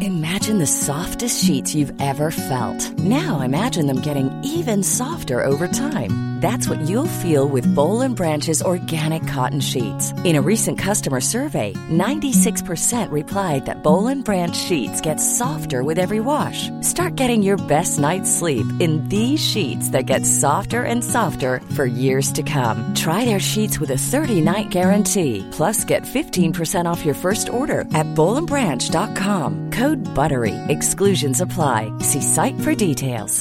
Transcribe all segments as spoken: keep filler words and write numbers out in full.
Imagine the softest sheets you've ever felt. Now imagine them getting even softer over time. That's what you'll feel with Boll and Branch's organic cotton sheets. In a recent customer survey, ninety-six percent replied that Boll and Branch sheets get softer with every wash. Start getting your best night's sleep in these sheets that get softer and softer for years to come. Try their sheets with a thirty-night guarantee. Plus, get fifteen percent off your first order at boll and branch dot com. Code BUTTERY. Exclusions apply. See site for details.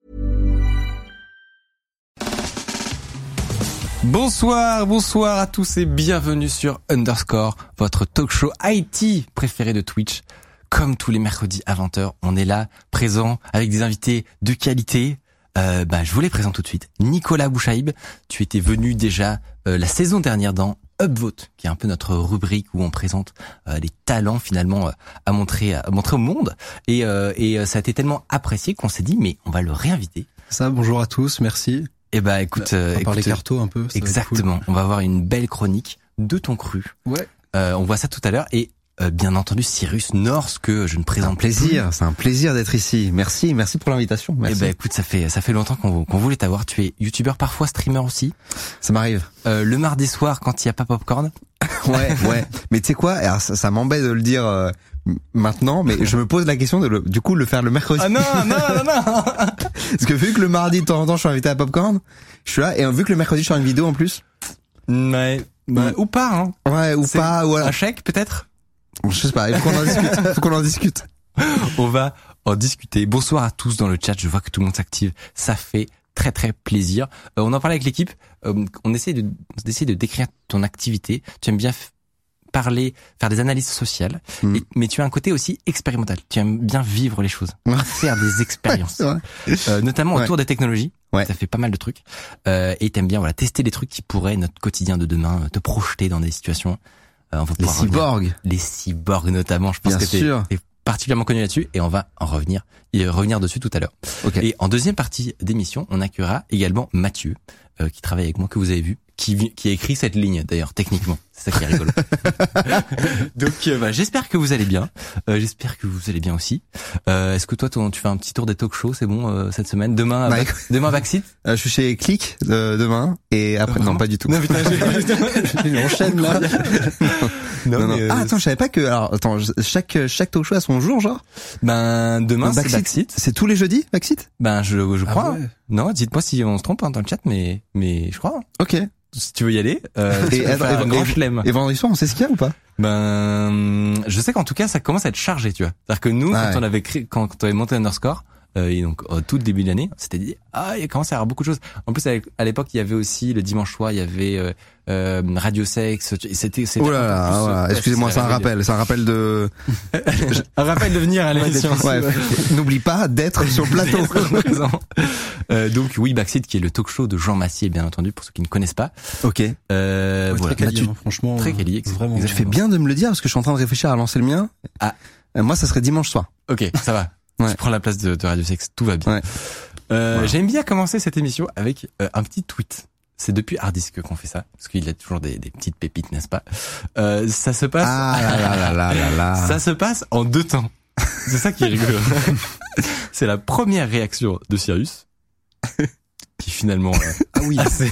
Bonsoir, bonsoir à tous et bienvenue sur Underscore, votre talk show I T préféré de Twitch. Comme tous les mercredis à vingt heures, on est là, présent, avec des invités de qualité. Euh, bah, je vous les présente tout de suite. Nicolas Bouchaïb, tu étais venu déjà euh, la saison dernière dans Upvote, qui est un peu notre rubrique où on présente euh, les talents finalement euh, à montrer à montrer au monde. Et, euh, et euh, ça a été tellement apprécié qu'on s'est dit mais on va le réinviter. Ça, bonjour à tous, merci. Et bah écoute, on va écoute, parler carto un peu. Ça exactement. Cool. On va avoir une belle chronique de ton cru. Ouais. Euh, on voit ça tout à l'heure et euh, bien entendu Cyrus North que je ne présente c'est un plaisir, plus. C'est un plaisir d'être ici. Merci, merci pour l'invitation. Merci. Et bah écoute, ça fait ça fait longtemps qu'on qu'on voulait t'avoir. Tu es youtubeur, parfois streamer aussi. Ça m'arrive. Euh, le mardi soir quand il y a pas Popcorn. Ouais, ouais. Mais tu sais quoi, alors ça, ça m'embête de le dire euh, maintenant, mais je me pose la question de le, du coup le faire le mercredi. Ah non, non, non, non. Parce que vu que le mardi de temps en temps je suis invité à Popcorn, je suis là, et vu que le mercredi je sors une vidéo en plus. Ouais. Bah, ou pas, hein. Ouais, ou c'est pas, ou alors. Un chèque peut-être. Je sais pas. Il faut qu'on en discute. Il faut qu'on en discute. On va en discuter. Bonsoir à tous dans le chat. Je vois que tout le monde s'active. Ça fait très très plaisir. Euh, on en parlait avec l'équipe. Euh, on essaie de d'essayer de décrire ton activité. Tu aimes bien f- parler, faire des analyses sociales, mmh. et, mais tu as un côté aussi expérimental. Tu aimes bien vivre les choses, faire des expériences, euh, notamment ouais. autour des technologies. Ouais. Ça fait pas mal de trucs. Euh, et t'aimes bien voilà tester des trucs qui pourraient notre quotidien de demain, te projeter dans des situations. Euh, on va les cyborgs, revenir. Les cyborgs notamment. Je pense bien que t'es, sûr. t'es particulièrement connu là-dessus et on va en revenir et revenir dessus tout à l'heure. Okay. Et en deuxième partie d'émission, on accueillera également Mathieu, euh, qui travaille avec moi, que vous avez vu, qui, qui a écrit cette ligne d'ailleurs techniquement. C'est ça qui est rigolo. Donc euh, bah, j'espère que vous allez bien. Euh, j'espère que vous allez bien aussi. Euh, est-ce que toi ton, tu fais un petit tour des talk shows, c'est bon euh, cette semaine? Demain, bah, bac, demain Backseat. Euh, je suis chez Click euh, demain et après euh, non pas du tout. Non putain, j'ai enchaîne là. non, non, non. Euh, ah attends, je savais pas que alors attends, chaque chaque talk show a son jour genre. Ben demain c'est Backseat. Backseat. C'est tous les jeudis Backseat? Ben je je crois. Ah ouais. Non, dites-moi si on se trompe hein, dans le chat, mais mais je crois. Ok. Si tu veux y aller, euh, et, tu peux et, faire et, un grand et, chelem. Et vendredi soir, on sait ce qu'il y a ou pas? Ben, je sais qu'en tout cas, ça commence à être chargé, tu vois. C'est-à-dire que nous, ah quand ouais. on avait créé, quand on avait monté Underscore, euh, et donc au tout début de l'année, on s'était dit ah, il commence à y avoir beaucoup de choses. En plus, à l'époque, il y avait aussi le dimanche soir, il y avait euh, euh, Radio Sex. C'était, c'était. Oh là là, plus, voilà. ouais, Excusez-moi, c'est un rappel, c'est un rappel de. un rappel de venir à l'émission. Ouais, ouais. N'oublie pas d'être sur le plateau. euh, donc oui, Backseat, qui est le talk show de Jean Massier, bien entendu, pour ceux qui ne connaissent pas. Ok. Euh, ouais, voilà. Très quali, tu... hein, franchement. Très quali, vraiment. Tu fais bien de me le dire parce que je suis en train de réfléchir à lancer le mien. Ah. Euh, moi, ça serait dimanche soir. Ok, ça va. Ouais. Tu prends la place de, de Radio Sex, tout va bien. Ouais. Euh, Voilà. J'aime bien commencer cette émission avec euh, un petit tweet. C'est depuis Hardisk qu'on fait ça, parce qu'il y a toujours des, des petites pépites, n'est-ce pas? Euh, ça se passe. Ah là là là là là là. Ça se passe en deux temps. C'est ça qui est rigolo. C'est la première réaction de Cyrus, qui finalement. Euh, ah oui. assez...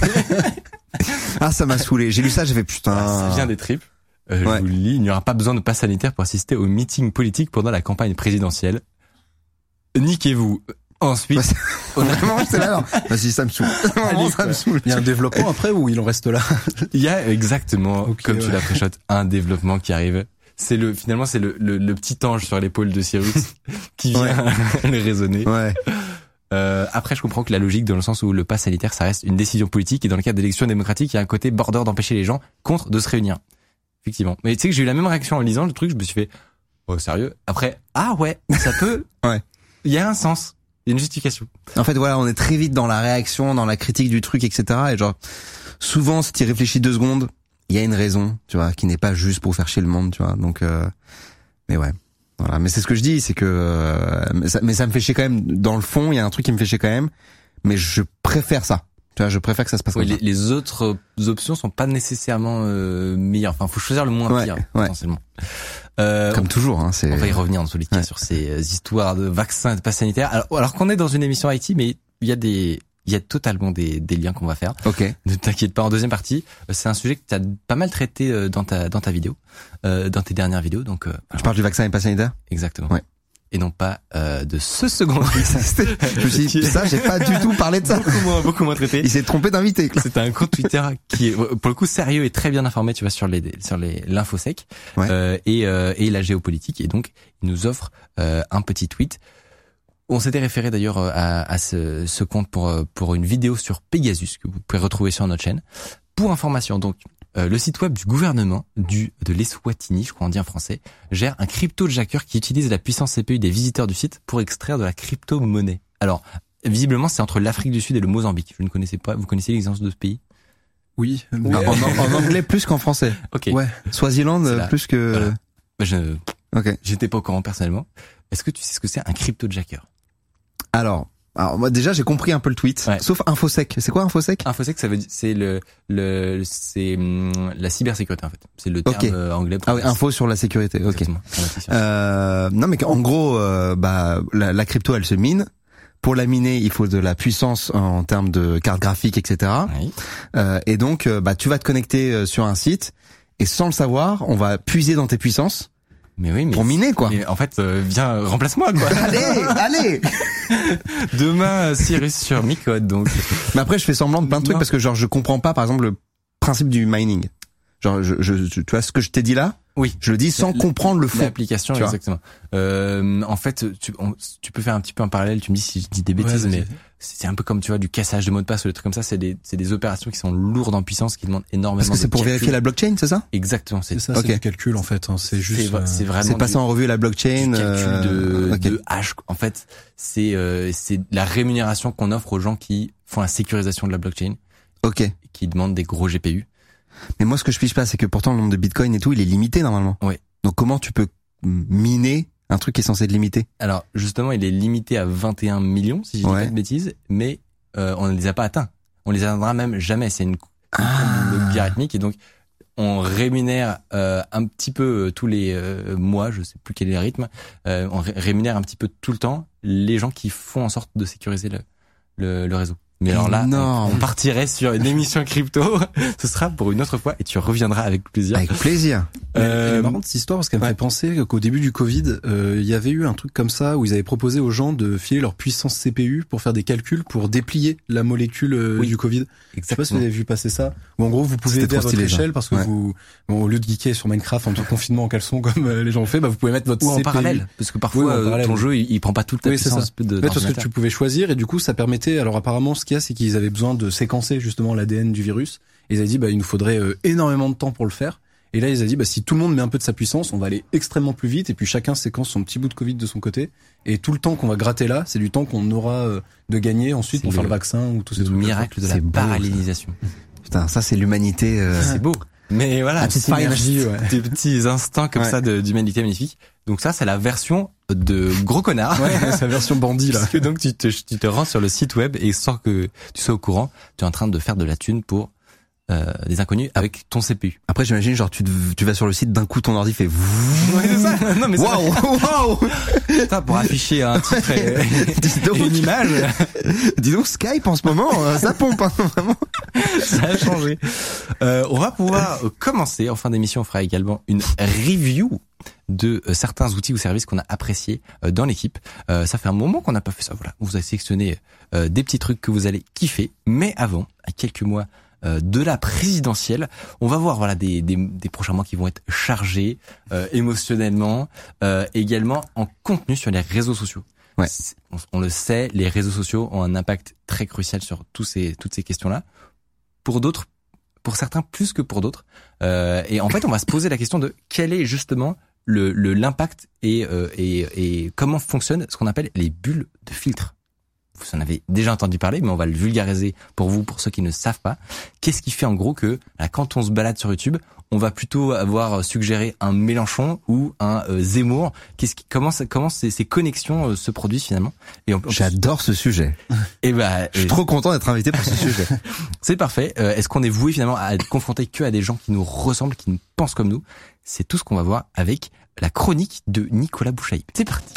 ah ça m'a saoulé. J'ai lu ça, j'ai fait putain. Ah, ça vient des tripes. Euh, ouais. Je vous le lis. Il n'y aura pas besoin de passe sanitaire pour assister au meeting politique pendant la campagne présidentielle. Niquez-vous. Ensuite, honnêtement, c'est là. Non. Vas-y, ça me saoule. Allez, ça me saoule. Il y a un développement après ou il en reste là? Il y a exactement, okay, comme ouais. tu l'as pré-shot, un développement qui arrive. C'est le, finalement, c'est le, le, le petit ange sur l'épaule de Cyrus qui vient ouais. le raisonner. Ouais. Euh, après, je comprends que la logique, dans le sens où le pass sanitaire, ça reste une décision politique et dans le cadre d'élections démocratiques, il y a un côté border d'empêcher les gens contre de se réunir. Effectivement. Mais tu sais que j'ai eu la même réaction en lisant le truc, je me suis fait, oh, sérieux? Après, ah ouais, ça peut, ouais. Il y a un sens. Il y a une justification. En fait, voilà, on est très vite dans la réaction, dans la critique du truc, et cetera. Et genre, souvent, si tu y réfléchis deux secondes, il y a une raison, tu vois, qui n'est pas juste pour faire chier le monde, tu vois. Donc, euh, mais ouais, voilà. Mais c'est ce que je dis, c'est que, euh, mais, ça, mais ça me fait chier quand même. Dans le fond, il y a un truc qui me fait chier quand même. Mais je préfère ça. Tu vois, je préfère que ça se passe oui, comme les, ça. Les autres options sont pas nécessairement euh, meilleures. Enfin, faut choisir le moins ouais, pire, ouais. potentiellement. Euh, Comme toujours, hein, c'est. On va y revenir dans tous les cas Ouais. sur ces euh, histoires de vaccins et de pass sanitaires. Alors, alors qu'on est dans une émission I T, mais il y a des, il y a totalement des, des liens qu'on va faire. Ok. Ne t'inquiète pas. En deuxième partie, euh, c'est un sujet que tu as pas mal traité euh, dans ta, dans ta vidéo, euh, dans tes dernières vidéos. Donc, euh, Je parle du vaccin et pas sanitaire. exactement. Ouais. Et non pas euh, de ce second. Je me suis dit, ça, j'ai pas du tout parlé de ça. beaucoup moins, beaucoup moins traité. Il s'est trompé d'invité. quoi. C'est un compte Twitter qui est pour le coup sérieux et très bien informé, tu vois, sur les sur les l'infosec Ouais. euh, et euh, et la géopolitique. Et donc il nous offre euh, un petit tweet. On s'était référé d'ailleurs à, à ce, ce compte pour pour une vidéo sur Pegasus que vous pouvez retrouver sur notre chaîne. Pour information, donc euh, le site web du gouvernement du de l'Eswatini, je crois on dit en français, gère un crypto-jacker qui utilise la puissance C P U des visiteurs du site pour extraire de la crypto-monnaie. Alors visiblement c'est entre l'Afrique du Sud et le Mozambique. Je ne connaissais pas. Vous connaissez l'existence de ce pays? Oui. mais- En, en- en anglais plus qu'en français. Ok. Ouais. Swaziland C'est là. plus que. Voilà. Bah, je Ok. j'étais pas au courant personnellement. Est-ce que tu sais ce que c'est un crypto-jacker? Alors, alors moi déjà j'ai compris un peu le tweet. Ouais. Sauf infosec. C'est quoi infosec? Infosec, ça veut dire c'est le le c'est hum, la cybersécurité en fait. C'est le terme Ok. euh, anglais. Pour Ah oui, info sur la sécurité. Ok. Exactement. Information. Euh, non mais en gros, euh, bah la, la crypto elle se mine. Pour la miner, il faut de la puissance en termes de carte graphique, et cetera. Oui. Euh, et donc, euh, bah tu vas te connecter euh, sur un site et sans le savoir, on va puiser dans tes puissances Mais oui, mais pour miner quoi. mais en fait, euh, viens remplace-moi quoi. Allez, allez. Demain euh, Cyrus sur Micode donc. Mais après, je fais semblant de plein de trucs Non. parce que genre je comprends pas, par exemple, le principe du mining. Genre, je, je, je- tu vois ce que je t'ai dit là, Oui. je le dis sans La- comprendre le fond. L'application tu vois. exactement. Euh, en fait, tu, on- tu peux faire un petit peu un parallèle. Tu me dis si je dis des bêtises, Ouais, mais vas-y. c'est un peu comme tu vois du cassage de mots de passe ou des trucs comme ça. C'est des c'est des opérations qui sont lourdes en puissance, qui demandent énormément. Parce que c'est de pour calcul. vérifier la blockchain, c'est ça? Exactement. C'est C'est ça, Ok. c'est du calcul en fait. hein, C'est juste. c'est, vra- euh, c'est vraiment C'est passer du- en revue la blockchain. du calcul euh, de, ok. de hash. En fait, c'est euh, c'est la rémunération qu'on offre aux gens qui font la sécurisation de la blockchain, Ok. qui demandent des gros G P U. Mais moi, ce que je piche pas, c'est que pourtant le nombre de bitcoins et tout, il est limité normalement. Ouais. Donc comment tu peux miner un truc qui est censé être limité? Alors justement, il est limité à vingt et un millions, si je dis Ouais. pas de bêtises, mais euh, on ne les a pas atteints. On les atteindra même jamais. C'est une Ah. logarithmique et donc on rémunère euh, un petit peu euh, tous les euh, mois, je sais plus quel est le rythme, euh, on ré- rémunère un petit peu tout le temps les gens qui font en sorte de sécuriser le le, le réseau. Mais alors là, on, Énorme. on partirait sur une émission crypto. Ce sera pour une autre fois et tu reviendras avec plaisir. Avec plaisir. Elle est Euh, marrante cette histoire parce qu'elle me ouais. fait penser qu'au début du Covid, euh, il y avait eu un truc comme ça où ils avaient proposé aux gens de filer leur puissance C P U pour faire des calculs pour déplier la molécule euh, Oui. du Covid. Je sais pas si vous exactement. avez vu passer ça. Ou en gros, vous pouvez C'était aider à trop votre stylé, ça. échelle parce que Ouais. vous, bon, au lieu de geeker sur Minecraft en tout confinement en caleçon comme euh, les gens ont fait, bah vous pouvez mettre votre Ou en C P U. parallèle, parce que parfois Oui, en euh, parallèle. ton jeu il, il prend pas toute ta Oui, c'est puissance ça. de Ouais, parce que d'ordinateur. tu pouvais choisir et du coup ça permettait. Alors apparemment, ce qu'il y a, c'est qu'ils avaient besoin de séquencer justement l'A D N du virus. Et ils avaient dit bah il nous faudrait euh, énormément de temps pour le faire. Et là ils avaient dit bah si tout le monde met un peu de sa puissance, on va aller extrêmement plus vite. Et puis chacun séquence son petit bout de Covid de son côté. Et tout le temps qu'on va gratter là, c'est du temps qu'on aura euh, de gagner ensuite C'est pour faire le- le vaccin ou tous ces Le trucs. miracle de la C'est beau, ça. parallélisation. Putain, ça c'est l'humanité. euh, C'est beau. Mais voilà, La petite Synergie, des- ouais. des petits instants comme Ouais. ça de- d'humanité magnifique. Donc ça, c'est la version de gros connard. Ouais, c'est la version bandit là. Parce que donc tu te, tu te rends sur le site web et sans que tu sois au courant, tu es en train de faire de la thune pour euh, des inconnus avec ton C P U. Après, j'imagine genre tu te- tu vas sur le site, d'un coup ton ordi fait. Ouais, c'est ça. Non mais c'est Waouh, waouh. ça pour afficher un titre et, Dis donc, et une image, dis donc Skype en ce moment, euh, ça pompe hein, vraiment. ça a changé. Euh, on va pouvoir euh, commencer en fin d'émission. On fera également une review de euh, certains outils ou services qu'on a appréciés euh, dans l'équipe. Euh, ça fait un moment qu'on n'a pas fait ça. Voilà, on vous a sélectionné euh, des petits trucs que vous allez kiffer. Mais avant, à quelques mois euh, de la présidentielle, on va voir voilà des, des, des prochains mois qui vont être chargés euh, émotionnellement, euh, également en contenu sur les réseaux sociaux. Ouais. C'est- On, on le sait, les réseaux sociaux ont un impact très crucial sur tous ces toutes ces questions-là. Pour d'autres, pour certains plus que pour d'autres. Euh, et en fait, on va se poser la question de quel est justement le le- l'impact et, euh, et et comment fonctionnent ce qu'on appelle les bulles de filtre. Vous en avez déjà entendu parler, mais on va le vulgariser pour vous, pour ceux qui ne savent pas. Qu'est-ce qui fait en gros que là, quand on se balade sur YouTube, on va plutôt avoir suggéré un Mélenchon ou un euh, Zemmour. Qu'est-ce qui, comment ça- comment ces, ces connexions euh, se produisent finalement? Et on, on- J'adore ce sujet. et bah, Je suis euh, trop content d'être invité pour ce sujet. c'est parfait. Euh, est-ce qu'on est voué finalement à être confronté que à des gens qui nous ressemblent, qui nous pensent comme nous? C'est tout ce qu'on va voir avec la chronique de Nicolas Bouchaïb. C'est parti.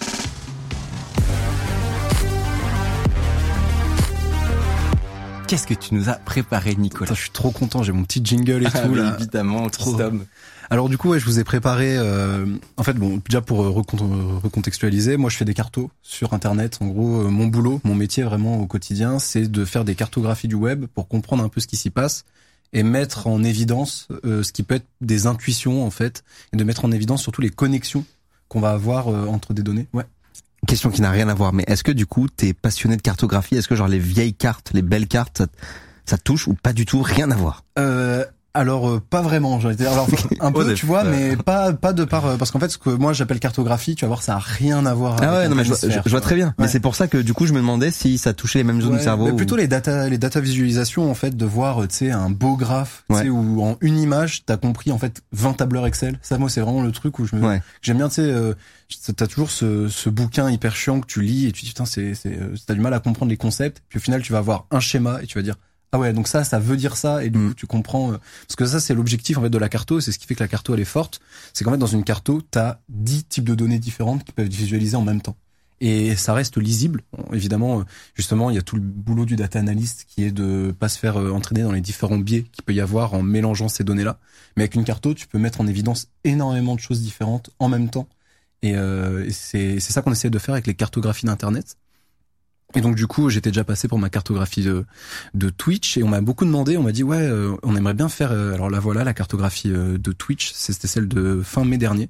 Qu'est-ce que tu nous as préparé, Nicolas? Putain, je suis trop content, j'ai mon petit jingle et ah, tout là. Évidemment, trop. Christophe. Alors du coup, ouais, je vous ai préparé. Euh, en fait, bon, déjà pour recont- recontextualiser, moi, je fais des cartos sur Internet. En gros, euh, mon boulot, mon métier vraiment au quotidien, c'est de faire des cartographies du web pour comprendre un peu ce qui s'y passe et mettre en évidence euh, ce qui peut être des intuitions en fait, et de mettre en évidence surtout les connexions qu'on va avoir euh, entre des données. Ouais. Question qui n'a rien à voir, mais est-ce que du coup t'es passionné de cartographie? Est-ce que genre les vieilles cartes, les belles cartes, ça, ça te touche ou pas du tout? Rien à voir. Euh, alors euh, pas vraiment, j'ai alors un peu, tu vois, mais pas pas de par euh, parce qu'en fait ce que moi j'appelle cartographie, tu vas voir, ça a rien à voir. Ah avec ouais, non mais je, vois- planisphère, je, je vois très bien. Ouais. Mais c'est pour ça que du coup je me demandais si ça touchait les mêmes zones Ouais, du cerveau. mais ou- plutôt les data les data visualisations en fait, de voir tu sais un beau graphe, tu Ouais. sais, où en une image t'as compris en fait vingt tableurs Excel. Ça moi c'est vraiment le truc où je me Ouais. j'aime bien, tu sais euh, t'as toujours ce ce bouquin hyper chiant que tu lis et tu dis putain c'est c'est euh, t'as du mal à comprendre les concepts, puis au final tu vas avoir un schéma et tu vas dire ah ouais, donc ça, ça veut dire ça, et du Mm. coup, tu comprends, euh, parce que ça, c'est l'objectif, en fait, de la carto, c'est ce qui fait que la carto, elle est forte, c'est qu'en fait, dans une carto, t'as dix types de données différentes qui peuvent être visualisées en même temps. Et ça reste lisible. Bon, évidemment, euh, justement, il y a tout le boulot du data analyst qui est de pas se faire euh, entraîner dans les différents biais qu'il peut y avoir en mélangeant ces données-là. Mais avec une carto, tu peux mettre en évidence énormément de choses différentes en même temps. Et, euh, et c'est, c'est ça qu'on essaie de faire avec les cartographies d'Internet. Et donc du coup, j'étais déjà passé pour ma cartographie de, de Twitch et on m'a beaucoup demandé, on m'a dit ouais, euh, on aimerait bien faire. Euh, alors là voilà, la cartographie euh, de Twitch, c'était celle de fin mai dernier.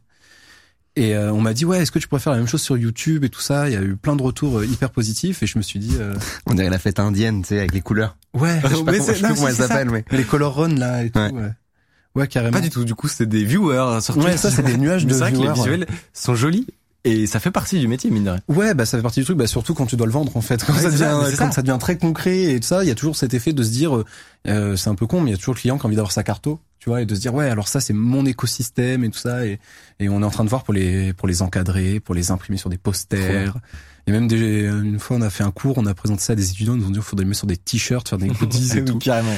Et euh, on m'a dit ouais, est-ce que tu pourrais faire la même chose sur YouTube et tout ça. Il y a eu plein de retours euh, hyper positifs et je me suis dit euh, On dirait la fête indienne, tu sais, avec les couleurs. ouais, Je sais pas mais comment, c'est- je sais pas non, comment c'est elle ça. s'appelle, mais. Les color run là et tout. Ouais. Ouais, ouais carrément. Pas du tout. Du coup, c'est des viewers sur Ouais, Twitch. ça c'est des nuages Mais de c'est vrai que les viewers. visuels sont jolis et ça fait partie du métier, mine de rien. Ouais, bah ça fait partie du truc, bah surtout quand tu dois le vendre en fait. Quand Ouais, ça c'est devient, ça, mais c'est quand ça. ça devient très concret et tout ça, il y a toujours cet effet de se dire, euh, c'est un peu con, mais il y a toujours le client qui a envie d'avoir sa carto, tu vois, et de se dire ouais, alors ça c'est mon écosystème et tout ça, et et on est en train de voir pour les pour les encadrer, pour les imprimer sur des posters. Et même des, une fois on a fait un cours, on a présenté ça à des étudiants, ils nous ont dit il faudrait le mettre sur des t-shirts, faire des goodies et tout. Carrément.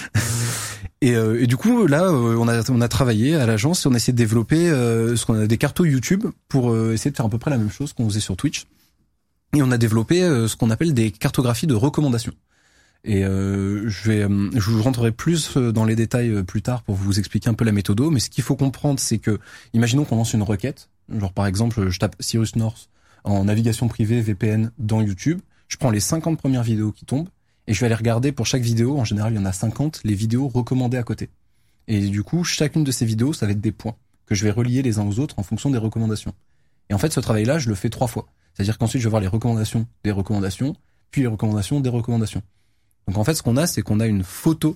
Et, euh, et du coup là euh, on a on a travaillé à l'agence et on a essayé de développer euh, ce qu'on a des cartos YouTube pour euh, essayer de faire à peu près la même chose qu'on faisait sur Twitch. Et on a développé euh, ce qu'on appelle des cartographies de recommandations. Et euh, je vais euh, je vous rentrerai plus dans les détails euh, plus tard pour vous expliquer un peu la méthode, mais ce qu'il faut comprendre c'est que imaginons qu'on lance une requête, genre par exemple je tape Cyrus North en navigation privée V P N dans YouTube, je prends les cinquante premières vidéos qui tombent et je vais aller regarder pour chaque vidéo, en général il y en a cinquante, les vidéos recommandées à côté. Et du coup, chacune de ces vidéos, ça va être des points que je vais relier les uns aux autres en fonction des recommandations. Et en fait, ce travail-là, je le fais trois fois. C'est-à-dire qu'ensuite, je vais voir les recommandations des recommandations, puis les recommandations des recommandations. Donc en fait, ce qu'on a, c'est qu'on a une photo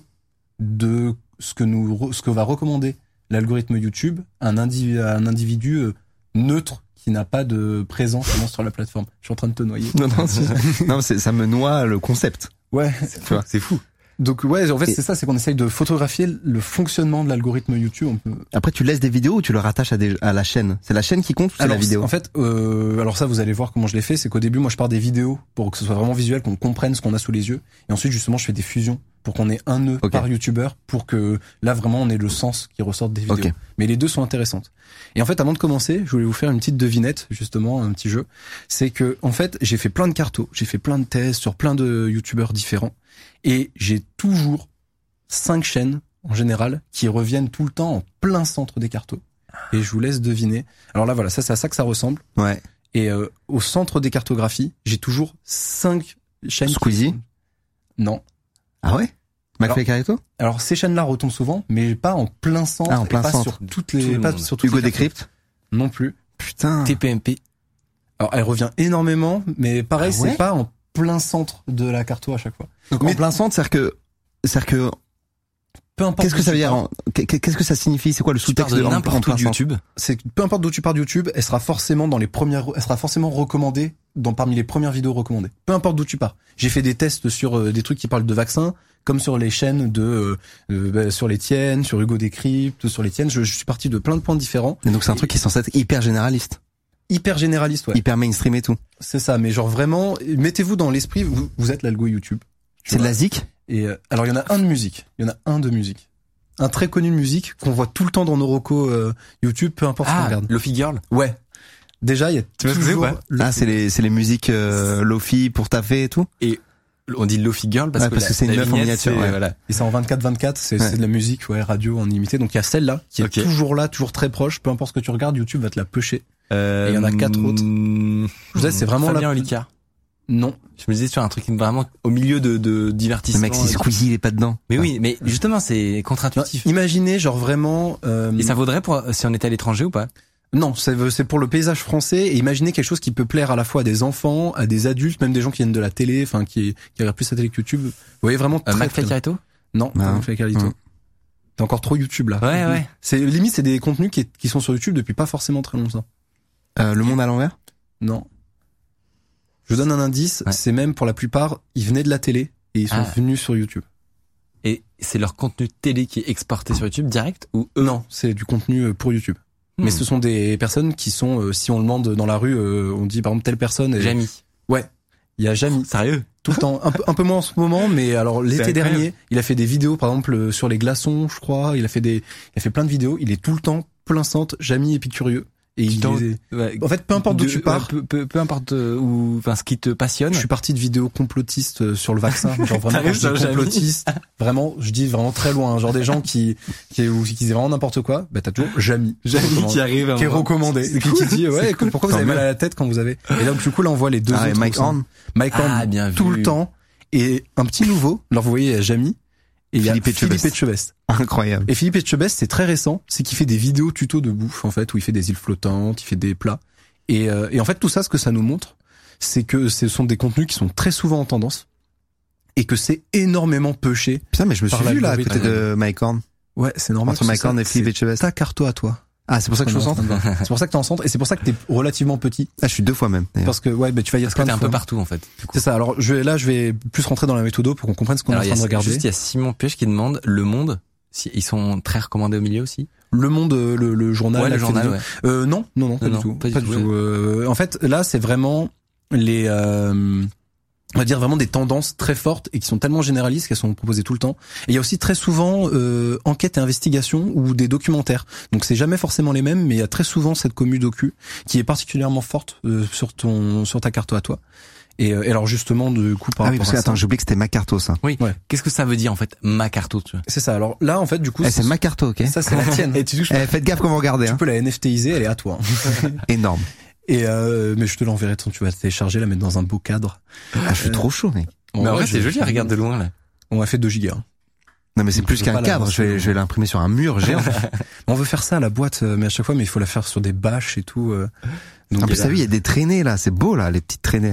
de ce que nous, ce que va recommander l'algorithme YouTube à un individu, à un individu euh, neutre qui n'a pas de présence sur la plateforme. Je suis en train de te noyer. Non, non, c'est- non, c'est- ça me noie le concept. Ouais. Tu vois. C'est fou. Donc ouais, en fait, Et- c'est ça, c'est qu'on essaye de photographier le fonctionnement de l'algorithme YouTube. On peut... Après, tu laisses des vidéos ou tu le rattaches à, des, à la chaîne? C'est la chaîne qui compte ou c'est la Alors, vidéo? en fait, euh, alors ça, vous allez voir comment je l'ai fait. C'est qu'au début, moi, je pars des vidéos pour que ce soit vraiment visuel, qu'on comprenne ce qu'on a sous les yeux. Et ensuite, justement, je fais des fusions pour qu'on ait un nœud Ok. par YouTuber, pour que là, vraiment, on ait le sens qui ressorte des vidéos. Ok. Mais les deux sont intéressantes. Et en fait, avant de commencer, je voulais vous faire une petite devinette, justement, un petit jeu. C'est que, en fait, j'ai fait plein de cartos, j'ai fait plein de thèses sur plein de YouTubers différents, et j'ai toujours cinq chaînes en général qui reviennent tout le temps en plein centre des cartos. Et je vous laisse deviner. Alors là, voilà, ça c'est à ça que ça ressemble. Ouais. Et euh, au centre des cartographies, j'ai toujours cinq chaînes. qui Squeezie? sont- Non. Ah ouais? McFly et Carlito? Alors ces chaînes-là retombent souvent, mais pas en plein centre. Ah, en plein et pas centre. sur toutes Tout les. le Pas monde. sur toutes Hugo les cartos. Décrypte? Non plus. Putain. T P M P. Alors elle revient énormément, mais pareil, Ah ouais c'est pas en plein centre de la carto à chaque fois. Donc Mais- en plein centre, c'est-à-dire que, c'est-à-dire que, Peu importe. qu'est-ce que d'où ça veut tu dire? pars. en- qu'est- Qu'est-ce que ça signifie? C'est quoi le Tu pars sous-texte de de en- en n'importe où plein de centre? YouTube. C'est que peu importe d'où tu pars de YouTube, elle sera forcément dans les premières, elle sera forcément recommandée dans parmi les premières vidéos recommandées. Peu importe d'où tu pars. J'ai fait des tests sur euh, des trucs qui parlent de vaccins, comme sur les chaînes de, euh, euh, bah, sur les tiennes, sur Hugo Décrypte, sur les tiennes. Je, je suis parti de plein de points différents, Et donc c'est un truc qui est censé être hyper généraliste, hyper généraliste, ouais. hyper mainstream et tout. C'est ça. Mais genre vraiment, mettez-vous dans l'esprit. Vous, vous êtes l'algo YouTube. Tu C'est de vois. la zik? Et euh, alors il y en a un de musique. Il y en a un de musique. un très connu de musique qu'on voit tout le temps dans nos recos euh, YouTube, peu importe ce qu'on Ah, regarde. Lofi Girl. Ouais. Déjà, il y a Tu vois ce que c'est ou toujours pas le- Ah, c'est les, c'est les musiques euh, Lofi pour taffer et tout. Et on dit Lofi Girl parce Ouais, que, parce la- que c'est une la meuf en vignette, miniature, c'est- ouais. Voilà. Et c'est en vingt-quatre vingt-quatre, c'est, Ouais. c'est de la musique, ouais, radio en illimité. Donc il y a celle-là qui est Ok. toujours là, toujours très proche. Peu importe ce que tu regardes, YouTube va te la pêcher. Euh, Et il y en a quatre autres. Je vous disais, c'est vraiment Fabien la- Olicard. Non. Je me disais sur un truc vraiment au milieu de, de Le divertissement. mec, si Squeezie, il est pas dedans. Mais oui, mais justement, c'est Non, contre-intuitif. imaginez, genre vraiment. euh, Et ça vaudrait pour si on était à l'étranger ou pas? Non, c'est, c'est pour le paysage français. Et imaginez quelque chose qui peut plaire à la fois à des enfants, à des adultes, même des gens qui viennent de la télé, enfin qui, qui regardent plus la télé que YouTube. Vous voyez vraiment Euh, très, McFly très- Carito? Non, Ah. pas McFly Carlito. Mm. T'es encore trop YouTube là. Ouais, ouais. C'est limite, c'est des contenus qui, qui sont sur YouTube depuis pas forcément très longtemps. Euh, le monde à l'envers. Non. Je vous donne un indice, Ouais. c'est même pour la plupart, ils venaient de la télé et ils sont Ah. venus sur YouTube. Et c'est leur contenu télé qui est exporté sur YouTube direct ou eux? Non, c'est du contenu euh, pour YouTube. Hmm. Mais ce sont des personnes qui sont, euh, si on le demande dans la rue, euh, on dit par exemple telle personne. Et... Jamie. Ouais. Il y a Jamie. Sérieux? Tout le temps. Un peu, un peu moins en ce moment, mais alors l'été incroyable. dernier, il a fait des vidéos, par exemple, euh, sur les glaçons, je crois. Il a fait des, il a fait plein de vidéos. Il est tout le temps plein centre, Jamie épicurieux. Et il Dans- est- Ouais. En fait, peu importe d'où De- tu pars. ouais, peu, peu, peu importe euh, où, enfin, ce qui te passionne. Je suis parti de vidéos complotistes euh, sur le vaccin. Genre vraiment, T'arrives quand je sur dis Jamie. complotiste, vraiment, je dis vraiment très loin. hein. Genre des gens qui, qui, ou qui disaient vraiment n'importe quoi. Bah, t'as toujours Jamie. Jamie qui arrive à un Qui est moment. recommandé. Qui, qui dit, ouais, écoute, pourquoi vous Tant avez mal mieux. à la tête quand vous avez, et donc, du coup, là, on voit les deux Ah, et autres. Mike au sein. Horn. Mike Horn. Ah, bien Tout vu. le temps. Et un petit nouveau. Alors, vous voyez, il y a Jamie. Et il y a Philippe Philippe Etchebest. Etchebest. Incroyable. Et Philippe Etchebest, c'est très récent. C'est qu'il fait des vidéos tuto de bouffe, en fait, où il fait des îles flottantes, il fait des plats. Et, euh, et en fait, tout ça, ce que ça nous montre, c'est que ce sont des contenus qui sont très souvent en tendance et que c'est énormément pêché. Putain, mais je me suis Par vu là à l'algorithme. côté de Mike Horn. Ouais, c'est normal. Entre Mike Horn et Philippe Etchebest. Ta carte à toi. Ah, c'est pour ça que je suis au centre. C'est pour ça que t'es en centre et c'est pour ça que t'es relativement petit. Ah, je suis deux fois même. d'ailleurs. Parce que, ouais, bah, tu vas y être Parce que plein t'es de un peu fois. partout en fait. du coup. C'est ça. Alors, je vais, là, je vais plus rentrer dans la méthode pour qu'on comprenne ce qu'on Alors, est il en y train a, de regarder. juste, il y a Simon Pêche qui demande Le Monde. Si, ils sont très recommandés au milieu aussi. Le Monde, euh, le, le journal. Ouais, le la journal, télévision. ouais. Euh, non, non, non, pas Non, du non, tout. pas du tout, Euh, en fait, là, c'est vraiment les, euh, on va dire vraiment des tendances très fortes et qui sont tellement généralistes qu'elles sont proposées tout le temps. Et il y a aussi très souvent euh, enquête et investigation ou des documentaires. Donc c'est jamais forcément les mêmes, mais il y a très souvent cette commu docu qui est particulièrement forte euh, sur ton sur ta carte à toi. Et, euh, et alors justement du coup par Ah oui, rapport parce que à ça- attends, j'ai oublié que c'était Macarto, ça. Oui. Ouais. Qu'est-ce que ça veut dire en fait, Macarto, tu vois? c'est ça. Alors là en fait du coup Eh, c'est Macarto, ok. ça c'est la tienne. Et tu touches Eh, faites gaffe quand vous regardez, Tu hein. peux la N F T iser, elle est à toi. Énorme. Et euh, mais je te l'enverrai, tu vas télécharger, la mettre dans un beau cadre. Ah, je suis trop chaud, mec. En Mais en vrai, vrai, c'est je- joli à regarder de loin là. On a fait deux gigas. Non, mais c'est Donc, plus je peux qu'un pas cadre. l'avancer, Je vais, non. je vais l'imprimer sur un mur géant. On veut faire ça à la boîte, euh, mais à chaque fois, mais il faut la faire sur des bâches et tout. euh. Donc, En plus, il y a- t'as vu, il y a des traînées, là. C'est beau, là, les petites traînées,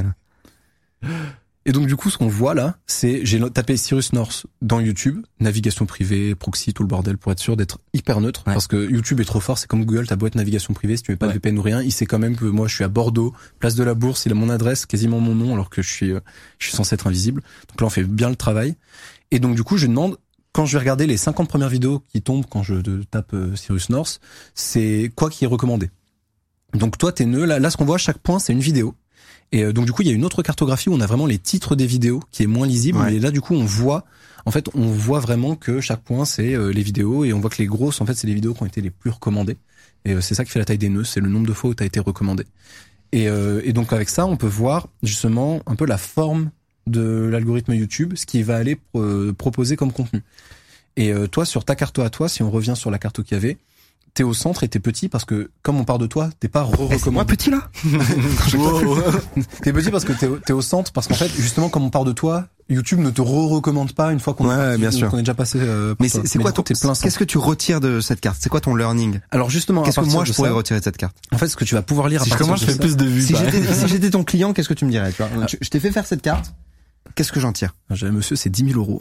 là. Et donc du coup, ce qu'on voit là, c'est j'ai tapé Cyrus North dans YouTube, navigation privée, proxy, tout le bordel pour être sûr d'être hyper neutre, Ouais. parce que YouTube est trop fort. C'est comme Google, ta boîte navigation privée, si tu mets pas Ouais. de V P N ou rien, il sait quand même que moi je suis à Bordeaux, place de la Bourse, il a mon adresse, quasiment mon nom, alors que je suis, euh, je suis censé être invisible. Donc là, on fait bien le travail. Et donc du coup, je demande, quand je vais regarder les cinquante premières vidéos qui tombent quand je de- tape euh, Cyrus North, c'est quoi qui est recommandé. Donc toi, t'es nœud. Là, là, ce qu'on voit à chaque point, c'est une vidéo. Et euh, donc du coup, il y a une autre cartographie où on a vraiment les titres des vidéos qui est moins lisible. Ouais. Et là, du coup, on voit, en fait, on voit vraiment que chaque point c'est euh, les vidéos et on voit que les grosses, en fait, c'est les vidéos qui ont été les plus recommandées. Et euh, c'est ça qui fait la taille des nœuds, c'est le nombre de fois où t'as été recommandé. Et, euh, et donc avec ça, on peut voir justement un peu la forme de l'algorithme YouTube, ce qui va aller euh, proposer comme contenu. Et euh, toi, sur ta carte à toi, si on revient sur la carte qu'il y avait, t'es au centre et t'es petit parce que comme on part de toi, t'es pas Eh, c'est moi re-recommandé. petit, là? T'es petit parce que t'es, au- t'es au centre, parce qu'en fait, justement, comme on part de toi, YouTube ne te re-recommande pas une fois qu'on, Ouais, bien sûr. qu'on est déjà passé. Euh, par Mais toi. c'est c'est quoi du coup, ton, t'es plein centre. qu'est-ce que tu retires de cette carte? C'est quoi ton learning? Alors justement, à Qu'est-ce que partir moi de je pourrais ça, retirer de cette carte? En fait, ce que tu vas pouvoir lire Si à je partir commence, de je fais ça, plus de vues. Si pareil. j'étais, si j'étais ton client, qu'est-ce que tu me dirais, tu vois? Je, je t'ai fait faire cette carte. Qu'est-ce que j'en tire? J'ai- monsieur, c'est dix mille euros.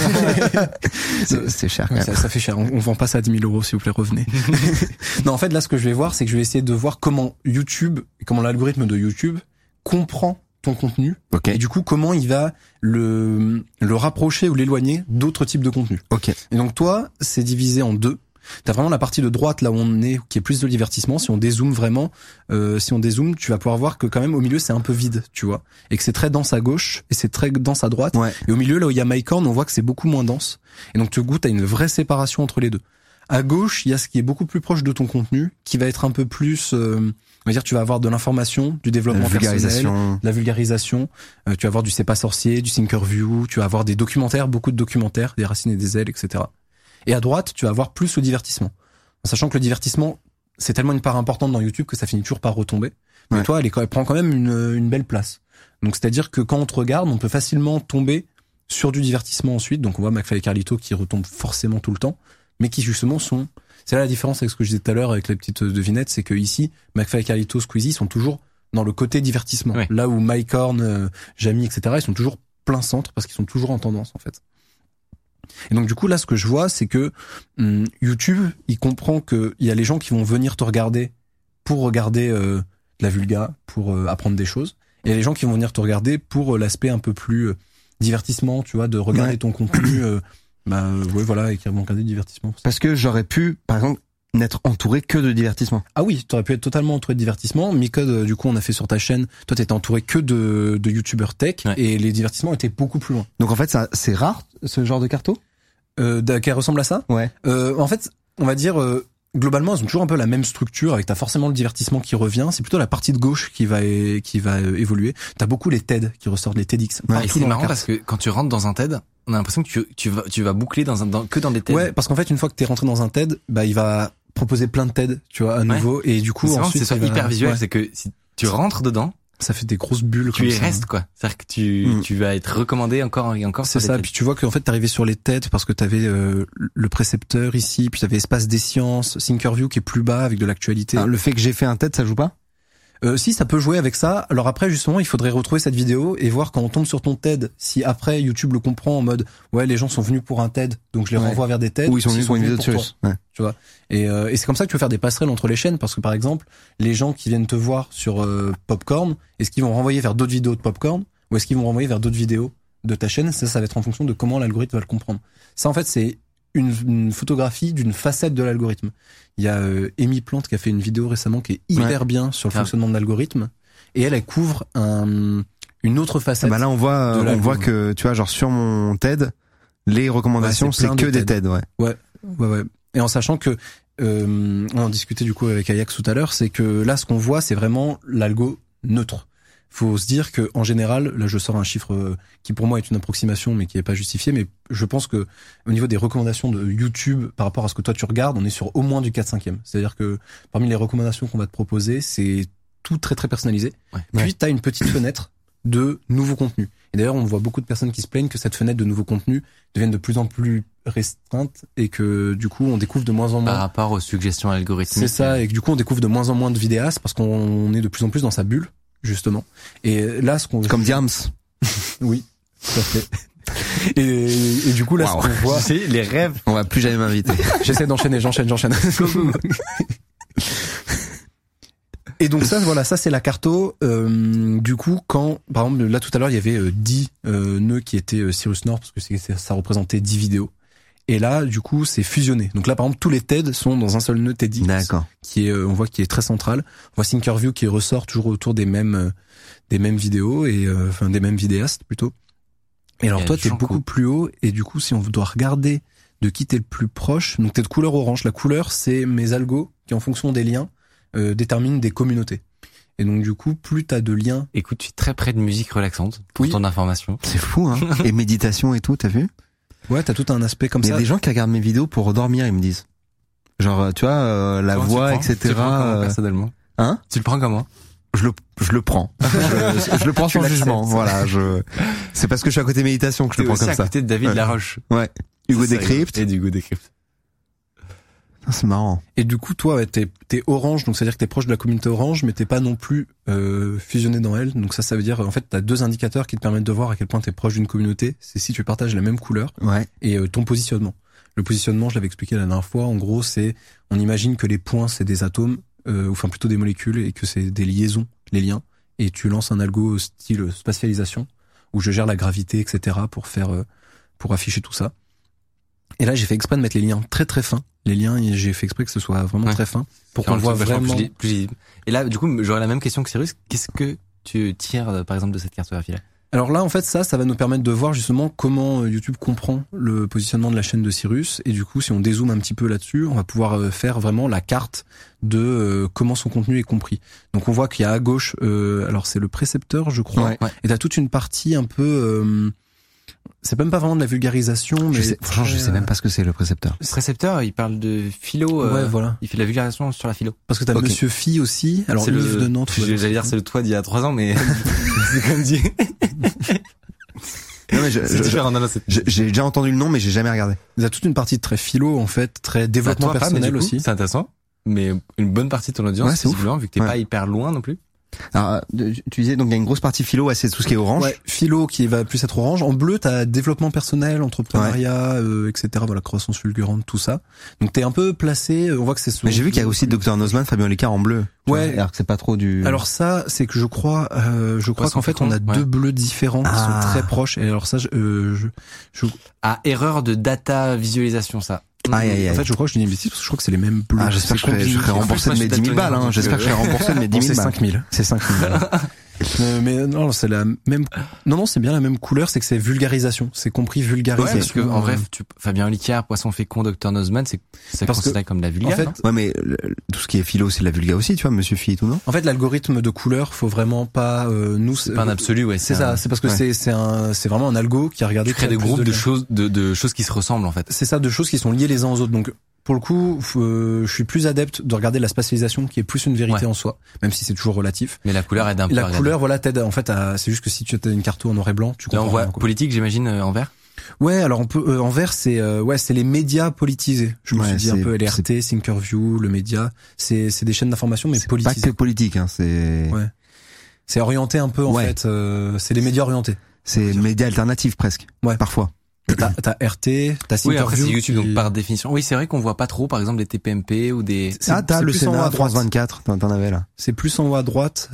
C'est c'est cher, quand Ouais, même. ça, ça fait cher. On, on vend pas ça à dix mille euros, s'il vous plaît, revenez. Non, en fait, là, ce que je vais voir, c'est que je vais essayer de voir comment YouTube, comment l'algorithme de YouTube comprend ton contenu. Ok. Et du coup, comment il va le, le rapprocher ou l'éloigner d'autres types de contenus. Ok. Et donc, toi, c'est divisé en deux. T'as vraiment la partie de droite là où on est, qui est plus de divertissement. Si on dézoome vraiment, euh, si on dézoome, tu vas pouvoir voir que quand même au milieu c'est un peu vide, tu vois, et que c'est très dense à gauche et c'est très dense à droite. Ouais. Et au milieu là où il y a Mycorn, on voit que c'est beaucoup moins dense. Et donc tu goûtes à une vraie séparation entre les deux. À gauche, il y a ce qui est beaucoup plus proche de ton contenu, qui va être un peu plus, euh, on va dire, tu vas avoir de l'information, du développement La personnel, vulgarisation. de la vulgarisation. Euh, tu vas avoir du C'est pas sorcier, du Thinkerview. Tu vas avoir des documentaires, beaucoup de documentaires, des racines et des ailes, et cetera. Et à droite, tu vas avoir plus le divertissement, en sachant que le divertissement, c'est tellement une part importante dans YouTube que ça finit toujours par retomber. Mais Ouais. toi, elle, est, elle prend quand même une, une belle place. Donc c'est-à-dire que quand on te regarde, on peut facilement tomber sur du divertissement ensuite. Donc on voit McFly et Carlito qui retombent forcément tout le temps, mais qui justement sont... C'est là la différence avec ce que je disais tout à l'heure avec les petites devinettes, c'est que ici, McFly et Carlito, Squeezie sont toujours dans le côté divertissement. Oui. Là où Mycorn, euh, Jamie, et cetera, ils sont toujours plein centre parce qu'ils sont toujours en tendance en fait. Et donc du coup là, ce que je vois, c'est que hum, YouTube, il comprend que il y a les gens qui vont venir te regarder pour regarder euh, de la vulga, pour euh, apprendre des choses, et il y a les gens qui vont venir te regarder pour euh, l'aspect un peu plus euh, divertissement, tu vois, de regarder Ouais. ton contenu. Euh, bah euh, ouais voilà, et qui vont regarder du divertissement. Parce que j'aurais pu, par exemple, n'être entouré que de divertissement. Ah oui, t'aurais pu être totalement entouré de divertissement. Micode, euh, du coup, on a fait sur ta chaîne. Toi, t'étais entouré que de, de youtubeurs tech, Ouais. et les divertissements étaient beaucoup plus loin. Donc en fait, ça, c'est rare, ce genre de carto? Euh, d- qu'elle ressemble à ça. Ouais. Euh, en fait, on va dire, euh, globalement, elles ont toujours un peu la même structure, avec t'as forcément le divertissement qui revient. C'est plutôt la partie de gauche qui va é- qui va euh, évoluer. T'as beaucoup les TED qui ressortent, les TEDx. Ouais, et partout c'est dans la marrant carte. parce que quand tu rentres dans un TED, on a l'impression que tu, tu vas, tu vas boucler dans un, dans, que dans des TED. Ouais, parce qu'en fait, une fois que t'es rentré dans un TED, bah il va proposer plein de TED, tu vois, à nouveau, et du coup, C'est marrant que ensuite, c'est il va- hyper visuel, ouais, c'est que si tu rentres dedans, ça fait des grosses bulles. tu comme y ça. restes, quoi. C'est-à-dire que tu, Mm. tu vas être recommandé encore et encore. C'est sur ça, les puis tu vois qu'en fait t'arrivais sur les têtes parce que t'avais euh, le précepteur ici, puis t'avais Espace des Sciences, Thinkerview qui est plus bas avec de l'actualité. Ah, le fait que j'ai fait un TED, ça joue pas? Euh, si, ça peut jouer avec ça. Alors après, justement, il faudrait retrouver cette vidéo et voir quand on tombe sur ton TED, si après YouTube le comprend en mode ouais, les gens sont venus pour un TED, donc je les Ouais. renvoie vers des TED. Ou ils sont s'ils venus pour une vidéo de toi. Cyrus. Ouais. Tu vois. Et, euh, et c'est comme ça que tu peux faire des passerelles entre les chaînes, parce que par exemple, les gens qui viennent te voir sur euh, Popcorn, est-ce qu'ils vont renvoyer vers d'autres vidéos de Popcorn, ou est-ce qu'ils vont renvoyer vers d'autres vidéos de ta chaîne? Ça, ça va être en fonction de comment l'algorithme va le comprendre. Ça, en fait, c'est une, une photographie d'une facette de l'algorithme. Il y a euh, Amy Plante qui a fait une vidéo récemment qui est hyper bien sur le Grave. fonctionnement de l'algorithme, et elle, elle couvre un, une autre Ah facette. bah là, on voit, de euh, on l'algo. voit que, tu vois, genre sur mon TED, les recommandations, Ouais, c'est c'est plein que de des TED. TED, ouais. Ouais, ouais, ouais. Et en sachant que, euh, on en discutait du coup avec Ajax tout à l'heure, c'est que là, ce qu'on voit, c'est vraiment l'algo neutre. Faut se dire que, en général, là, je sors un chiffre euh, qui pour moi est une approximation, mais qui est pas justifié, mais je pense que au niveau des recommandations de YouTube par rapport à ce que toi tu regardes, on est sur au moins du quatre cinquième. C'est-à-dire que parmi les recommandations qu'on va te proposer, c'est tout très très personnalisé. Ouais. Puis Ouais. t'as une petite fenêtre de nouveaux contenus. Et d'ailleurs, on voit beaucoup de personnes qui se plaignent que cette fenêtre de nouveaux contenus devienne de plus en plus restreinte et que du coup, on découvre de moins en Par moins. rapport aux suggestions algorithmiques. C'est ça, et que du coup, on découvre de moins en moins de vidéastes parce qu'on est de plus en plus dans sa bulle, justement. Et là, ce qu'on Comme Diams. oui, tout à fait. Et, et du coup, là, Wow. ce qu'on voit, Tu sais, les rêves. On va plus jamais m'inviter. j'essaie d'enchaîner, j'enchaîne, j'enchaîne. Et donc ça, voilà, ça c'est la carto. Euh, du coup, quand, par exemple, là tout à l'heure, il y avait euh, dix euh, nœuds qui étaient euh, Cyrus North parce que c'est, c'est- ça représentait dix vidéos. Et là, du coup, c'est fusionné. Donc là, par exemple, tous les TED sont dans un seul nœud TEDx, D'accord. qui est, euh, on voit, qui est très central. On voit Thinkerview qui ressort toujours autour des mêmes, euh, des mêmes vidéos et euh, enfin des mêmes vidéastes plutôt. Et alors Il y a toi, du t'es champ beaucoup cool. plus haut et du coup, si on doit regarder de qui t'es le plus proche, donc t'es de couleur orange. La couleur, c'est mes algos qui, en fonction des liens, euh, déterminent des communautés. Et donc du coup, plus t'as de liens. Écoute, tu es très près de musique relaxante pour Oui. ton information. C'est fou, hein. Et méditation et tout, t'as vu? Ouais, t'as tout un aspect comme Il y ça. a des gens qui regardent mes vidéos pour dormir, ils me disent. Genre, tu vois, euh, la Comment tu voix, le prends Tu le prends comment, et cetera. euh, personnellement. Hein? Tu le prends comment? Je le, je le prends. je, je le prends Tu sans l'acceptes. jugement. Voilà, je, c'est parce que je suis à côté méditation que je T'es le prends aussi comme à ça. côté de David Ouais. Laroche. Ouais. Hugo C'est Décrypte. Et d'Hugo Décrypte. Ah, c'est marrant. Et du coup, toi, ouais, t'es, t'es orange, donc c'est-à-dire que t'es proche de la communauté orange, mais t'es pas non plus euh, fusionné dans elle. Donc ça, ça veut dire, en fait, t'as deux indicateurs qui te permettent de voir à quel point t'es proche d'une communauté. C'est si tu partages la même couleur Ouais. et euh, ton positionnement. Le positionnement, je l'avais expliqué la dernière fois. En gros, c'est, on imagine que les points, c'est des atomes, euh, ou enfin plutôt des molécules, et que c'est des liaisons, les liens. Et tu lances un algo style spatialisation, où je gère la gravité, et cetera, pour faire, euh, pour afficher tout ça. Et là, j'ai fait exprès de mettre les liens très très fins. Les liens, j'ai fait exprès que ce soit vraiment Ouais. très fin pour Car qu'on le voit truc vachement vraiment. plus, plus lisible. Et là, du coup, j'aurais la même question que Cyrus. Qu'est-ce que tu tires, euh, par exemple, de cette cartographie-là? Alors là, en fait, ça, ça va nous permettre de voir justement comment euh, YouTube comprend le positionnement de la chaîne de Cyrus. Et du coup, si on dézoome un petit peu là-dessus, on va pouvoir euh, faire vraiment la carte de euh, comment son contenu est compris. Donc on voit qu'il y a à gauche, euh, alors c'est le précepteur, je crois. Ouais. Ouais. Et t'as toute une partie un peu... Euh, c'est même pas vraiment de la vulgarisation, mais... Je sais, franchement, je sais même pas ce que c'est le précepteur. Le précepteur, il parle de philo. euh, Ouais, voilà. Il fait de la vulgarisation sur la philo. Parce que t'as Ok. Monsieur Phi aussi. Alors C'est Yves le- de Nantes. ouais. J'allais dire c'est le toit d'il y a trois ans, mais c'est comme dit. Non, mais je- C'est je- différent. Non, non, c'est je- j'ai déjà entendu le nom, mais j'ai jamais regardé. T'as toute une partie très philo, en fait, très développement Bah, toi, pas, mais personnel du coup, aussi. C'est intéressant. Mais une bonne partie de ton audience, Ouais, c'est ouf. visiblement, vu que t'es Ouais. pas hyper loin non plus. Alors, euh, tu disais donc il y a une grosse partie philo, ouais, c'est tout ce qui est orange. Ouais, philo qui va plus être orange. En bleu, t'as développement personnel, entrepreneuriat, euh, et cetera. Voilà, croissance fulgurante, tout ça. Donc t'es un peu placé. On voit que c'est. Mais j'ai vu qu'il y a aussi docteur Nozman, Fabien Licard en bleu. tu Ouais. vois, alors que c'est pas trop du. Alors ça, c'est que je crois, euh, je crois Poisson qu'en fait, on a fécond, ouais. deux bleus différents qui Ah. sont très proches. Et alors ça, je, euh, je, je- Ah, erreur de data visualisation, ça. Aïe, aïe, en aïe. fait, je crois que je dis une bêtise parce que je crois que c'est les mêmes bleus. Ah, j'espère que je serai, je serai En plus, remboursé moi, de je mes suis dix mille balles, daltonien, hein. donc, J'espère que je euh, serai remboursé de mes dix Non, mille c'est balles. cinq mille. C'est cinq mille. Euh, mais non, c'est la même. Non, non, c'est bien la même couleur. C'est que c'est vulgarisation. C'est compris Ouais, vulgarisation. parce que, en vrai, tu, Fabien Licard, Poisson fécond, docteur Nozman, c'est, c'est Parce que, considéré comme de la vulgaire, en fait, non Ouais, mais le- tout ce qui est philo, c'est de la vulga aussi, tu vois, Monsieur Phi et tout, non? En fait, l'algorithme de couleur, faut vraiment pas euh, nous. C'est pas un absolu, ouais. C'est ça. un- C'est parce que ouais. c'est c'est un c'est vraiment un algo qui a regardé. Tu crées qu'il y des a plus groupes de liens. choses, de, de choses qui se ressemblent, en fait. C'est ça, de choses qui sont liées les uns aux autres. Donc pour le coup, euh, je suis plus adepte de regarder la spatialisation qui est plus une vérité Ouais. en soi, même si c'est toujours relatif. Mais la couleur aide un peu à La regarder. couleur, voilà, t'aide. En fait, à- c'est juste que si tu as une carte en noir et blanc, tu Et on comprends voit rien, quoi. politique, j'imagine, euh, en vert. Ouais, alors on peut euh, en vert, c'est euh, ouais, c'est les médias politisés. Je me Ouais, suis dit un c'est- peu L R T, Thinkerview, le média, c'est c'est des chaînes d'information mais C'est pas politisées. que politique, hein, c'est, Ouais. C'est orienté un peu en Ouais. fait. euh, c'est les médias orientés. c'est médias alternatifs presque. Ouais. Parfois. T'as t'as R T, t'as Oui, après, c'est Thinkerview. YouTube, qui- donc par définition. Oui, c'est vrai qu'on voit pas trop, par exemple, des T P M P ou des... C'est- Ah, t'as c'est le plus en haut Sénat, à droite. France vingt-quatre, t'en t'en avais là. C'est plus en haut à droite.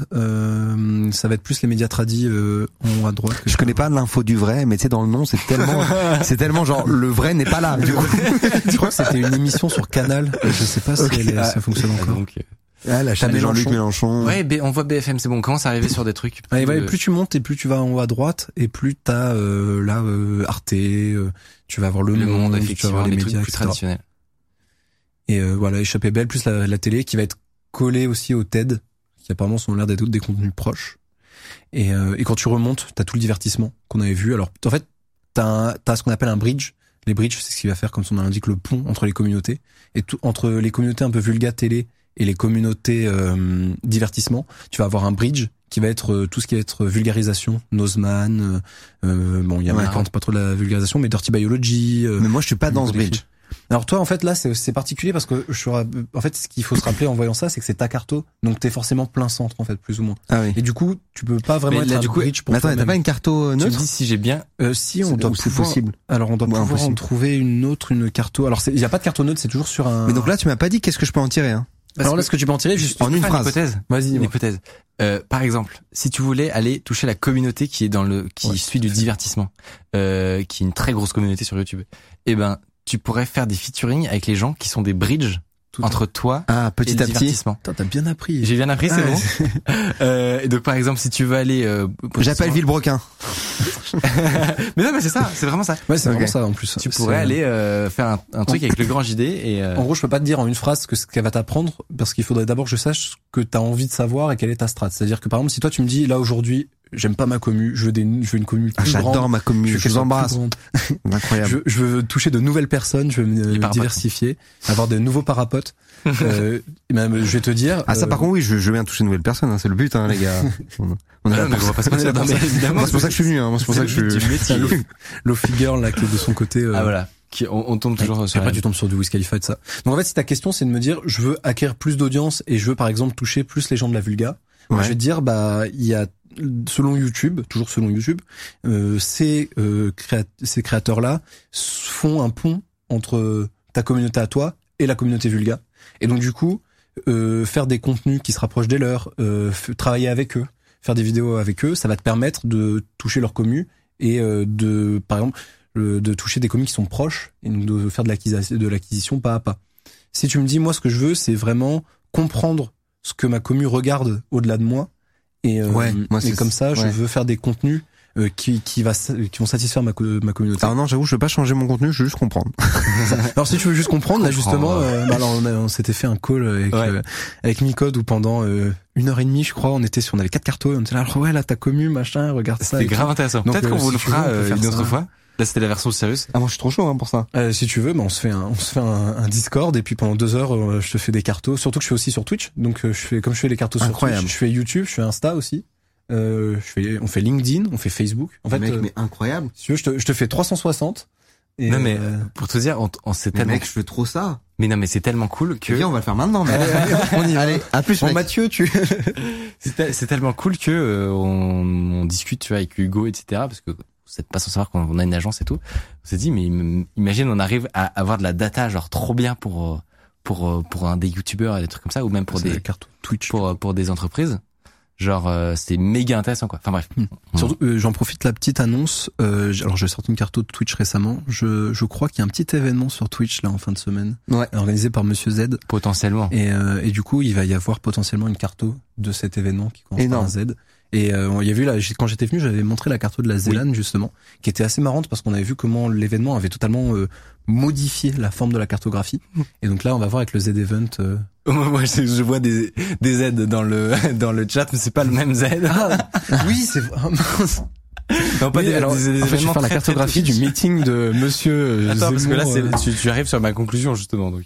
Euh, ça va être plus les médias tradis euh, en haut à droite. que Je connais pas l'info du vrai, mais tu sais, dans le nom, c'est tellement, c'est tellement genre, le vrai n'est pas là, du coup. Je crois que c'était une émission sur Canal. Je sais pas si Ok. elle est- Ah, ça fonctionne encore. donc, euh, Ah, la chaîne de Mélenchon. Jean-Luc Mélenchon. ouais, B- on voit B F M, c'est bon. On commence à arriver sur des trucs. Ouais, ouais, euh, plus tu montes et plus tu vas en haut à droite et plus t'as euh, là euh, Arte, euh, tu vas avoir le, le monde, tu vas effectivement, avoir des les trucs médias, plus et cetera. traditionnels. Et euh, voilà, Échappée belle plus la, la télé qui va être collée aussi au T E D, qui apparemment sont l'air d'être des contenus proches. Et, euh, et quand tu remontes, t'as tout le divertissement qu'on avait vu. Alors en fait, t'as un- t'as ce qu'on appelle un bridge. Les bridges, c'est ce qui va faire, comme son nom l'indique, le pont entre les communautés. Et tout, entre les communautés un peu vulga télé et les communautés euh, divertissement, tu vas avoir un bridge qui va être euh, tout ce qui va être vulgarisation, Nozman, euh, euh, bon, il y a Ouais. Mike Hunt, pas trop de la vulgarisation, mais Dirty Biology. euh, Mais moi, je suis pas dans ce bridge. alors toi, en fait, là, c'est c'est particulier parce que je suis, en fait, ce qu'il faut se rappeler en voyant ça, c'est que c'est ta carto, donc t'es forcément plein centre, en fait, plus ou moins. Ah oui. Et du coup, tu peux pas vraiment Mais être là, un du coup, bridge pour Mais attends, t'as toi-même. pas une carto euh, Tu me neutre? dis si j'ai bien... Euh, si, on C'est- doit ou c'est pouvoir. possible. Alors, on doit Ou pouvoir en impossible. trouver une autre, une carto. Alors, il y a pas de carto neutre, c'est toujours sur un. Mais donc là, tu m'as pas dit qu'est-ce que je peux en tirer, hein. Parce alors là, que- ce que tu peux en tirer, juste En une Faire phrase. hypothèse. Vas-y, Une dis-moi. hypothèse. Euh, par exemple, si tu voulais aller toucher la communauté qui est dans le, qui Ouais, suit du divertissement, euh, qui est une très grosse communauté sur YouTube, eh ben, tu pourrais faire des featuring avec les gens qui sont des bridges Tout à entre toi Ah, et petit le à petit. divertissement. Putain, t'as bien appris. J'ai bien appris, c'est Ah, bon. euh, et donc, par exemple, si tu veux aller, euh, J'appelle Villebrequin. mais non, mais c'est ça, c'est vraiment ça. Ouais, c'est Ok. vraiment ça, en plus. Tu C'est- pourrais aller euh, faire un, un truc avec le grand J D et euh, En gros, je peux pas te dire en une phrase que ce qu'elle va t'apprendre parce qu'il faudrait d'abord que je sache ce que t'as envie de savoir et quelle est ta strat. C'est-à-dire que par exemple, si toi tu me dis là aujourd'hui, j'aime pas ma commu, je veux des, je veux une commu Ah, plus grande. j'adore ma commune. veux Je qu'elle vous soit plus embrasse. grande. Incroyable. Je, je veux toucher de nouvelles personnes, je veux me, Les me parapotes. diversifier, avoir de nouveaux parapotes. euh, et même, je vais te dire. Ah, ça, euh, par contre, oui, je, je veux bien toucher de nouvelles personnes, hein, c'est le but, hein, les gars. On, on est Ah là non, mais pour on va pas se on est passer là pour là-dedans, ça. mais évidemment. Moi, c'est pour ça que je suis venu, hein. Moi, c'est pour ça que je le but suis. du métier. Low Figure là qui est de son côté. euh, Ah voilà. Qui, on, on tombe toujours Et sur après, la- tu tombes sur du Wiz Khalifa et de ça. Donc en fait, si ta question c'est de me dire, je veux acquérir plus d'audience et je veux par exemple toucher plus les gens de la vulga, moi, Ouais. je vais te dire, bah il y a selon YouTube, toujours selon YouTube, euh, ces euh, créa- ces créateurs là font un pont entre ta communauté à toi et la communauté vulga. Et donc du coup, euh, faire des contenus qui se rapprochent des leurs, euh, f- travailler avec eux, faire des vidéos avec eux, ça va te permettre de toucher leur commu et euh, de, par exemple, le, de toucher des comics qui sont proches et donc de faire de l'acquisition, de l'acquisition pas à pas. Si tu me dis, moi, ce que je veux, c'est vraiment comprendre ce que ma commu regarde au-delà de moi. Et, euh, Ouais, moi, et c'est- comme ça, je ouais. veux faire des contenus euh, qui, qui, va, qui vont satisfaire ma, co- ma communauté. Alors non, j'avoue, je veux pas changer mon contenu, je veux juste comprendre. Alors si tu veux juste comprendre, là Comprendre, justement, ouais. euh, bah, alors, on, a- on s'était fait un call avec Ouais. euh, avec Micode où pendant euh, une heure et demie, je crois, on était sur, on avait quatre cartos, et on était là, alors ouais, là ta commu, machin, regarde ça. C'était et tout. grave intéressant. Donc, Peut-être euh, qu'on vous si le tu veux, fera on peut euh, faire une autre ça. fois. Là, c'était la version sérieuse. Ah, moi, je suis trop chaud hein, pour ça. Euh, si tu veux, bah, on se fait un, on se fait un, un Discord et puis pendant deux heures, euh, je te fais des cartos. Surtout que je fais aussi sur Twitch, donc euh, je fais comme je fais les cartos sur Incroyable. Twitch, je fais YouTube, je fais Insta aussi. Euh, je fais, on fait LinkedIn, on fait Facebook. En fait, mec, euh, mais incroyable. si tu veux, je te, je te fais trois cent soixante. Et, Non, mais euh, pour te dire, on, on s'est Mais tellement. mec, je veux trop ça. Mais non, mais c'est tellement cool que. Viens, on va le faire maintenant, mec. on y va. Allez, à plus, Bon, mec. Mathieu, tu. C'est tel- c'est tellement cool que euh, on, on discute, tu vois, avec Hugo, et cetera. Parce que vous n'êtes pas sans savoir qu'on a une agence et tout. On s'est dit, mais im- imagine, on arrive à avoir de la data, genre trop bien pour euh, pour euh, pour un des youtubeurs et des trucs comme ça, ou même pour C'est des la carte Twitch. pour euh, pour des entreprises. Genre, euh, c'est méga intéressant, quoi. Enfin bref. Hmm. Surtout, euh, j'en profite la petite annonce. Euh, j- alors, j'ai sorti une carte de Twitch récemment. Je, je crois qu'il y a un petit événement sur Twitch là en fin de semaine, Ouais. organisé par Monsieur Z. Potentiellement. Et, euh, et du coup, il va y avoir potentiellement une carte de cet événement qui commence Énorme. par un Z. Et euh, il y a vu là, j'ai- quand j'étais venu, j'avais montré la carte de la Zélande justement, qui était assez marrante parce qu'on avait vu comment l'événement avait totalement euh, modifié la forme de la cartographie. Et donc là, on va voir avec le Z Event. Euh... Moi, je, je vois des des Z dans le dans le chat, mais c'est pas le même Z. oui, c'est vrai. Non, pas Oui, des, alors, des- des en fait, je vais événements faire la très, très cartographie du Twitch. meeting de Monsieur. euh, Attends, parce que là, Zemmour, c'est, euh, tu, tu arrives sur ma conclusion justement, donc.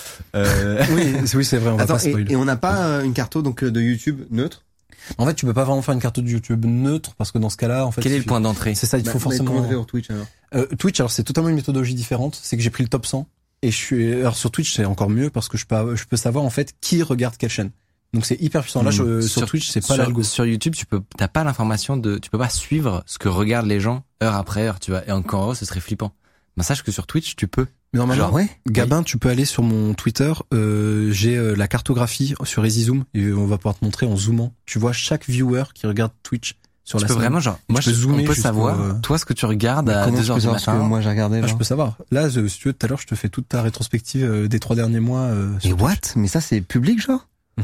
Euh... Oui, c'est- oui, c'est vrai. On va Attends, pas et, spoiler. et on n'a pas euh, une carte donc euh, de YouTube neutre. En fait, tu peux pas vraiment faire une carte de YouTube neutre parce que dans ce cas-là, en fait, Quel est le tu- point d'entrée? C'est ça, il Bah, faut mais forcément. comment on fait sur Twitch alors? Euh, Twitch, alors c'est totalement une méthodologie différente. C'est que j'ai pris le top cent et je suis. Alors sur Twitch, c'est encore mieux parce que je peux, je peux savoir en fait qui regarde quelle chaîne. Donc c'est hyper puissant. Là, Mmh. je- sur, Sur- Twitch, c'est pas sur, l'algo. sur YouTube, tu peux, t'as pas l'information de, tu peux pas suivre ce que regardent les gens heure après heure, tu vois. Et encore, ce serait flippant. Ben, sache que sur Twitch, tu peux. Mais normalement, Genre, ouais. Gabin, tu peux aller sur mon Twitter. Euh, j'ai euh, la cartographie sur Easy Zoom et on va pouvoir te montrer en zoomant. Tu vois chaque viewer qui regarde Twitch sur Tu la peux semaine. vraiment, genre, Et moi, tu peux je, zoomer on peut jusqu'au, savoir, euh, toi, ce que tu regardes à Comment deux je heures peux du savoir ce que matin. moi j'ai regardé Ah, genre je peux savoir. Là, euh, si tu veux, tout à l'heure, je te fais toute ta rétrospective euh, des trois derniers mois. Euh, Et sur Twitch. what? Mais ça c'est public genre?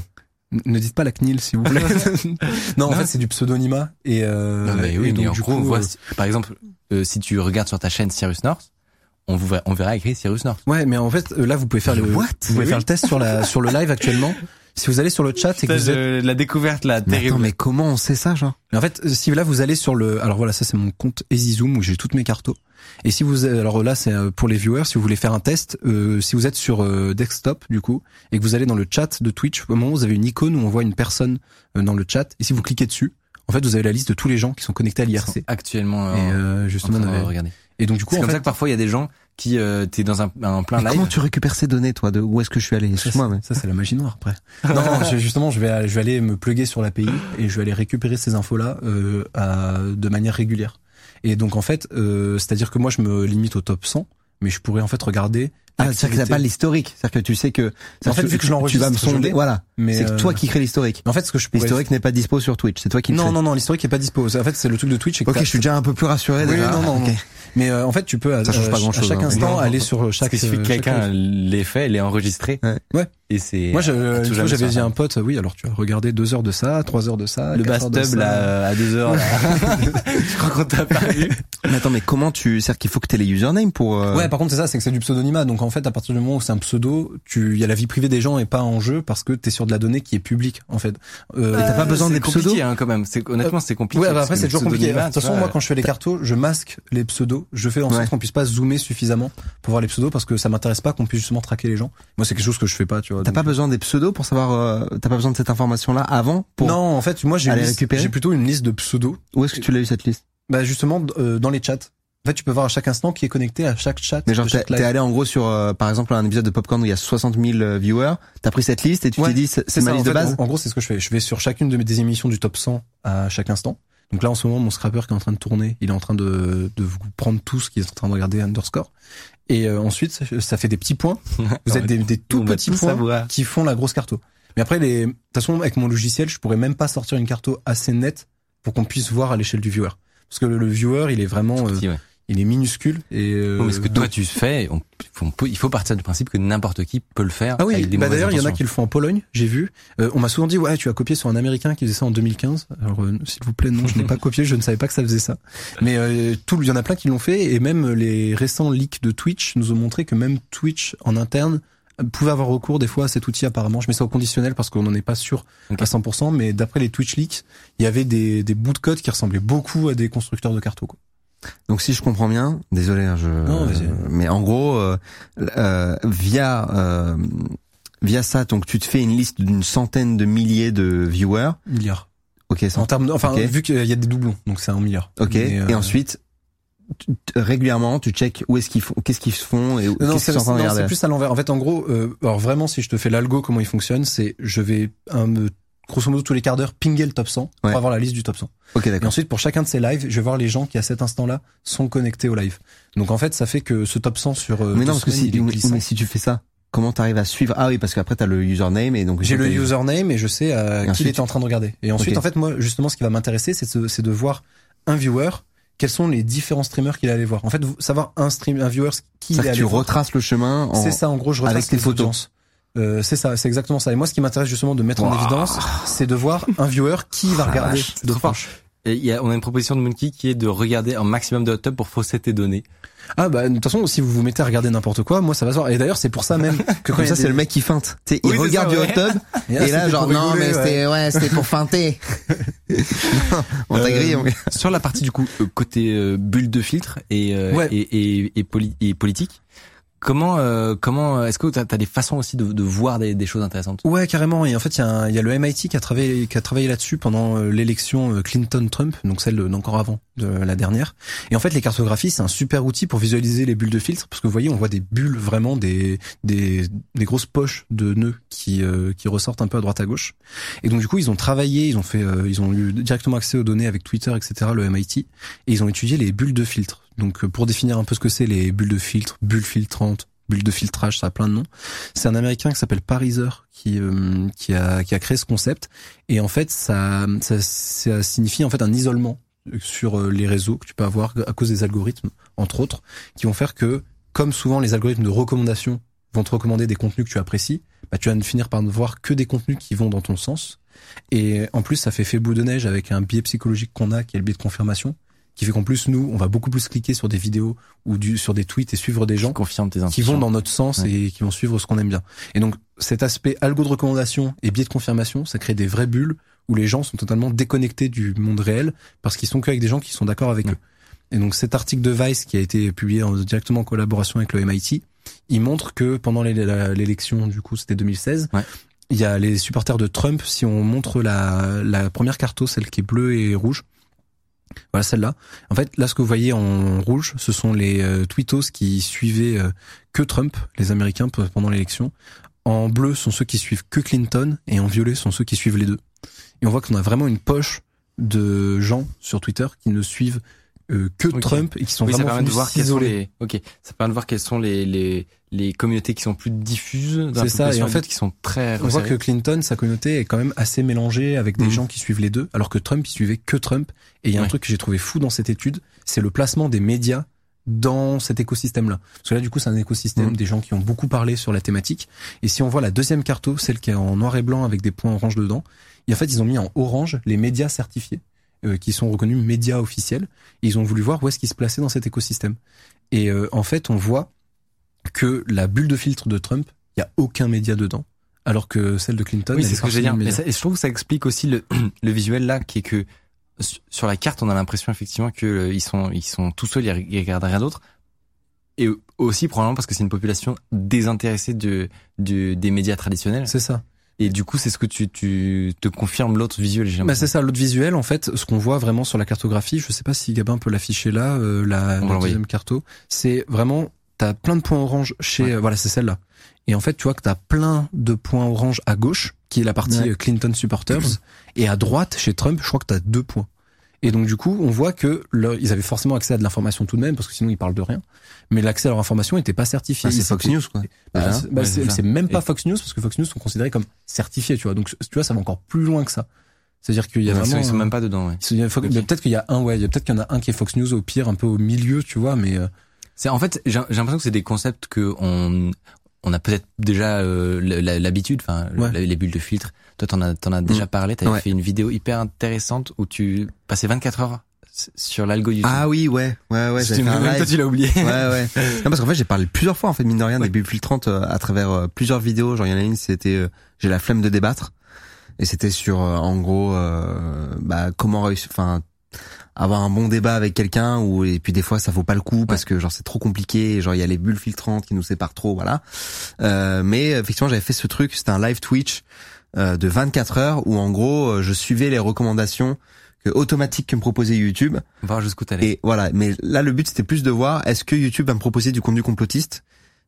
N- Ne dites pas la C N I L, s'il vous plaît. non, en Non. fait, c'est du pseudonymat. Et, euh, Non, mais et oui, donc, mais en du gros, on coup, voit, euh, si- par exemple, euh, si tu regardes sur ta chaîne Cyrus North, on, vous, verra- on verra écrit Cyrus North. Ouais, mais en fait, euh, là, vous pouvez faire Mais le, what? vous pouvez Mais faire oui. le test sur la, sur le live actuellement. Si vous allez sur le chat, c'est que vous êtes, la découverte, là, Mais terrible. attends, mais comment on sait ça genre? mais en fait, si là, vous allez sur le, alors voilà, ça, c'est mon compte Easy Zoom où j'ai toutes mes cartos. Et si vous, alors là, c'est euh, pour les viewers, si vous voulez faire un test, euh, si vous êtes sur euh, desktop, du coup, et que vous allez dans le chat de Twitch, au moment où vous avez une icône où on voit une personne euh, dans le chat, et si vous cliquez dessus, en fait, vous avez la liste de tous les gens qui sont connectés à Ils l'I R sont C. actuellement, Et euh, euh, en justement, train on de avait- regarder. et donc du coup, C'est en comme fait, ça que parfois il y a des gens qui, euh, t'es dans un, un plein Mais live. comment tu récupères ces données toi? De où est-ce que je suis allé? Ça, Excuse-moi mais. c'est- Ça, c'est la magie noire, après. non, non, je- justement, je vais, je vais aller me plugger sur l'A P I et je vais aller récupérer ces infos-là euh, à, de manière régulière. Et donc, en fait, euh, c'est-à-dire que moi, je me limite au top cent, mais je pourrais en fait regarder. Ah, c'est-à-dire que t'as pas l'historique. C'est-à-dire que tu sais que. En fait, tu- vu que je tu- l'enregistre, tu vas me je sonder. l'ai. Voilà. Mais C'est euh, toi qui crée l'historique. En fait, ce que je pourrais. L'historique n'est pas dispo sur Twitch. C'est toi qui le Non, crée. non, non, l'historique est pas dispo. En fait, c'est le truc de Twitch. c'est que Ok, t'as- je suis déjà un peu plus rassuré. Oui, déjà. non, non, Ok. non. Mais euh, en fait, tu peux à, Ça change pas euh, grand-chose, à chaque hein. instant Non. aller sur chaque. Il suffit que euh, chaque quelqu'un live. l'ait fait, l'ait enregistré. Ouais. Ouais. Et c'est. Moi, je, euh, une tout fois, jamais j'avais sur dit à un Internet. pote, oui, alors tu as regardé deux heures de ça, trois heures de ça, Le quatre heures de bastub, ça. là, à deux heures, là. Je crois qu'on t'a pas vu. Mais attends, mais comment tu, c'est-à-dire qu'il faut que t'aies les usernames pour, euh... Ouais, par contre, c'est ça, c'est que c'est du pseudonymat. Donc, en fait, à partir du moment où c'est un pseudo, tu, il y a la vie privée des gens et pas en jeu parce que t'es sur de la donnée qui est publique, en fait. Euh, Mais t'as pas besoin C'est des compliqué, pseudos hein, quand même. C'est, honnêtement, c'est compliqué. Ouais, bah parce après, que c'est le toujours compliqué. De pseudonymat, toute façon, tu vois, moi, quand je fais les cartos, je masque les pseudos. Je fais en sorte Ouais. qu'on puisse pas zoomer suffisamment pour voir les pseudos parce que ça m'intéresse pas qu'on puisse justement traquer les gens. Moi, c'est quelque chose que je fais pas, tu vois. T'as donc- pas besoin des pseudos pour savoir, euh, t'as pas besoin de cette information-là avant pour. Non, en fait, moi, j'ai une aller liste- récupérer j'ai plutôt une liste de pseudos. Où est-ce que tu l'as eu cette liste? Bah, justement, euh, dans les chats. En fait, tu peux voir à chaque instant qui est connecté à chaque chat. Mais genre, de t'es chaque t'es live. allé en gros sur, euh, par exemple, un épisode de Popcorn où il y a soixante mille euh, viewers. T'as pris cette liste et tu Ouais, t'es dit, c'est c'est ma ça, liste en de fait, base? En, en gros, c'est ce que je fais. Je vais sur chacune de mes des émissions du top cent à chaque instant. Donc là, en ce moment, mon scrapper qui est en train de tourner, il est en train de, de vous prendre tout ce qui est en train de regarder underscore. Et euh, ensuite, ça, ça fait des petits points. Vous êtes des, des tout on va petits tout points savoir. qui font la grosse carto. Mais après, les, de toute façon, avec mon logiciel, je pourrais même pas sortir une carto assez nette pour qu'on puisse voir à l'échelle du viewer. Parce que le, le viewer, il est vraiment, euh, Petit, ouais. il est minuscule et euh, Oui, mais ce que toi donc- tu fais, on, on peut, il faut partir du principe que n'importe qui peut le faire. Ah oui, avec des bah mauvaises d'ailleurs il y en a intentions. qui le font en Pologne, j'ai vu. Euh, on m'a souvent dit ouais tu as copié sur un Américain qui faisait ça en deux mille quinze. Alors euh, s'il vous plaît non, je n'ai pas copié, je ne savais pas que ça faisait ça. Mais euh, tout, il y en a plein qui l'ont fait et même les récents leaks de Twitch nous ont montré que même Twitch en interne pouvait avoir recours des fois à cet outil apparemment. Je mets ça au conditionnel parce qu'on n'en est pas sûr Ok. à cent pour cent, mais d'après les Twitch leaks, il y avait des, des bouts de code qui ressemblaient beaucoup à des constructeurs de cartos, quoi. Donc si je comprends bien, désolé, hein, je, Non, vas-y. mais en gros, euh, euh, via euh, via ça, donc tu te fais une liste d'une centaine de milliers de viewers. Milliard. Ok, ça. En termes, de- enfin Ok. vu qu'il y a des doublons, donc c'est un milliard. Ok. Mais, euh, Et ensuite, tu- tu- régulièrement, tu check où est-ce qu'ils font, qu'est-ce qu'ils font et Non, qu'est-ce c'est qu'ils sont en train de non, regarder. c'est plus à l'envers. En fait, en gros, euh, alors vraiment, si je te fais l'algo, comment il fonctionne, c'est je vais un, me- grosso modo tous les quarts d'heure pinguer le top cent pour Ouais. avoir la liste du top cent. Ok, Et d'accord. ensuite, pour chacun de ces lives, je vais voir les gens qui à cet instant-là sont connectés au live. Donc en fait, ça fait que ce top cent sur euh, Mais deux non, parce que semaines, si, il est mais, glissant. mais si tu fais ça, comment t'arrives à suivre? Ah oui, parce qu'après t'as le username et donc J'ai le t'as- username et je sais euh, Et qui ensuite, il était en train de regarder. Et ensuite, Ok. en fait, moi, justement, ce qui va m'intéresser, c'est de, c'est de voir un viewer. Quels sont les différents streamers qu'il allait voir. En fait, vous- savoir un stream, un viewer qui il est C'est-à-dire que allé tu voir. retraces le chemin en... C'est ça, en gros, je retrace avec tes les photos. audiences. Euh, c'est ça, c'est exactement ça. Et moi, ce qui m'intéresse justement de mettre en Wow. évidence, c'est de voir un viewer qui va la regarder vache, de trop fort. proche. Et il y a, on a une proposition de Monkey qui est de regarder un maximum de hot tub pour fausser tes données. Ah bah de toute façon, si vous vous mettez à regarder n'importe quoi, moi ça va se voir. Et d'ailleurs, c'est pour ça même que quand Comme il y ça, a c'est des- le mec qui feinte. Tu sais, Oui, il c'est regarde ça, du hot ouais. tub Et et, là, là, c'était genre pour non, rigoler, mais ouais. c'était ouais, c'était pour feinter. Non, on t'a Euh, grillé. on- Sur la partie du coup euh, côté euh, bulle de filtre et euh, Ouais. et, et, et, poli- et politique, comment euh, comment est-ce que t'as as des façons aussi de, de voir des, des choses intéressantes? Ouais, carrément. Et en fait, il y, a un- il y a le M I T qui a travaillé, qui a travaillé là-dessus pendant euh, l'élection euh, Clinton-Trump, donc celle de- d'encore avant de la dernière. Et en fait, les cartographies, c'est un super outil pour visualiser les bulles de filtre, parce que vous voyez, on voit des bulles vraiment des des, des grosses poches de nœuds qui euh, qui ressortent un peu à droite à gauche. Et donc du coup, ils ont travaillé, ils ont fait, euh, ils ont eu directement accès aux données avec Twitter, et cetera. Le M I T, et ils ont étudié les bulles de filtre. Donc euh, pour définir un peu ce que c'est les bulles de filtre, bulles filtrantes, bulles de filtrage, ça a plein de noms. C'est un Américain qui s'appelle Pariser qui euh, qui a qui a créé ce concept et en fait ça ça, ça signifie en fait un isolement sur euh, les réseaux que tu peux avoir à cause des algorithmes entre autres qui vont faire que comme souvent les algorithmes de recommandation vont te recommander des contenus que tu apprécies, bah tu vas finir par ne voir que des contenus qui vont dans ton sens et en plus ça fait fait boule de neige avec un biais psychologique qu'on a qui est le biais de confirmation qui fait qu'en plus nous on va beaucoup plus cliquer sur des vidéos ou du sur des tweets et suivre des gens Confirme tes qui intuitions. vont dans notre sens Ouais. et qui vont suivre ce qu'on aime bien. Et donc cet aspect algo de recommandation et biais de confirmation, ça crée des vraies bulles où les gens sont totalement déconnectés du monde réel parce qu'ils sont qu'avec des gens qui sont d'accord avec Ouais. eux. Et donc cet article de Vice qui a été publié en, directement en collaboration avec le M I T, il montre que pendant les- la- l'élection, du coup c'était deux mille seize, Ouais. il y a les supporters de Trump, si on montre la, la première carte, celle qui est bleue et rouge, voilà celle-là. En fait, là, ce que vous voyez en rouge, ce sont les euh, tweetos qui suivaient euh, que Trump, les Américains, pe- pendant l'élection. En bleu sont ceux qui suivent que Clinton, et en violet sont ceux qui suivent les deux. Et on voit qu'on a vraiment une poche de gens sur Twitter qui ne suivent euh, que Ok. Trump et qui sont Oui, ça vraiment permet de venus voir quelles sont s'isoler. les. Ok, ça permet de voir quelles sont les les les communautés qui sont plus diffuses. dans la C'est ça, et population en fait, qui sont très. On voit que resserrées. Clinton, sa communauté est quand même assez mélangée avec des Mhm. gens qui suivent les deux, alors que Trump, il suivait que Trump. Et il y a un Ouais. truc que j'ai trouvé fou dans cette étude, c'est le placement des médias dans cet écosystème-là. Parce que là, du coup, c'est un écosystème Mhm. des gens qui ont beaucoup parlé sur la thématique. Et si on voit la deuxième carto, celle qui est en noir et blanc avec des points orange dedans, et en fait, ils ont mis en orange les médias certifiés, euh, qui sont reconnus médias officiels. Et ils ont voulu voir où est-ce qu'ils se plaçaient dans cet écosystème. Et euh, en fait, on voit que la bulle de filtre de Trump, il y a aucun média dedans. Alors que celle de Clinton, Oui, elle c'est est ce que j'ai dit. parsemée de Mais médias. ça, et je trouve que ça explique aussi le le visuel là, qui est que su- sur la carte, on a l'impression effectivement que euh, ils sont ils sont tout seuls, ils re- ils regardent rien d'autre. Et aussi probablement parce que c'est une population désintéressée de, de des médias traditionnels. C'est ça. Et du coup, c'est ce que tu tu te confirmes l'autre visuel. J'ai Bah l'impression. c'est ça, l'autre visuel, en fait, ce qu'on voit vraiment sur la cartographie, je sais pas si Gabin peut l'afficher là, euh, la, On va la l'envoyer. deuxième carto, c'est vraiment, t'as plein de points orange chez, Ouais. euh, voilà, c'est celle-là. Et en fait, tu vois que t'as plein de points orange à gauche, qui est la partie Ouais. euh, Clinton supporters, et à droite, chez Trump, je crois que t'as deux points. Et donc du coup, on voit que leur- ils avaient forcément accès à de l'information tout de même, parce que sinon ils parlent de rien. Mais l'accès à leur information n'était pas certifié. Ah, c'est Ils Fox étaient- News, quoi. Bah, Voilà. c'est- bah, Ouais, c'est c'est ça. c'est même pas Et- Fox News, parce que Fox News sont considérés comme certifiés, tu vois. Donc tu vois, ça va encore plus loin que ça. C'est-à-dire qu'il y a Ouais, vraiment. Ils sont même pas dedans, ouais. Il y a- faut- Ok. mais peut-être qu'il y a un, ouais, il y a peut-être qu'il y en a un qui est Fox News au pire, un peu au milieu, tu vois, mais. euh, C'est en fait, j'ai j'ai l'impression que c'est des concepts que on on a peut-être déjà euh, la- l'habitude, enfin Ouais. les, les bulles de filtre. Toi, t'en as t'en as déjà parlé. T'avais Ouais. fait une vidéo hyper intéressante où tu passais vingt-quatre heures s- sur l'algo YouTube. Ah oui, ouais, ouais, ouais, C'était j'avais fait un même toi, live. tu l'as oublié. Ouais, ouais. Non, parce qu'en fait, j'ai parlé plusieurs fois, en fait, mine de rien, Ouais. des bulles filtrantes euh, à travers euh, plusieurs vidéos. Genre, il y en a une, c'était euh, j'ai la flemme de débattre. Et c'était sur, euh, en gros, euh, bah, comment réussir, enfin, avoir un bon débat avec quelqu'un, ou et puis des fois, ça vaut pas le coup parce que genre c'est trop compliqué. Genre, il y a les bulles filtrantes qui nous séparent trop, voilà. Euh, mais effectivement, j'avais fait ce truc. C'était un live Twitch euh, de vingt-quatre heures où, en gros, euh, je suivais les recommandations que, automatiques que me proposait YouTube. Voir jusqu'où t'allais. Et voilà, mais là le but c'était plus de voir est-ce que YouTube va me proposer du contenu complotiste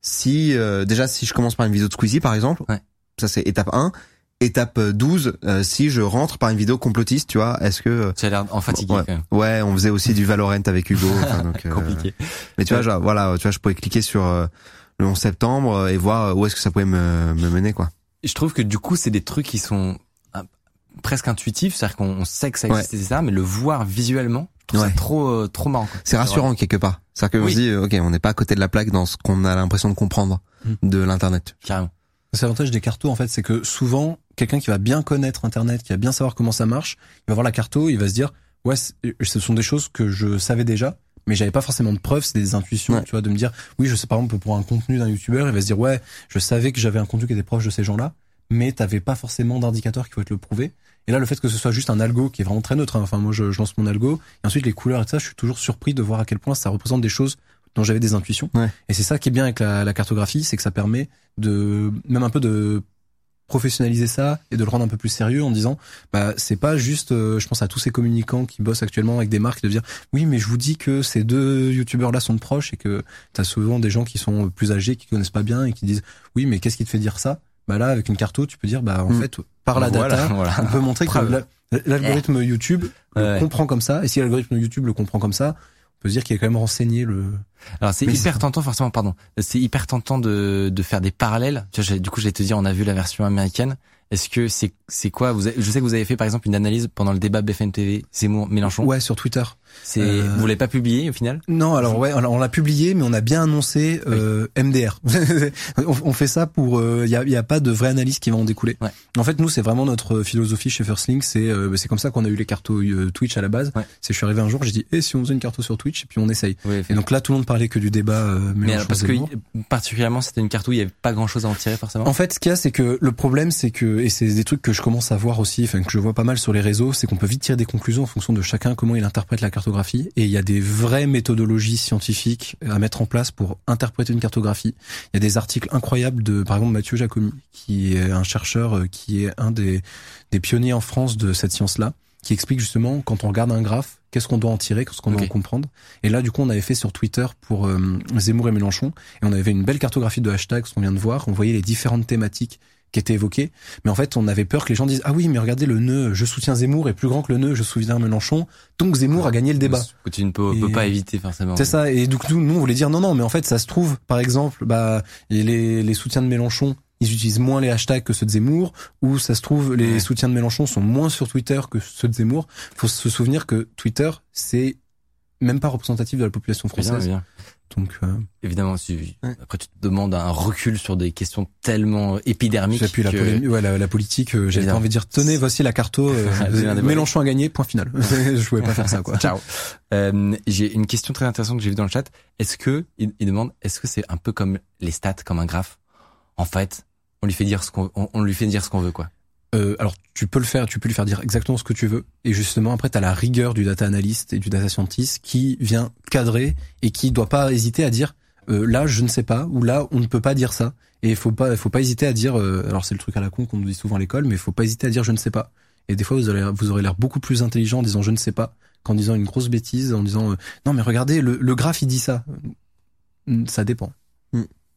si euh, déjà si je commence par une vidéo de Squeezie par exemple. Ouais. Ça c'est étape un. Étape douze, euh, si je rentre par une vidéo complotiste, tu vois, est-ce que euh, Tu as l'air en fatigué ouais, quand même. ouais, on faisait aussi du Valorant avec Hugo, enfin, donc euh, Compliqué. mais tu vois, genre, voilà, tu vois, je pouvais cliquer sur euh, le onze septembre euh, et voir où est-ce que ça pouvait me, me mener, quoi. Je trouve que du coup, c'est des trucs qui sont euh, presque intuitifs, c'est-à-dire qu'on on sait que ça existe, et cetera, mais le voir visuellement, je trouve Ouais. ça trop euh, trop marrant. Quoi. C'est rassurant quelque part. C'est-à-dire que Oui. on se dit, euh, ok, on n'est pas à côté de la plaque dans ce qu'on a l'impression de comprendre Mm. de l'internet. Carrément. C'est l'avantage des cartos, en fait, c'est que souvent, quelqu'un qui va bien connaître Internet, qui va bien savoir comment ça marche, il va voir la carto, il va se dire, ouais, c'est- ce sont des choses que je savais déjà, mais j'avais pas forcément de preuves, c'est des intuitions, Ouais. tu vois, de me dire, oui, je sais par exemple pour un contenu d'un youtubeur, il va se dire, ouais, je savais que j'avais un contenu qui était proche de ces gens-là, mais t'avais pas forcément d'indicateurs qui vont te le prouver. Et là, le fait que ce soit juste un algo qui est vraiment très neutre, hein, enfin, moi, je, je lance mon algo, et ensuite les couleurs et tout ça, je suis toujours surpris de voir à quel point ça représente des choses dont j'avais des intuitions. Ouais. Et c'est ça qui est bien avec la, la cartographie, c'est que ça permet de, même un peu de professionnaliser ça et de le rendre un peu plus sérieux en disant bah c'est pas juste euh, je pense à tous ces communicants qui bossent actuellement avec des marques de dire oui mais je vous dis que ces deux youtubeurs là sont proches et que t'as souvent des gens qui sont plus âgés qui connaissent pas bien et qui disent oui mais qu'est-ce qui te fait dire ça. Bah là avec une carto tu peux dire bah en Mm. fait par la Voilà, data voilà. on peut montrer que Preuve. la- l'algorithme YouTube le Ouais. comprend comme ça et si l'algorithme YouTube le comprend comme ça on peut se dire qu'il est quand même renseigné le Alors c'est Mais hyper c'est- tentant, forcément, pardon. C'est hyper tentant de de faire des parallèles. Tu vois, j'ai- du coup, j'allais te dire, on a vu la version américaine. Est-ce que c'est c'est quoi vous avez- Je sais que vous avez fait par exemple une analyse pendant le débat B F M T V Zemmour Mélenchon. ouais sur Twitter. C'est Euh, vous l'avez pas publié au final? Non, alors ouais, alors on l'a publié, mais on a bien annoncé euh, M D R. on, on fait ça pour, il euh, y, a, y a pas de vraie analyse qui va en découler. Ouais. En fait, nous, c'est vraiment notre philosophie chez Firstlink. C'est euh, c'est comme ça qu'on a eu les cartos euh, Twitch à la base. Ouais. C'est je suis arrivé un jour, j'ai dit, et si on faisait une carto sur Twitch et puis on essaye. Oui, Et donc là, tout le monde parlait que du débat. Euh, mais Mélenchon alors, parce que Zemmour. particulièrement c'était une carte où il y avait pas grand chose à en tirer forcément. En fait, ce qu'il y a, c'est que le problème, c'est que, et c'est des trucs que je commence à voir aussi, enfin que je vois pas mal sur les réseaux, c'est qu'on peut vite tirer des conclusions en fonction de chacun comment il interprète la cartographie. Et il y a des vraies méthodologies scientifiques à mettre en place pour interpréter une cartographie. Il y a des articles incroyables de, par exemple, Mathieu Jacomi, qui est un chercheur, euh, qui est un des, des pionniers en France de cette science-là, qui explique justement quand on regarde un graphe, qu'est-ce qu'on doit en tirer, qu'est-ce qu'on Ok. doit en comprendre. Et là, du coup, on avait fait sur Twitter pour euh, Zemmour et Mélenchon, et on avait une belle cartographie de hashtags, ce qu'on vient de voir. On voyait les différentes thématiques qui étaient évoquées, mais en fait, on avait peur que les gens disent ah oui, mais regardez, le nœud je soutiens Zemmour est plus grand que le nœud je soutiens Mélenchon, donc Zemmour a gagné le débat. Que tu ne peux, Et- peux pas éviter forcément. C'est ça. Et donc nous, nous, on voulait dire non, non, mais en fait, ça se trouve, par exemple, bah et les les soutiens de Mélenchon, ils utilisent moins les hashtags que ceux de Zemmour, ou ça se trouve, les Ouais. soutiens de Mélenchon sont moins sur Twitter que ceux de Zemmour. Faut se souvenir que Twitter, c'est même pas représentatif de la population Bien, française. bien. Donc, euh, Évidemment, si, Ouais. après tu te demandes un recul sur des questions tellement épidermiques. j'appuie la, que- polémique, ouais, la, la politique. euh, J'avais pas Évidemment. envie de dire tenez, voici la carto. euh, Ah, c'est un débat. Mélenchon a gagné. Point final. Je pouvais pas faire ça, quoi. Ciao. Euh, j'ai une question très intéressante que j'ai vue dans le chat. Est-ce que il, il demande, est-ce que c'est un peu comme les stats, comme un graphe? En fait, on lui fait dire ce qu'on, on, on lui fait dire ce qu'on veut, quoi. Euh, alors tu peux le faire, tu peux lui faire dire exactement ce que tu veux, et justement après t'as la rigueur du data analyst et du data scientist qui vient cadrer et qui doit pas hésiter à dire euh, là je ne sais pas, ou là on ne peut pas dire ça, et il faut pas, faut pas hésiter à dire euh, alors c'est le truc à la con qu'on nous dit souvent à l'école, mais il faut pas hésiter à dire je ne sais pas. Et des fois vous aurez, vous aurez l'air beaucoup plus intelligent en disant je ne sais pas qu'en disant une grosse bêtise, en disant euh, non mais regardez le, le graphe il dit ça. Ça dépend.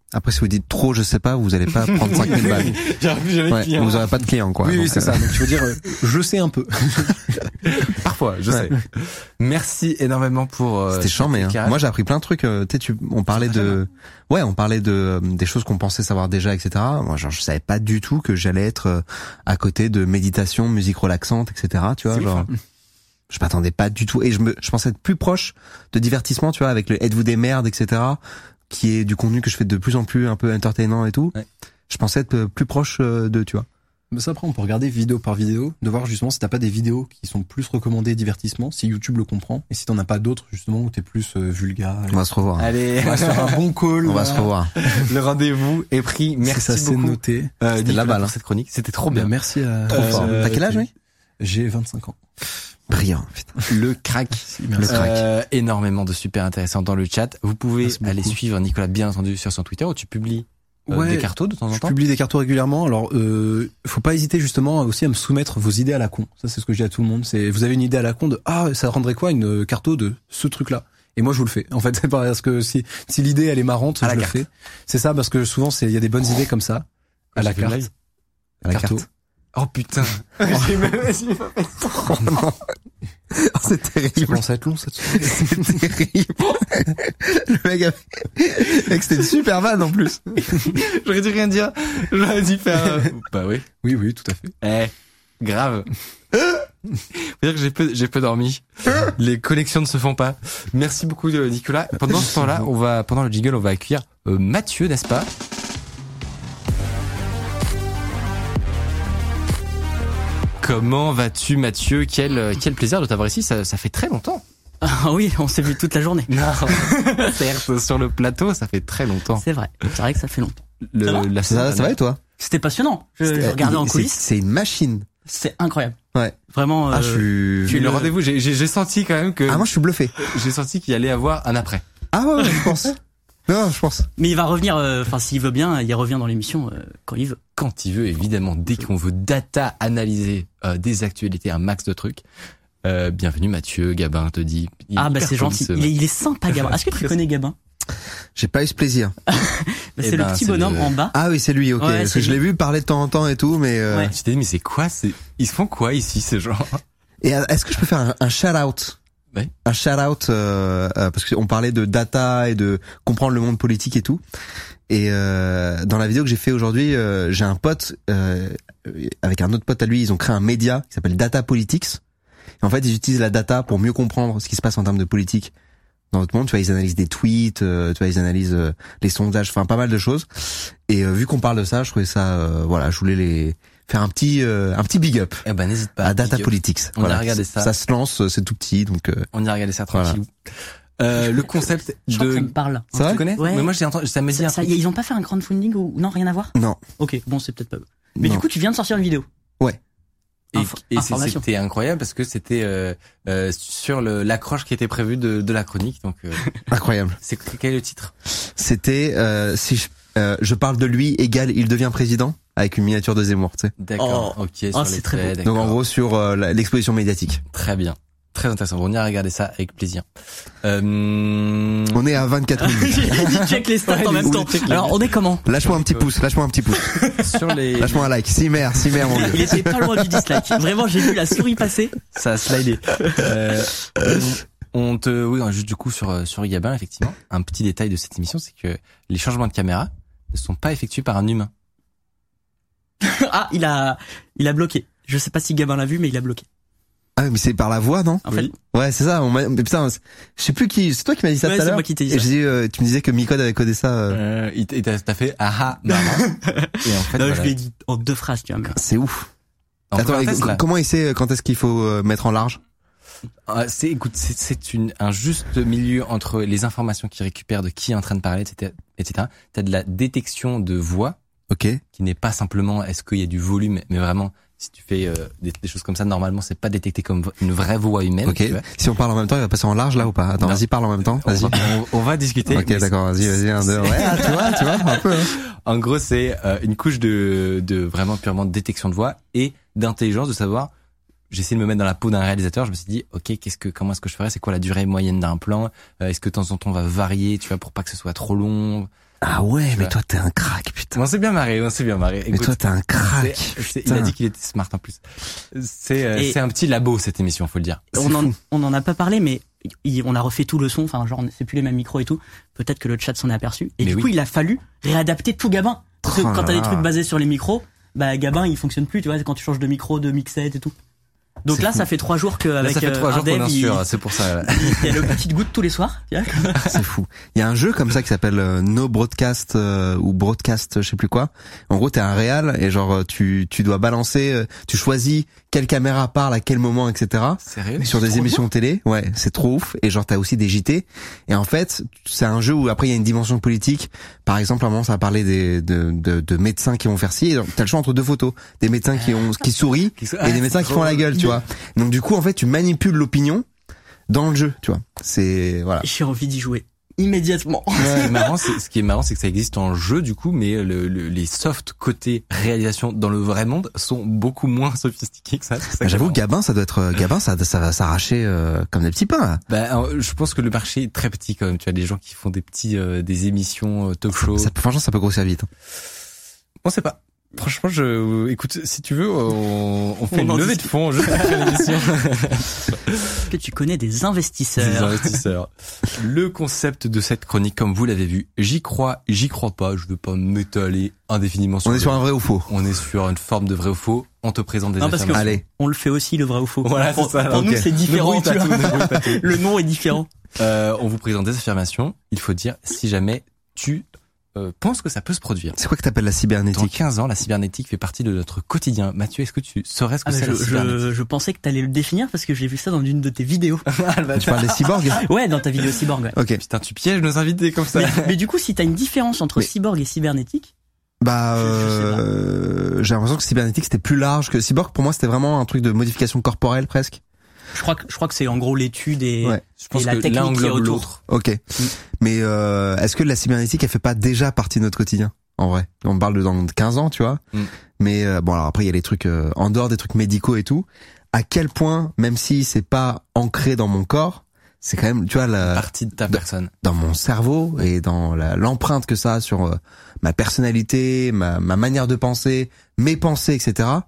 Après, si vous dites trop, je sais pas, vous allez pas prendre cinq mille balles. J'aurais plus jamais de Ouais, clients. vous aurez pas de clients, quoi. Oui, Donc, oui, c'est euh, ça. Donc, tu veux dire, euh, je sais un peu. Parfois, je Ouais. sais. Merci énormément pour. Euh, C'était chiant, mais hein. éclairage. Moi, j'ai appris plein de trucs. euh, Tu sais, tu, on parlait de, ouais, on parlait de euh, des choses qu'on pensait savoir déjà, et cetera. Moi, genre, je savais pas du tout que j'allais être euh, à côté de méditation, musique relaxante, et cetera. Tu vois, C'est ouf, genre, hein. je m'attendais pas du tout. Et je me, je pensais être plus proche de divertissement, tu vois, avec le êtes-vous des merdes, et cetera. Qui est du contenu que je fais de plus en plus un peu entertainant et tout. Ouais. Je pensais être plus proche euh, de, tu vois. Mais ça, après, on peut regarder vidéo par vidéo, de voir justement si t'as pas des vidéos qui sont plus recommandées divertissement, si YouTube le comprend, et si t'en as pas d'autres, justement, où t'es plus euh, vulgaire. On va se revoir. Allez, On va se faire un bon call. On va là. se revoir. le rendez-vous est pris. Merci C'est ça, c'est beaucoup. noté. Euh, C'était de la Nicolas, balle, pour hein. cette chronique. C'était trop Bien, bien. merci à... Trop fort. euh, T'as quel âge, oui? J'ai vingt-cinq ans. Brillant, putain. Le crack. Merci. Le crack. Euh, énormément de super intéressant dans le chat. Vous pouvez Merci aller beaucoup. suivre Nicolas, bien entendu, sur son Twitter où tu publies euh, Ouais. des cartos de temps en Je temps. publie des cartos régulièrement. Alors, euh, faut pas hésiter justement aussi à me soumettre vos idées à la con. Ça, c'est ce que je dis à tout le monde. C'est, vous avez une idée à la con de ah, ça rendrait quoi une carto de ce truc-là. Et moi, je vous le fais. En fait, c'est parce que si si l'idée elle est marrante, À je la le carte. fais. C'est ça, parce que souvent, c'est il y a des bonnes idées comme ça à la J'ai fait une carte. blague. À la Carto. carte. Oh putain. J'ai même- j'ai pas fait. Oh non. Oh, c'est Ça terrible. commence à être long cette soirée. C'est terrible. Le mec, avait... mec, c'était une super vanne en plus. J'aurais dû rien dire. J'aurais dû faire. euh, Bah oui. Oui, oui, tout à fait. Eh, grave. Faut dire que j'ai peu, j'ai peu dormi. Les connexions ne se font pas. Merci beaucoup euh, Nicolas. Pendant ce temps-là, on va, pendant le jingle, on va accueillir euh, Mathieu, n'est-ce pas? Comment vas-tu Mathieu? Quel, euh, quel plaisir de t'avoir ici. Ça, ça fait très longtemps. Ah oui, on s'est vu toute la journée. Non. Certes, sur le plateau, ça fait très longtemps. C'est vrai. C'est vrai que ça fait longtemps. Le, Ça va la Ça, ça va et toi? C'était passionnant. Je, je regardais en C'est- coulisses. C'est une machine. C'est incroyable. Ouais. Vraiment. Ah, euh, je suis. Le le- rendez-vous, j'ai, j'ai, j'ai senti quand même que Ah, moi, je suis bluffé. j'ai senti qu'il allait avoir un après. Ah ouais, ouais, je pense. Non, je pense. Mais il va revenir. euh, Enfin, s'il veut bien, il revient dans l'émission euh, quand il veut. Quand il veut, évidemment, dès qu'on veut data analyser euh, des actualités, un max de trucs. Euh, bienvenue Mathieu, Gabin te dit. Il est Ah bah hyper c'est poli, gentil. ce Il est, il est sympa, Gabin. Est-ce que tu connais Gabin? J'ai pas eu ce plaisir. Bah, Eh C'est le ben, petit c'est bonhomme le- en bas. Ah oui, c'est lui, ok. Ouais, Parce c'est que je l'ai lui. vu parler de temps en temps et tout, mais. Euh... Ouais. Je t'ai dit mais c'est quoi c'est ils se font quoi ici ces gens? Et euh, est-ce que je peux faire un, un shout-out? Ouais. Un shout-out euh, euh, parce qu'on parlait de data et de comprendre le monde politique et tout. Et euh, dans la vidéo que j'ai fait aujourd'hui, euh, j'ai un pote euh, avec un autre pote à lui, ils ont créé un média qui s'appelle Data Politics. Et en fait, ils utilisent la data pour mieux comprendre ce qui se passe en termes de politique dans notre monde. Tu vois, ils analysent des tweets, euh, tu vois, ils analysent euh, les sondages, enfin pas mal de choses. Et euh, vu qu'on parle de ça, je trouvais ça, euh, voilà, je voulais les faire un petit, euh, un petit big up Eh ben n'hésite pas. à Data Big up. Politics. On a regardé ça. Ça se lance, c'est tout petit, donc. Euh, On ira regarder ça Voilà. tranquille. Euh, le concept Je crois que ça de me parle. C'est vrai tu connais? Ouais. Mais moi j'ai entendu ça me dit Ça, un ça, truc. ils ont pas fait un crowdfunding ou non, rien à voir. non. Ok, bon c'est peut-être pas eux. Mais non. du coup, tu viens de sortir une vidéo. Et, Info- et c'est- information. c'était incroyable parce que c'était euh, euh, sur le l'accroche qui était prévue de, de la chronique. Donc euh, Incroyable. c'est quel est le titre? C'était euh, si je, euh, je parle de lui égale il devient président avec une miniature de Zemmour, tu sais. D'accord. Ok. Sur Oh, les c'est très traits, beau. d'accord. Donc en gros sur euh, la- l'exposition médiatique. Très bien. Très intéressant. On ira regarder ça avec plaisir. Euh, On est à vingt-quatre minutes. J'ai dit check les stats Ouais, en même oui, temps. check les- Alors on est comment? Lâche-moi un petit pouce, lâche-moi un petit pouce. sur les Lâche-moi un like. Simer, Simer mon Il vieux. était pas loin du dislike. Vraiment, j'ai vu la souris passer. ça a slidé. Euh, on, on te, oui, juste du coup sur sur Gabin, effectivement, un petit détail de cette émission, c'est que les changements de caméra ne sont pas effectués par un humain. Ah, il a, il a bloqué. Je sais pas si Gabin l'a vu, mais il a bloqué. Ah mais c'est par la voix, non? En fait, Ouais, c'est ça. On m'a- mais putain, c'est- je sais plus qui. C'est toi qui m'as dit ça Ouais, tout à c'est l'heure. moi qui t'ai dit Et ça. je dis, euh, tu me disais que Micode avait codé ça. euh, Euh, il t- il t'a t'as fait ah ah maman. Et en fait, non, voilà. je lui ai dit en deux phrases, tu vois. mais- C'est ouf. En Attends, parenthèse, et là, comment il sait quand est-ce qu'il faut euh, mettre en large? euh, c'est écoute, c'est c'est une un juste milieu entre les informations qu'il récupère de qui est en train de parler, et cetera, et cetera. T'as de la détection de voix Ok. qui n'est pas simplement est-ce qu'il y a du volume, mais vraiment si tu fais euh, des, des choses comme ça, normalement c'est pas détecté comme vo- une vraie voix humaine. Ok. Tu vois. Si on parle en même temps, il va passer en large là ou pas? Attends, Non. vas-y, parle en même temps. On Vas-y. va, on, on va discuter. Ok, mais d'accord. Vas-y, vas-y, un, deux. Ouais, ah, tu vois, tu vois, un peu. Hein. En gros, c'est euh, une couche de, de vraiment purement de détection de voix et d'intelligence de savoir. J'ai essayé de me mettre dans la peau d'un réalisateur. Je me suis dit, ok, qu'est-ce que, comment est-ce que je ferais? C'est quoi la durée moyenne d'un plan? Euh, Est-ce que de temps en temps on va varier, tu vois, pour pas que ce soit trop long? Ah ouais, Tu mais vois. toi t'es un crack, putain. On s'est bien marré, on s'est bien marré. Mais toi t'es un crack. c'est- c'est- il putain. a dit qu'il était smart en plus. C'est euh, Et- c'est un petit labo cette émission, faut le dire. On en, on en a pas parlé, mais il- on a refait tout le son. Enfin, genre, c'est plus les mêmes micros et tout. Peut-être que le chat s'en est aperçu. Et Mais du oui. coup, il a fallu réadapter tout Gabin. Parce que Oh quand là t'as des là. trucs basés sur les micros, bah Gabin il fonctionne plus. Tu vois, c'est quand tu changes de micro, de mixette et tout. Donc C'est là, fou. ça fait trois jours Là, qu'avec ça fait trois jours qu'on Ardev, il, insure, c'est pour ça. il y a le petite goutte tous les soirs. Tu vois. C'est fou. Il y a un jeu comme ça qui s'appelle euh, No Broadcast euh, ou Broadcast, je sais plus quoi. En gros, t'es un réal et genre euh, tu tu dois balancer, euh, tu choisis quelle caméra parle à quel moment, et cetera. Sérieux? Sur des émissions télé, ouais, c'est trop ouf. Et genre t'as aussi des J T. Et en fait, c'est un jeu où après il y a une dimension politique. Par exemple, à un moment ça va parler des de, de, de médecins qui vont faire ci. Et donc, t'as le choix entre deux photos, des médecins qui ont qui sourient Qui sont- et Ah, des médecins c'est qui font la drôle. gueule, tu vois. Donc du coup, en fait, tu manipules l'opinion dans le jeu, tu vois. C'est voilà. J'ai envie d'y jouer immédiatement. Ce qui est marrant, c'est, ce qui est marrant, c'est que ça existe en jeu du coup, mais le, le- les soft côté réalisation dans le vrai monde sont beaucoup moins sophistiqués que ça. C'est ça qui est J'avoue, marrant. Gabin, ça doit être euh, Gabin, ça, ça va s'arracher euh, comme des petits pains. Là. Bah, euh, je pense que le marché est très petit quand même. Tu as des gens qui font des petits, euh, des émissions euh, talk show. Ça, franchement, ça peut grossir vite. hein. On sait pas. Franchement, je, écoute, si tu veux, on, on fait On une en levée de fonds juste après l'émission. Est-ce que tu connais des Des investisseurs? investisseurs. Le concept de cette chronique, comme vous l'avez vu, j'y crois, j'y crois pas. Je veux pas m'étaler indéfiniment sur On est le- sur un vrai ou faux. On est sur une forme de vrai ou faux. On te présente des Non, parce que- affirmations. Allez. On le fait aussi, le vrai ou faux. Voilà, pour c'est ça, pour ok. nous, c'est différent. Ne brouille pas tu vois. tout, ne brouille pas tout. Le nom est différent. Euh, on vous présente des affirmations. Il faut dire si jamais tu euh, penses que ça peut se produire. C'est quoi que t'appelles la Dans cybernétique? quinze ans, la cybernétique fait partie de notre quotidien. Mathieu, est-ce que tu saurais ce que Ah, bah, c'est je, la cybernétique? je, je pensais que t'allais le définir parce que j'ai vu ça dans une de tes vidéos. Tu parles des cyborgs? Ouais, dans ta vidéo cyborg. Ouais. Ok. Putain, tu pièges nos invités comme ça. Mais, mais du coup, si t'as une différence entre Mais- cyborg et cybernétique, Bah, Je- je sais pas. euh, j'ai l'impression que cybernétique c'était plus large que cyborg. Pour moi, c'était vraiment un truc de modification corporelle presque. je crois que je crois que c'est en gros l'étude et, Ouais. Je pense et la que technique l'un qui est englobe autour. l'autre. Ok. Mais euh, est-ce que la cybernétique elle fait pas déjà partie de notre quotidien? En vrai, on parle de dans quinze ans, tu vois. Mm. Mais euh, bon, alors après il y a les trucs euh, en dehors des trucs médicaux et tout. À quel point, même si c'est pas ancré dans mon corps, c'est quand même, tu vois, la, Partie de ta personne. dans mon cerveau et dans la- l'empreinte que ça a sur euh, ma personnalité, ma, ma manière de penser, mes pensées, et cetera.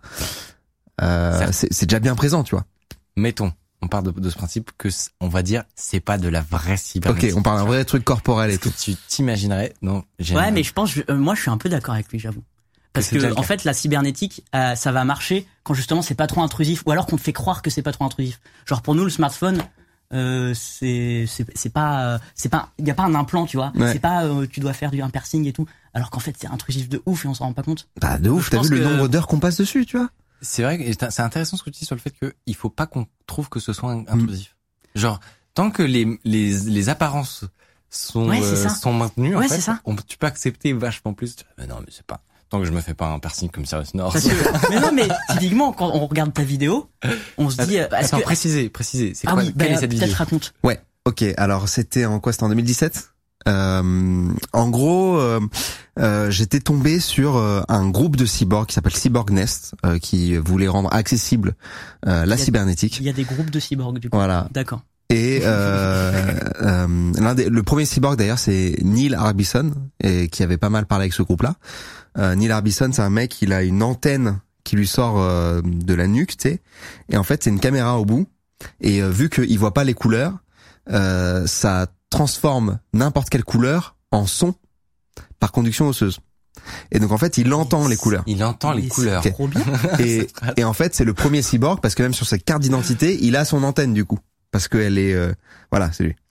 Euh, Certes. c'est c'est déjà bien présent, tu vois. Mettons, on part de, de ce principe que, c- on va dire, c'est pas de la vraie Ok, cybernétique. on parle d'un vrai truc corporel et Est-ce que tout. tu t'imagines Non, j'ai Ouais, mais je pense, je- euh, moi, je suis un peu d'accord avec lui, j'avoue. Parce c'est déjà que, le en cas. fait, la cybernétique, euh, ça va marcher quand justement c'est pas trop intrusif, ou alors qu'on te fait croire que c'est pas trop intrusif. Genre pour nous, le smartphone, euh, c'est c'est c'est pas euh, c'est pas il y a pas un implant, tu vois. Ouais. C'est pas euh, tu dois faire du un piercing et tout, alors qu'en fait c'est intrusif de ouf et on s'en rend pas compte. Bah de ouf, Je t'as pense vu le que- nombre d'heures qu'on passe dessus, tu vois. C'est vrai que et c'est intéressant ce que tu dis sur le fait que il faut pas qu'on trouve que ce soit intrusif. Genre, tant que les, les, les apparences sont, Ouais, c'est euh, ça. sont maintenues, en Ouais, fait, c'est ça. On, tu peux accepter vachement plus. Mais non, mais c'est pas, tant que je me fais pas un piercing comme Cyrus North. Parce que, mais non, mais typiquement quand on regarde ta vidéo, on se dit, euh, est-ce Attends, que précisez, précisez. C'est ah quoi, oui, quelle bah, est cette vidéo? peut-être raconte. Ouais. Ok. Alors c'était en quoi? C'était en deux mille dix-sept. Euh, en gros, euh, euh, j'étais tombé sur euh, un groupe de cyborgs qui s'appelle Cyborg Nest, euh, qui voulait rendre accessible euh, la Il y a- cybernétique. Il y a des groupes de cyborgs du coup. Voilà. D'accord. Et euh, euh, l'un des, le premier cyborg d'ailleurs, c'est Neil Harbisson, et qui avait pas mal parlé avec ce groupe-là. Euh, Neil Harbisson, c'est un mec, il a une antenne qui lui sort euh, de la nuque, tu sais, et en fait c'est une caméra au bout. Et euh, vu qu'il voit pas les couleurs, euh, ça transforme n'importe quelle couleur en son par conduction osseuse. Et donc en fait, il entend les couleurs. Il entend les Mais couleurs. c'est trop bien. Et, et en fait, c'est le premier cyborg parce que même sur sa carte d'identité, il a son antenne du coup, parce qu'elle est, euh, voilà, c'est lui.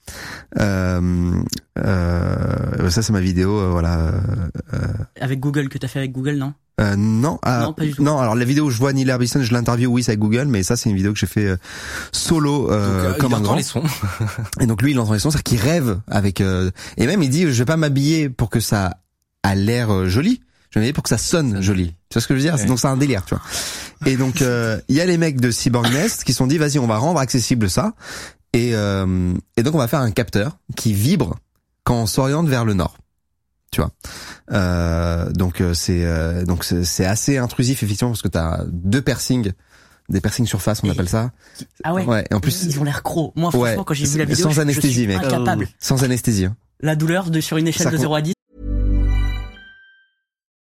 Euh, euh, ça c'est ma vidéo, euh, voilà. Euh, Avec Google que t'as fait avec Google, non? euh, non, ah, Non, pas du tout. non. Alors la vidéo où je vois Neil Harbisson, je l'interview, oui, c'est avec Google, mais ça c'est une vidéo que j'ai fait euh, solo, euh, Donc, euh, comme il un entend grand. les sons. Et donc lui, il entend les sons, c'est-à-dire qu'il rêve avec. Euh, et même il dit, je vais pas m'habiller pour que ça a l'air euh, joli. Je vais m'habiller pour que ça sonne joli. Tu vois ce que je veux dire? Ouais. Donc c'est un délire, tu vois. Et donc euh, il y a les mecs de Cyborg Nest qui se sont dit, vas-y, on va rendre accessible ça. Et euh, et donc on va faire un capteur qui vibre quand on s'oriente vers le nord. Tu vois. Euh, donc euh, c'est euh, donc c'est c'est assez intrusif effectivement parce que t'as deux piercings, des piercings surface, on Et- appelle ça. Ah ouais. Ouais. Et en plus Ils ont l'air crocs. Moi, franchement, Ouais, quand j'ai vu la vidéo, sans je- je anesthésie, suis mec. incapable. sans anesthésie. Hein. La douleur de sur une échelle Ça de compte. zéro à dix.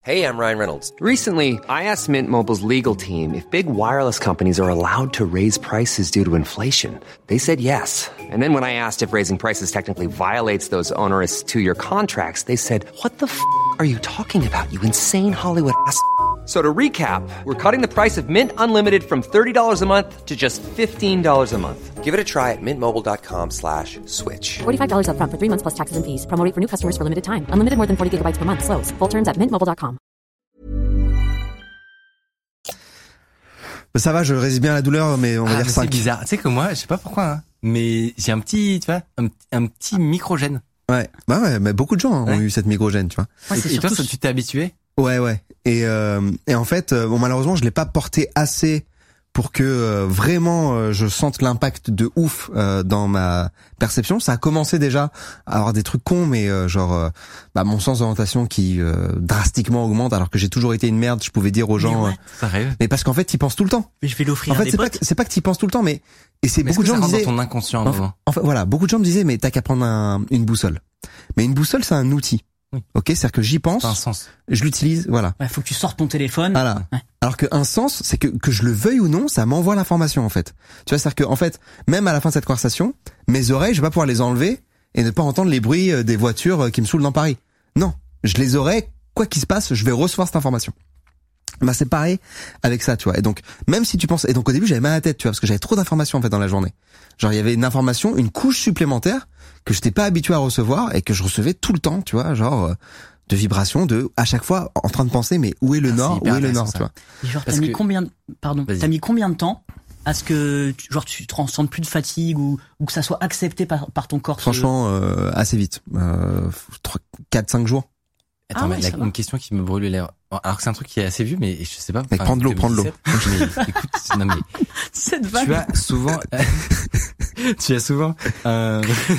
Hey, I'm Ryan Reynolds. Recently, I asked Mint Mobile's legal team if big wireless companies are allowed to raise prices due to inflation. They said yes. And then when I asked if raising prices technically violates those onerous two-year contracts, they said, what the f*** are you talking about, you insane Hollywood ass f- So to recap, we're cutting the price of Mint Unlimited from thirty dollars a month to just fifteen dollars a month. Give it a try at mintmobile.com slash switch. forty-five dollars up front for three months plus taxes and fees. Promo rate for new customers for limited time. Unlimited more than forty gigabytes per month. Slows full terms at mint mobile dot com. Ça va, je résiste bien à la douleur, mais on va Ah, dire mais cinq. c'est bizarre. Tu sais que moi, je sais pas pourquoi, hein, mais j'ai un petit, tu vois, un, un petit microgène. Ouais, bah ouais, mais beaucoup de gens hein, ont Ouais. eu cette microgène, tu vois. Ouais, c'est et, et toi, surtout- ça, tu t'es habitué? Ouais, ouais. Et euh, et en fait, euh, bon, malheureusement, je l'ai pas porté assez pour que euh, vraiment euh, je sente l'impact de ouf euh, dans ma perception. Ça a commencé déjà à avoir des trucs cons, mais euh, genre euh, bah, mon sens d'orientation qui euh, drastiquement augmente, alors que j'ai toujours été une merde. Je pouvais dire aux gens, Mais, euh, ouais. Ça arrive. mais parce qu'en fait, ils pensent tout le temps. Mais je vais l'offrir En à fait, des c'est pas potes. que- c'est pas que tu penses tout le temps, mais et c'est Mais est-ce beaucoup de que gens ça me rentre disaient. dans ton inconscient, à un En, moment. en fait, voilà, beaucoup de gens me disaient, mais t'as qu'à prendre un, une boussole. Mais une boussole, c'est un outil. Oui. Ok, c'est-à-dire que j'y pense, Ça a un sens. je l'utilise, voilà. Ouais, faut que tu sortes ton téléphone. Voilà. Ouais. Alors qu'un sens, c'est que que je le veuille ou non, ça m'envoie l'information en fait. Tu vois, c'est-à-dire que en fait, même à la fin de cette conversation, mes oreilles, je vais pas pouvoir les enlever et ne pas entendre les bruits euh, des voitures euh, qui me saoulent dans Paris. Non, je les aurai, quoi qu'il se passe, je vais recevoir cette information. Bah c'est pareil avec ça, tu vois. Et donc même si tu penses, et donc au début j'avais mal à la tête, tu vois, parce que j'avais trop d'informations en fait dans la journée. Genre il y avait une information, une couche supplémentaire que j'étais pas habitué à recevoir et que je recevais tout le temps, tu vois, genre euh, de vibrations, de à chaque fois en train de penser mais où est le Ah, c'est nord, où hyper est le nord, intéressant, tu vois. Et genre, Parce t'as mis que- combien, de- pardon, Vas-y. t'as mis combien de temps à ce que, tu- genre, tu te ressentes plus de fatigue ou, ou que ça soit accepté par, par ton corps? ce- Franchement, euh, assez vite. Euh, quatre cinq jours. Attends, Ah mais ouais, la- ça va. une question qui me brûle les lèvres. Alors que c'est un truc qui est assez vieux, mais je sais pas. Mec, prends de l'eau, prends de l'eau. deux mille dix-sept. Mais écoute, non mais Cette vague. tu as souvent, tu as souvent, euh...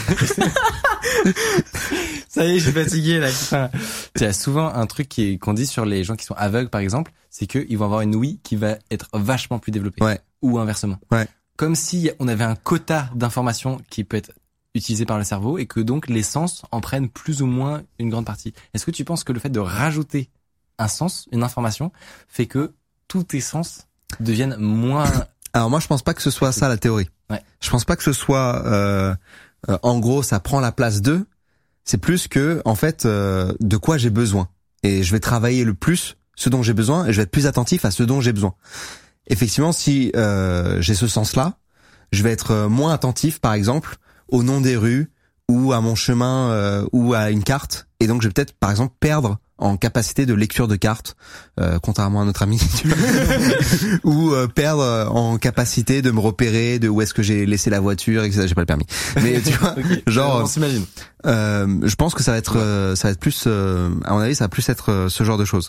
ça y est, je suis fatigué là. Putain. Tu as souvent un truc qui est, qu'on dit sur les gens qui sont aveugles, par exemple, c'est qu'ils vont avoir une ouïe qui va être vachement plus développée. Ouais. Ou inversement. Ouais. Comme si on avait un quota d'informations qui peut être utilisé par le cerveau et que donc les sens en prennent plus ou moins une grande partie. Est-ce que tu penses que le fait de rajouter un sens, une information, fait que tous tes sens deviennent moins... Alors moi, je pense pas que ce soit ça la théorie. Ouais. Je pense pas que ce soit, euh, euh, en gros, ça prend la place d'eux. C'est plus que, en fait, euh, de quoi j'ai besoin. Et je vais travailler le plus ce dont j'ai besoin et je vais être plus attentif à ce dont j'ai besoin. Effectivement, si euh, j'ai ce sens-là, je vais être euh, moins attentif, par exemple, au nom des rues ou à mon chemin euh, ou à une carte. Et donc, je vais peut-être, par exemple, perdre en capacité de lecture de cartes, euh, contrairement à notre ami, tu vois. ou euh, perdre euh, en capacité de me repérer, de où est-ce que j'ai laissé la voiture, et cetera. J'ai pas le permis. Mais tu vois, genre, on s'imagine. euh, je pense que ça va être, euh, ça va être plus, euh, à mon avis, ça va plus être euh, ce genre de choses.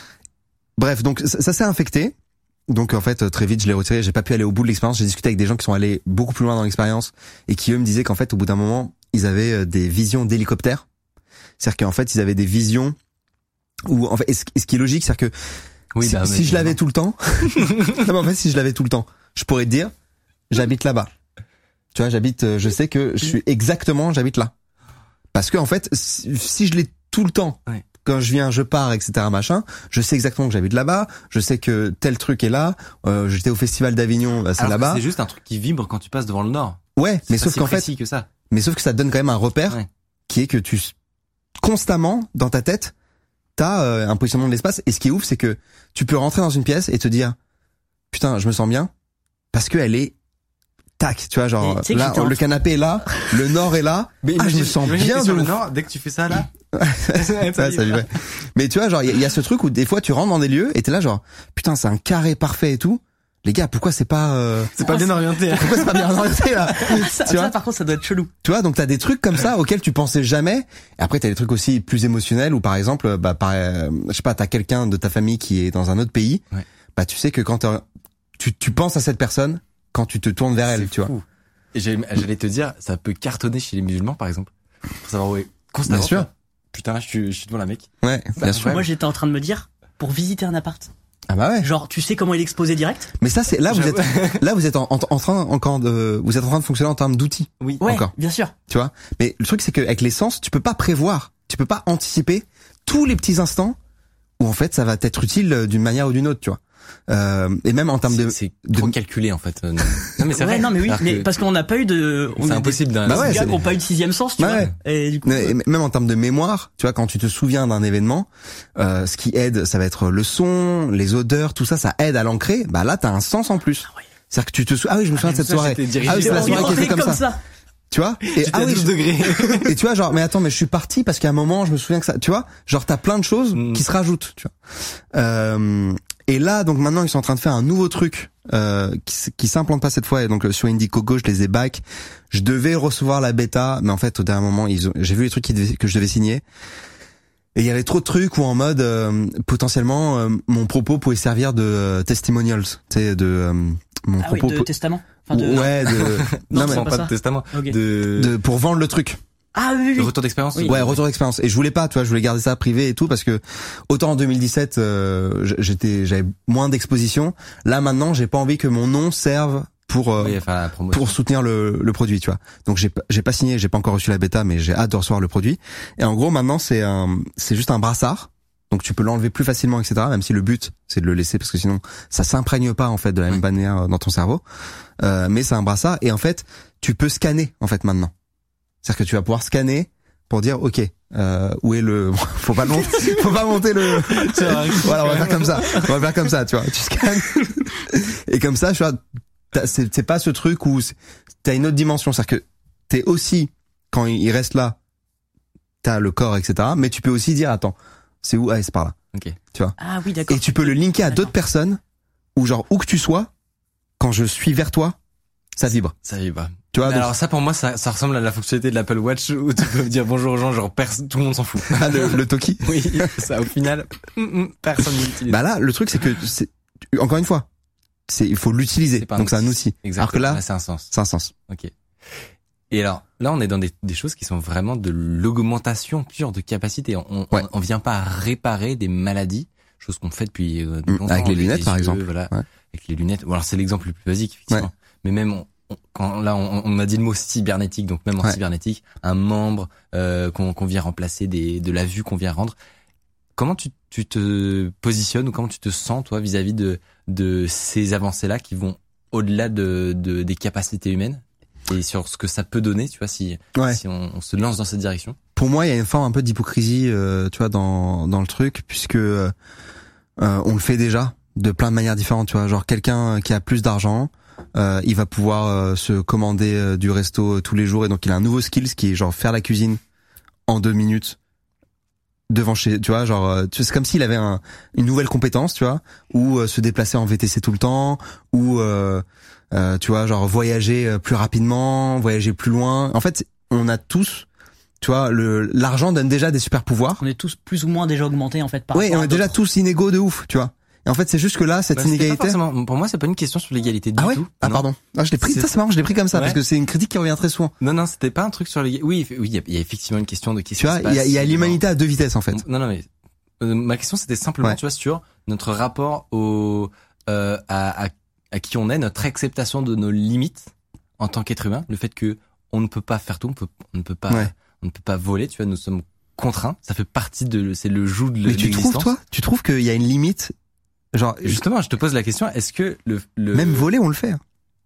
Bref, donc ça, ça s'est infecté. Donc en fait, très vite, je l'ai retiré. J'ai pas pu aller au bout de l'expérience. J'ai discuté avec des gens qui sont allés beaucoup plus loin dans l'expérience et qui eux me disaient qu'en fait, au bout d'un moment, ils avaient euh, des visions d'hélicoptère. C'est-à-dire qu'en fait, ils avaient des visions où, en fait, et ce, et ce qui est logique, c'est-à-dire que Oui, si, bah, si mais- je l'avais tout le temps, non, mais en fait, si je l'avais tout le temps, je pourrais te dire, j'habite là-bas. Tu vois, j'habite, euh, je sais que je suis exactement, j'habite là. Parce que en fait, si, si je l'ai tout le temps, Ouais. quand je viens, je pars, et cetera machin, je sais exactement que j'habite là-bas, je sais que tel truc est là, euh, j'étais au festival d'Avignon, bah, c'est Alors que là-bas. c'est juste un truc qui vibre quand tu passes devant le nord. Ouais, mais C'est sauf pas si qu'en fait, précis que ça. mais sauf que ça te donne quand même un repère Ouais. qui est que tu constamment dans ta tête, t'as euh, un positionnement de l'espace. Et ce qui est ouf, c'est que tu peux rentrer dans une pièce et te dire, putain, je me sens bien parce que elle est tac, tu vois, genre Et tu sais que là, j'étais en- le canapé est là, le nord est là. ah, je me imagine- sens imagine bien t'es de sur le ouf. nord, dès que tu fais ça là. Ouais, ça lui fait. Mais tu vois, genre il y, a- il y a ce truc où des fois tu rentres dans des lieux et t'es là genre, putain, c'est un carré parfait et tout. Les gars, pourquoi c'est pas euh, C'est pas bien orienté. pourquoi c'est pas bien orienté là? ça, tu vois ça, par contre, ça doit être chelou. Tu vois, donc t'as des trucs comme ça auxquels tu pensais jamais. Et après, t'as des trucs aussi plus émotionnels où, par exemple, bah, par, euh, je sais pas, t'as quelqu'un de ta famille qui est dans un autre pays. Ouais. Bah, tu sais que quand t'es- tu, tu penses à cette personne quand tu te tournes vers elle, C'est tu vois. fou. Et j'ai- j'allais te dire, ça peut cartonner chez les musulmans, par exemple. Pour savoir où est. Constamment. Bien sûr. tu vois. Putain, je suis, je suis devant la mec. Ouais, bien Bah, sûr. ouais. Moi, j'étais en train de me dire, pour visiter un appart, Ah bah ouais. genre, tu sais comment il est exposé direct? Mais ça, c'est là vous êtes, J'avoue. là vous êtes en, en, en train encore de, vous êtes en train de fonctionner en termes d'outils, Oui. Ouais, Encore. bien sûr. tu vois. Mais le truc, c'est qu'avec les sens, tu peux pas prévoir, tu peux pas anticiper tous les petits instants où en fait ça va t'être utile d'une manière ou d'une autre, tu vois. Euh, et même en termes c'est, de, c'est de... trop calculé en fait. Non mais c'est ouais, vrai. non mais oui, Alors mais que parce qu'on n'a pas eu de, on c'est a impossible d'un. Des, Bah ouais, des gars c'est- qui n'ont pas eu de sixième sens, tu Bah vois. ouais. Et du coup, Mais- mais même en termes de mémoire, tu vois, quand tu te souviens d'un événement, euh, ce qui aide, ça va être le son, les odeurs, tout ça, ça aide à l'ancrer. Bah là, t'as un sens en plus. Ah ouais. C'est-à-dire que tu te souviens, ah oui, je me souviens de cette ça, soirée. j'étais dirigé Ah oui, c'est la vers- soirée qui était comme, comme ça. ça. Tu vois? Et J'étais ah à oui, douze je- degrés. et tu vois, genre, mais attends, mais je suis parti parce qu'à un moment, je me souviens que ça, tu vois, genre, t'as plein de choses Mm. qui se rajoutent, tu vois. Euh, et là, donc maintenant, ils sont en train de faire un nouveau truc, euh, qui, s- qui s'implante pas cette fois. Et donc, euh, sur Indiegogo, je les ai back. Je devais recevoir la bêta, mais en fait, au dernier moment, ils ont, j'ai vu les trucs qui devaient- que je devais signer. Et il y avait trop de trucs où en mode, euh, potentiellement, euh, mon propos pouvait servir de euh, testimonials, tu sais, de, euh, mon Ah oui, propos. de po- testament. Enfin, de... Ouais, de, Non, non, mais c'est Non, pas pas ça. de testament. Ok. De, de, pour vendre le truc. Ah oui, oui, de oui. retour d'expérience. Oui. Ouais, retour d'expérience. Et je voulais pas, tu vois, je voulais garder ça privé et tout parce que autant en deux mille dix-sept, euh, j- j'étais, j'avais moins d'exposition. Là maintenant, j'ai pas envie que mon nom serve pour euh, Oui, enfin, la promotion. pour soutenir le, le produit, tu vois. Donc j'ai pas- j'ai pas signé, j'ai pas encore reçu la bêta, mais j'ai hâte de recevoir le produit. Et en gros, maintenant c'est un, c'est juste un brassard. Donc tu peux l'enlever plus facilement, et cetera. Même si le but c'est de le laisser parce que sinon ça s'imprègne pas en fait de la même manière dans ton cerveau. Euh, mais c'est un brassard et en fait tu peux scanner en fait maintenant. C'est-à-dire que tu vas pouvoir scanner pour dire ok euh, où est le faut pas le monter faut pas monter le voilà on va faire comme ça on va faire comme ça tu vois tu scannes et comme ça tu vois t'as- c'est c'est pas ce truc où c'est- t'as une autre dimension, c'est-à-dire que t'es aussi quand il reste là t'as le corps etc mais tu peux aussi dire attends c'est où ah c'est par là Ok. Ah oui, d'accord. et tu peux le linker à D'accord. d'autres personnes ou genre où que tu sois quand je suis vers toi ça vibre Ça y va. tu vois donc- Alors ça pour moi ça, ça ressemble à la fonctionnalité de l'Apple Watch où tu peux dire bonjour aux gens, genre pers- tout le monde s'en fout. ah, le, le Toki. Oui, ça au final mm, mm, personne n'utilise. Bah là, le truc c'est que c'est encore une fois, c'est il faut l'utiliser. C'est pas Donc c'est un outil. Exactement. Alors que là, là c'est un sens. c'est un sens. Ok. Et alors, là, on est dans des, des choses qui sont vraiment de l'augmentation pure de capacité. On, Ouais. on, on vient pas réparer des maladies, chose qu'on fait depuis euh, Mmh, longtemps. avec les lunettes, par exemple. Voilà, Ouais. avec les lunettes. Bon, alors c'est l'exemple le plus basique, effectivement. Ouais. Mais même on- on- quand là, on, on m'a dit le mot cybernétique, donc même en Ouais. cybernétique, un membre euh, qu'on qu'on vient remplacer, des, de la vue qu'on vient rendre. Comment tu, tu te positionnes ou comment tu te sens toi vis-à-vis de, de ces avancées-là qui vont au-delà de, de des capacités humaines et sur ce que ça peut donner, tu vois, si Ouais. si on, on se lance dans cette direction. Pour moi, il y a une forme un peu d'hypocrisie, euh, tu vois, dans dans le truc, puisque euh, euh, on le fait déjà de plein de manières différentes, tu vois. Genre quelqu'un qui a plus d'argent, euh, il va pouvoir euh, se commander euh, du resto euh, tous les jours et donc il a un nouveau skill, ce qui est genre faire la cuisine en deux minutes devant chez, tu vois, genre euh, tu- c'est comme s'il avait un, une nouvelle compétence, tu vois, ou euh, se déplacer en V T C tout le temps, ou euh, euh, tu vois, genre voyager euh, plus rapidement, voyager plus loin. En fait, on a tous, tu vois, le l'argent donne déjà des super pouvoirs. On est tous plus ou moins déjà augmentés en fait par Oui, rapport on à est déjà d'autres. tous inégaux de ouf, tu vois. Et en fait, c'est juste que là, cette Bah, c'était pas inégalité. forcément- pour moi, c'est pas une question sur l'égalité du Ah ouais. tout. Ah Non. pardon. Ah, je l'ai pris. C'est- Ça c'est marrant. Je l'ai pris comme ça Ouais. parce que c'est une critique qui revient très souvent. Non, non, c'était pas un truc sur l'égalité. Oui, oui, il y, a- il y a effectivement une question de qu'est-ce Tu qui vois, se il y a, passe il y a si- l'humanité à deux vitesses en fait. Non, non, mais euh, ma question c'était simplement, Ouais. tu vois, sur notre rapport au euh, à, à à qui on est, notre acceptation de nos limites en tant qu'être humain, le fait que on ne peut pas faire tout, on peut, on ne peut pas, Ouais. on ne peut pas voler, tu vois, nous sommes contraints. Ça fait partie de, c'est le joug de Mais tu l'existence. trouves toi, tu trouves qu'il y a une limite, genre Justement, je te pose la question, est-ce que le, le même voler on le fait. hein.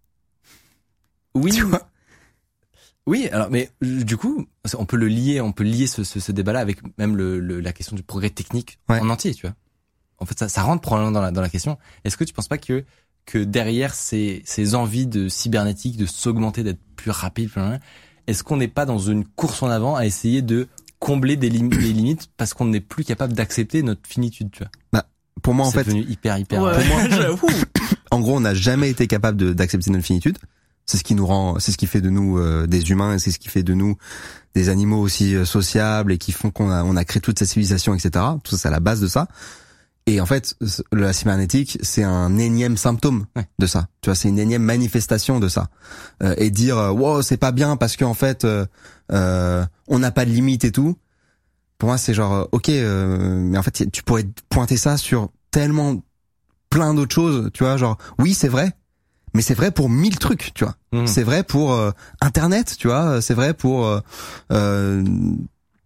oui, Tu vois. oui, alors mais euh, du coup, on peut le lier, on peut lier ce, ce, ce débat-là avec même le, le, la question du progrès technique Ouais. en entier, tu vois. En fait, ça, ça rentre probablement dans la, dans la question. Est-ce que tu penses pas que que derrière ces, ces envies de cybernétique, de s'augmenter, d'être plus rapide, plus loin, est-ce qu'on n'est pas dans une course en avant à essayer de combler des, lim- des limites parce qu'on n'est plus capable d'accepter notre finitude, tu vois? Pour moi en C'est fait, devenu hyper hyper. Ouais, Pour moi, j'avoue. en gros, on n'a jamais été capable de- d'accepter notre finitude. C'est ce qui nous rend, c'est ce qui fait de nous euh, des humains, et c'est ce qui fait de nous des animaux aussi euh, sociables et qui font qu'on a, on a créé toute cette civilisation, et cetera. Tout ça, c'est à la base de ça. Et en fait, c- la cybernétique, c'est un énième symptôme Ouais. de ça. Tu vois, c'est une énième manifestation de ça. Euh, et dire, euh, wow, c'est pas bien parce qu'en fait, euh, euh, on n'a pas de limite et tout. Pour moi, c'est genre, euh, ok, euh, mais en fait, tu pourrais pointer ça sur tellement plein d'autres choses. Tu vois, genre, oui, c'est vrai. Mais c'est vrai pour mille trucs, tu vois. Mmh. C'est vrai pour euh, Internet, tu vois. C'est vrai pour euh, euh,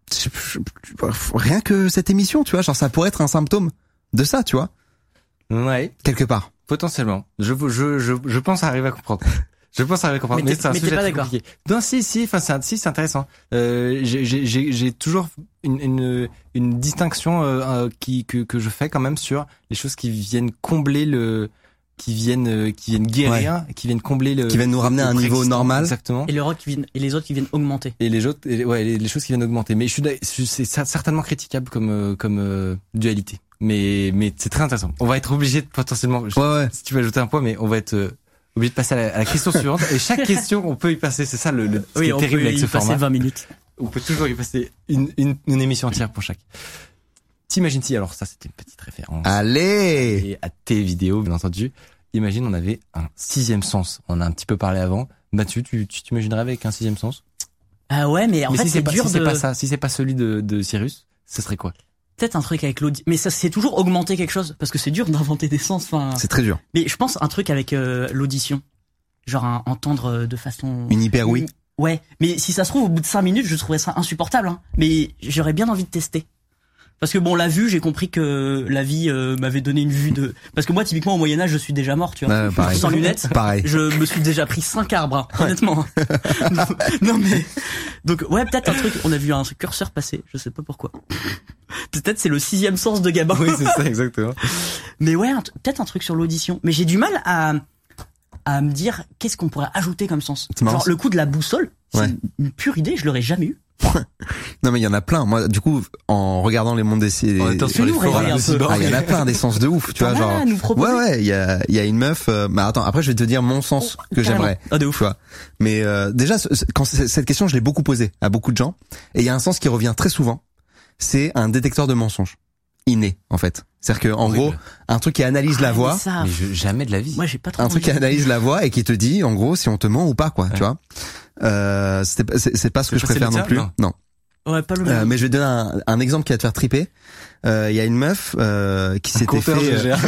je- je- je- rien que cette émission, tu vois, genre ça pourrait être un symptôme de ça, tu vois, Ouais, quelque part. potentiellement. Je, je, je, je pense arriver à comprendre. Je pense arriver à comprendre. Mais Mais, t'es- c'est un mais t'es sujet pas très d'accord. compliqué. Non, si, si, enfin, c'est, un- si, c'est intéressant. Euh, j'ai, j'ai, j'ai, j'ai toujours une, une, une distinction euh, euh, qui, que, que je fais quand même sur les choses qui viennent combler le, qui viennent, euh, qui viennent guérir, qui viennent combler le, Qui viennent nous ramener à le un niveau préexistant. normal. Exactement. Et, le rock qui viennent, et les autres qui viennent augmenter. Et les autres, et, ouais, les, les choses qui viennent augmenter. Mais je suis, d'ac- c'est certainement critiquable comme, euh, comme euh, dualité. Mais, mais c'est très intéressant. On va être obligé de potentiellement, je- Ouais, ouais. si tu veux ajouter un point, mais on va être euh, obligé de passer à la, à la question suivante. Et chaque question, on peut y passer. C'est ça le, le ce qui est on terrible peut avec y ce passer format. vingt minutes. On peut toujours y passer une, une, une émission entière pour chaque. T'imagines si, alors ça c'était une petite référence. Allez. Et à tes vidéos, bien entendu. Imagine, on avait un sixième sens. On en a un petit peu parlé avant. Mathieu, tu, tu t'imaginerais avec un sixième sens? Ah ouais, mais en Mais fait si c'est c'est pas, dur si c'est de. pas ça, si c'est pas celui de, de Cyrus, ce serait quoi? Peut-être un truc avec l'audio. Mais ça c'est toujours augmenter quelque chose parce que c'est dur d'inventer des sens. Enfin. C'est très dur. Mais je pense un truc avec euh, l'audition, genre un, entendre de façon. Une hyper oui. Ouais, mais si ça se trouve au bout de cinq minutes, je trouverais ça insupportable. Hein. Mais j'aurais bien envie de tester. Parce que bon, la vue, j'ai compris que la vie euh, m'avait donné une vue de. Parce que moi, typiquement au Moyen Âge, je suis déjà mort, tu vois. Ouais, pareil. Sans lunettes. Pareil. Je me suis déjà pris cinq arbres, hein, honnêtement. non, non, mais donc ouais, peut-être un truc. On a vu un curseur passer, je sais pas pourquoi. Peut-être c'est le sixième sens de Gabin. Oui, c'est ça, exactement. Mais ouais, un t- peut-être un truc sur l'audition. Mais j'ai du mal à à me dire qu'est-ce qu'on pourrait ajouter comme sens. C'est marrant, Genre le coup de la boussole, c'est Ouais. une, une pure idée, je l'aurais jamais eu. Non mais il y en a plein. Moi, du coup, en regardant les mondes des, En étant sur les forums de ah, cyborg. il y en a plein des sens de ouf, tu vois, T'en as genre. à nous proposer Ouais, ouais, il y a, il y a une meuf. Euh, bah attends, après je vais te dire mon sens que Carrément. j'aimerais. Ah de ouf. Tu vois. Mais euh, déjà, ce- ce- quand c'est- cette question, je l'ai beaucoup posée à beaucoup de gens, et il y a un sens qui revient très souvent. C'est un détecteur de mensonges inné, en fait. C'est-à-dire que en Horrible. gros, un truc qui analyse la Ah, voix. mais ça, Mais je, jamais de la vie. moi j'ai pas trop Un truc qui envie. analyse la voix et qui te dit en gros si on te ment ou pas, quoi, Ouais. tu vois. Euh, c'est pas- c'est c'est pas ce que C'est je pas préfère celui non plus. tien Non. Ouais, pas le Euh, même. mais je vais te donner un, un exemple qui va te faire triper. Euh, Il y a une meuf euh, qui s'était fait. Compteur G G R.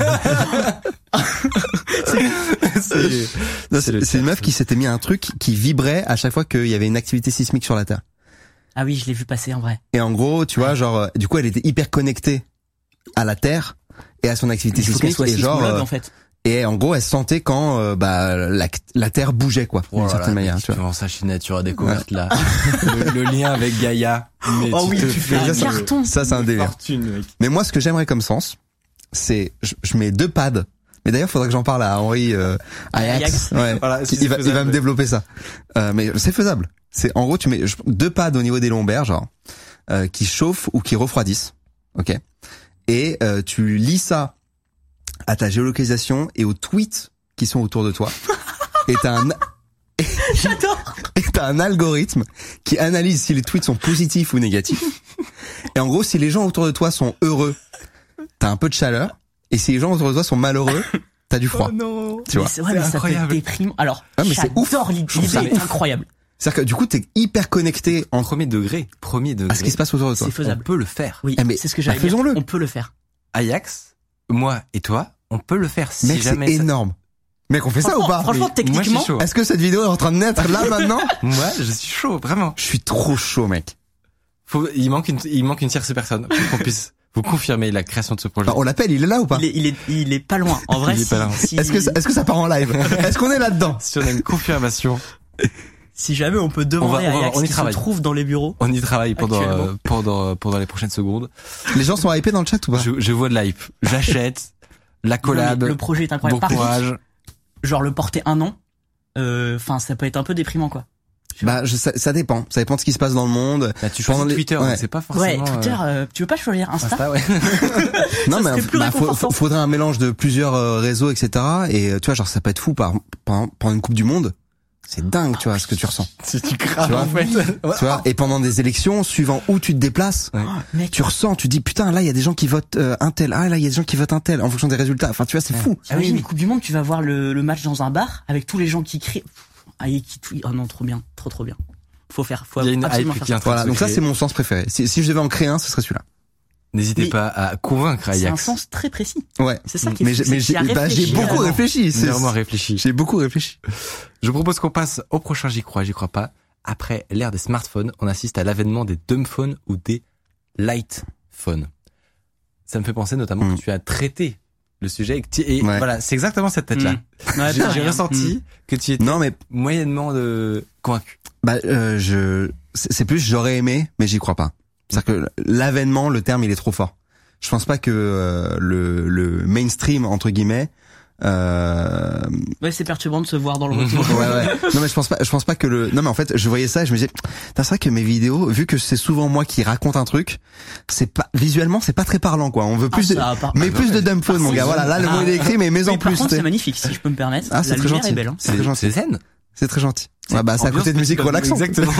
C'est non, c'est- c'est une meuf qui s'était mis un truc qui vibrait à chaque fois qu'il y avait une activité sismique sur la Terre. Ah oui, je l'ai vu passer en vrai. Et en gros, tu vois, genre, euh, du coup, elle était hyper connectée à la Terre et à son activité Il faut qu'elle sismique. soit Et genre, sismologue euh, en fait. et en gros, elle sentait quand euh, bah la, la Terre bougeait, quoi, d'une Oh là certaine là, manière. mais Tu tu vois. vends ça chez Nature à découverte là. le, le lien avec Gaïa. Mais Oh oui, te tu fais un une carton. Ça, c'est un délire. fortune, mec. Mais moi, ce que j'aimerais comme sens, c'est je, je mets deux pads. Mais d'ailleurs, faudrait que j'en parle à Henri euh, Ajax. Ajax. Ouais. Voilà, si il c'est va, il faisable. va me développer ça. Euh, mais c'est faisable. C'est en gros, tu mets je- deux pads au niveau des lombaires, genre euh, qui chauffent ou qui refroidissent. Ok. Et euh, tu lis ça à ta géolocalisation et aux tweets qui sont autour de toi. Et t'as un J'adore. et t'as un algorithme qui analyse si les tweets sont positifs ou négatifs. Et en gros, si les gens autour de toi sont heureux, t'as un peu de chaleur. Et si les gens autour de toi sont malheureux, t'as du froid. Oh non. Tu vois. Mais c'est vrai, C'est mais ça peut être incroyable. déprimant. Alors, Ah, mais c'est ouf. j'adore l'idée, Je trouve ça c'est incroyable. C'est-à-dire que du coup, t'es hyper connecté en Premier degré. Premier degré. à ce qui se passe autour de toi. C'est On faisable. peut le faire. Oui, Eh, mais c'est ce que bah, j'allais dire. faisons-le. On peut le faire. Ajax, moi et toi, on peut le faire si Mec, c'est jamais. ça- énorme. Mec, on fait ça ou Franchement, pas franchement, Mais moi, je techniquement, suis chaud. Est-ce que cette vidéo est en train de naître là maintenant? Moi, je suis chaud, vraiment. Je suis trop chaud, mec. Faut, il manque une, il manque une tierce personne pour qu'on puisse vous confirmer la création de ce projet. Enfin, on l'appelle, il est là ou pas? il est, il est, il est pas loin. En vrai, Il est si, pas loin. si, Est-ce que, ça- est-ce que ça part en live? Est-ce qu'on est là-dedans? Si on a une confirmation, si jamais on peut demander On va- on à va- Ajax on y qui se travaille. trouve dans les bureaux. on y travaille pendant, Actuellement. euh, pendant, pendant les prochaines secondes. Les gens sont hypés dans le chat ou pas? Je, je vois de l'hype. J'achète. La collab. Non, mais le projet est Bon incroyable. Par contre, courage. genre le porter un an, euh, enfin, ça peut être un peu déprimant, quoi. Bah, je, ça, ça dépend. Ça dépend de ce qui se passe dans le monde. Là, tu Pendant choisis les- Twitter, ouais. donc c'est pas Ouais, forcément. Twitter, euh, euh, tu veux pas choisir Insta? Insta, ouais. Non, Ça mais serait plus bah, faut, réconfortant. faut- faudrait un mélange de plusieurs euh, réseaux, et cetera. Et euh, tu vois, genre, ça peut être fou par, pendant, pendant une Coupe du Monde. C'est dingue, tu vois, ce que tu ressens. Si tu crames, Tu vois en fait. Tu vois, et pendant des élections, suivant où tu te déplaces, Ouais. Mec, tu ressens, tu dis putain, là il y a des gens qui votent euh, un tel, ah là il y a des gens qui votent un tel en fonction des résultats. Enfin, tu vois, c'est fou. ah oui, une Coupe du Monde, tu vas voir le, le match dans un bar avec tous les gens qui crient. Ah, et qui tweetent. Oh non, trop bien, trop trop bien. Faut faire, faut Il y a une absolument hype faire qui est ça. en train Voilà, de se donc ça créer. c'est mon sens préféré. Si, si je devais en créer un, ce serait celui-là. N'hésitez Mais- pas à convaincre C'est un Ajax. sens très précis. Ouais. C'est ça qui est Mais fou, j'ai, c'est mais que j'ai, tu as bah, j'ai réfléchi beaucoup avant. réfléchi. C'est, Vraiment réfléchi. j'ai beaucoup réfléchi. Je propose qu'on passe au prochain J'y crois, j'y crois pas, après l'ère des smartphones, on assiste à l'avènement des dumbphones ou des lightphones. Ça me fait penser notamment mmh. que tu as traité le sujet et, que tu, et ouais. voilà, c'est exactement cette tête-là. Mmh. Ouais, j'ai, pareil, j'ai hein. ressenti mmh. que tu étais non, mais... moyennement de... convaincu. Bah, euh, je, c'est, c'est plus j'aurais aimé, mais j'y crois pas. C'est-à-dire que l'avènement, le terme, il est trop fort. Je pense pas que euh, le, le mainstream entre guillemets. Euh... Ouais, c'est perturbant de se voir dans le retour. ouais, ouais. Non mais je pense pas, je pense pas que le. Non mais en fait, je voyais ça et je me disais, c'est vrai que mes vidéos, vu que c'est souvent moi qui raconte un truc, c'est pas visuellement, c'est pas très parlant quoi. On veut plus ah, de, par... mais plus de dumbphone mon gars. Voilà, là le ah, mot il est écrit, mais mais en par plus. Contre, c'est magnifique, si je peux me permettre. Ah, c'est La très lumière gentil. est belle. Hein. C'est très gentil. C'est zen. C'est très gentil. C'est ouais, bah c'est à côté de musique relaxante. Exactement.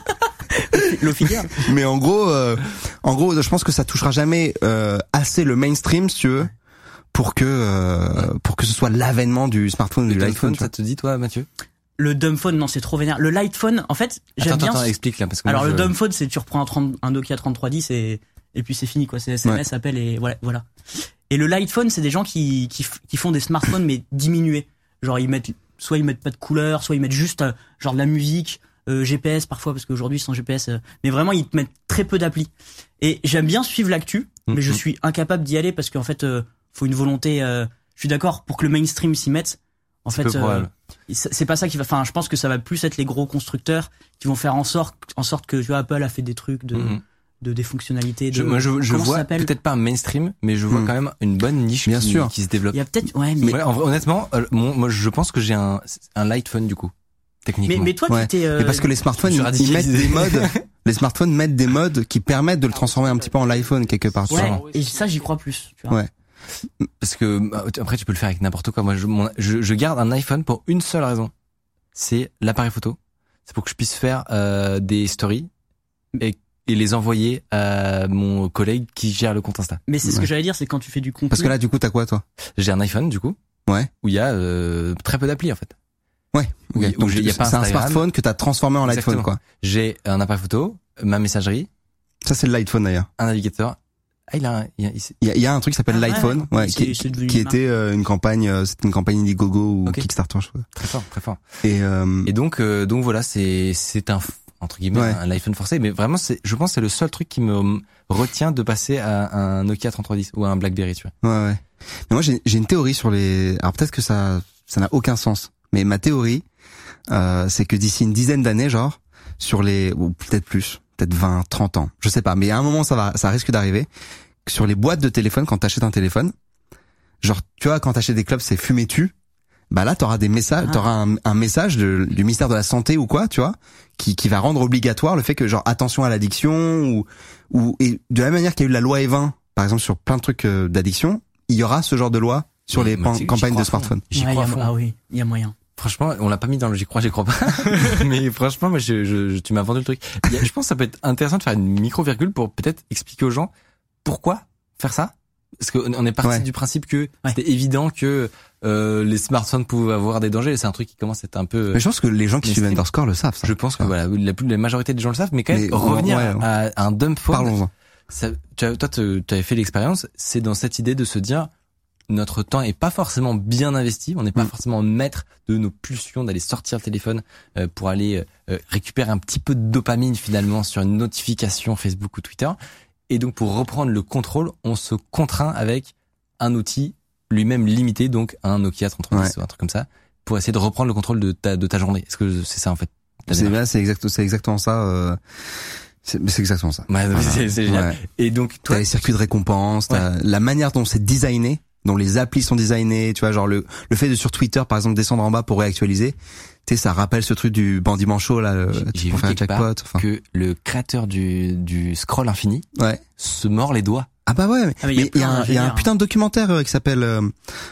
L'officiel. Mais en gros, euh, en gros, je pense que ça touchera jamais euh, assez le mainstream, si tu veux, pour que euh, pour que ce soit l'avènement du smartphone ou du de l'iPhone. Ça te dit toi, Mathieu? Le dumbphone, non, c'est trop vénère. Le lightphone, en fait, j'aime attends, bien. Attends, explique là parce que alors moi, le je... dumbphone, c'est tu reprends un, trente, un Nokia trente-trois dix et et puis c'est fini quoi. C'est S M S, ouais. Appel et voilà, voilà. Et le lightphone, c'est des gens qui qui qui font des smartphones mais diminués. Genre ils mettent soit ils mettent pas de couleur, soit ils mettent juste euh, genre de la musique. Euh, G P S parfois parce qu'aujourd'hui sans G P S euh, mais vraiment ils te mettent très peu d'applis et j'aime bien suivre l'actu mmh, mais je suis incapable d'y aller parce qu'en fait euh, faut une volonté euh, je suis d'accord pour que le mainstream s'y mette en c'est fait euh, c'est pas ça qui va enfin je pense que ça va plus être les gros constructeurs qui vont faire en sorte en sorte que tu vois Apple a fait des trucs de mmh. de des fonctionnalités de je, moi je, je vois peut-être pas un mainstream mais je vois mmh. quand même une bonne niche bien qui, sûr qui se développe. Il y a peut-être ouais mais ouais, en, honnêtement euh, mon, moi je pense que j'ai un un lightphone du coup. Techniquement. Mais, mais toi, ouais. tu étais. Euh... Mais parce que les smartphones, ils, ils mettent des modes. Les smartphones mettent des modes qui permettent de le transformer un petit peu en l'iPhone quelque part. Ouais. Et ça, j'y crois plus. Tu vois. Ouais. Parce que après, tu peux le faire avec n'importe quoi. Moi, je, mon, je, je garde un iPhone pour une seule raison. C'est l'appareil photo. C'est pour que je puisse faire euh, des stories et, et les envoyer à mon collègue qui gère le compte Insta. Mais c'est ce ouais. que j'allais dire, c'est quand tu fais du contenu. Parce que là, du coup, t'as quoi, toi? J'ai un iPhone, du coup. Ouais. Où il y a euh, très peu d'applis en fait. Ouais, okay. Donc il y a pas c'est Instagram. Un smartphone que t'as transformé en Exactement. l'iPhone, quoi. J'ai un appareil photo, ma messagerie. Ça c'est le l'iPhone d'ailleurs. Un navigateur. Ah il a, il y a, il y a, il y a un truc qui s'appelle ah, l'iPhone, ouais, ouais qui, qui était euh, une campagne, euh, c'était une campagne Indiegogo ou okay. Kickstarter, je crois. Très fort, très fort. Et euh, et donc euh, donc voilà, c'est c'est un entre guillemets ouais. un iPhone forcé, mais vraiment c'est, je pense que c'est le seul truc qui me retient de passer à un Nokia trente-trois dix ou à un BlackBerry, tu vois. Ouais ouais. Mais moi j'ai j'ai une théorie sur les, alors peut-être que ça ça n'a aucun sens, mais ma théorie euh, c'est que d'ici une dizaine d'années, genre sur les, ou peut-être plus, peut-être vingt, trente ans, je sais pas, mais à un moment ça va, ça risque d'arriver. Sur les boîtes de téléphone, quand t'achètes un téléphone, genre tu vois quand t'achètes des clubs c'est fumez-tu, bah là t'auras des messages, ah. t'auras un, un message de, du ministère de la santé ou quoi, tu vois, qui qui va rendre obligatoire le fait que genre attention à l'addiction ou ou et de la même manière qu'il y a eu la loi E vingt par exemple sur plein de trucs euh, d'addiction, il y aura ce genre de loi sur mais, les pan- campagnes de smartphones. J'y ouais, crois a, ah oui, il y a moyen. Franchement, on l'a pas mis dans le j'y crois, j'y crois pas. Mais franchement, moi, je, je, je, tu m'as vendu le truc. Il y a, je pense que ça peut être intéressant de faire une micro-virgule pour peut-être expliquer aux gens pourquoi faire ça. Parce qu'on est parti ouais. du principe que ouais. c'était évident que euh, les smartphones pouvaient avoir des dangers. C'est un truc qui commence à être un peu... Mais je pense que les gens qui suivent Underscore le savent, ça. Je pense que voilà, la, la majorité des gens le savent, mais quand même, mais revenir ouais, ouais. À, à un dumb phone... Parlons-en. Ça, tu as, toi, tu avais fait l'expérience, c'est dans cette idée de se dire... Notre temps est pas forcément bien investi, on n'est pas mmh. forcément maître de nos pulsions d'aller sortir le téléphone euh, pour aller euh, récupérer un petit peu de dopamine finalement sur une notification Facebook ou Twitter. Et donc pour reprendre le contrôle, on se contraint avec un outil lui-même limité, donc un Nokia trente-trois dix ouais. ou un truc comme ça, pour essayer de reprendre le contrôle de ta de ta journée. Est-ce que c'est ça en fait? C'est là, c'est exact, c'est exactement ça. Euh... C'est, c'est exactement ça. Ouais, ah, c'est, c'est génial. Ouais. Et donc toi, t'as les circuits de récompense, t'as ouais. la manière dont c'est designé. Dont les applis sont designées, tu vois, genre le le fait de sur Twitter par exemple descendre en bas pour réactualiser, tu sais, ça rappelle ce truc du bandit manchot là, le, j'ai vu quelque part enfin. que le créateur du du scroll infini ouais. se mord les doigts. Ah bah ouais, mais il ah y, y a un il y a un putain de documentaire euh, qui s'appelle euh,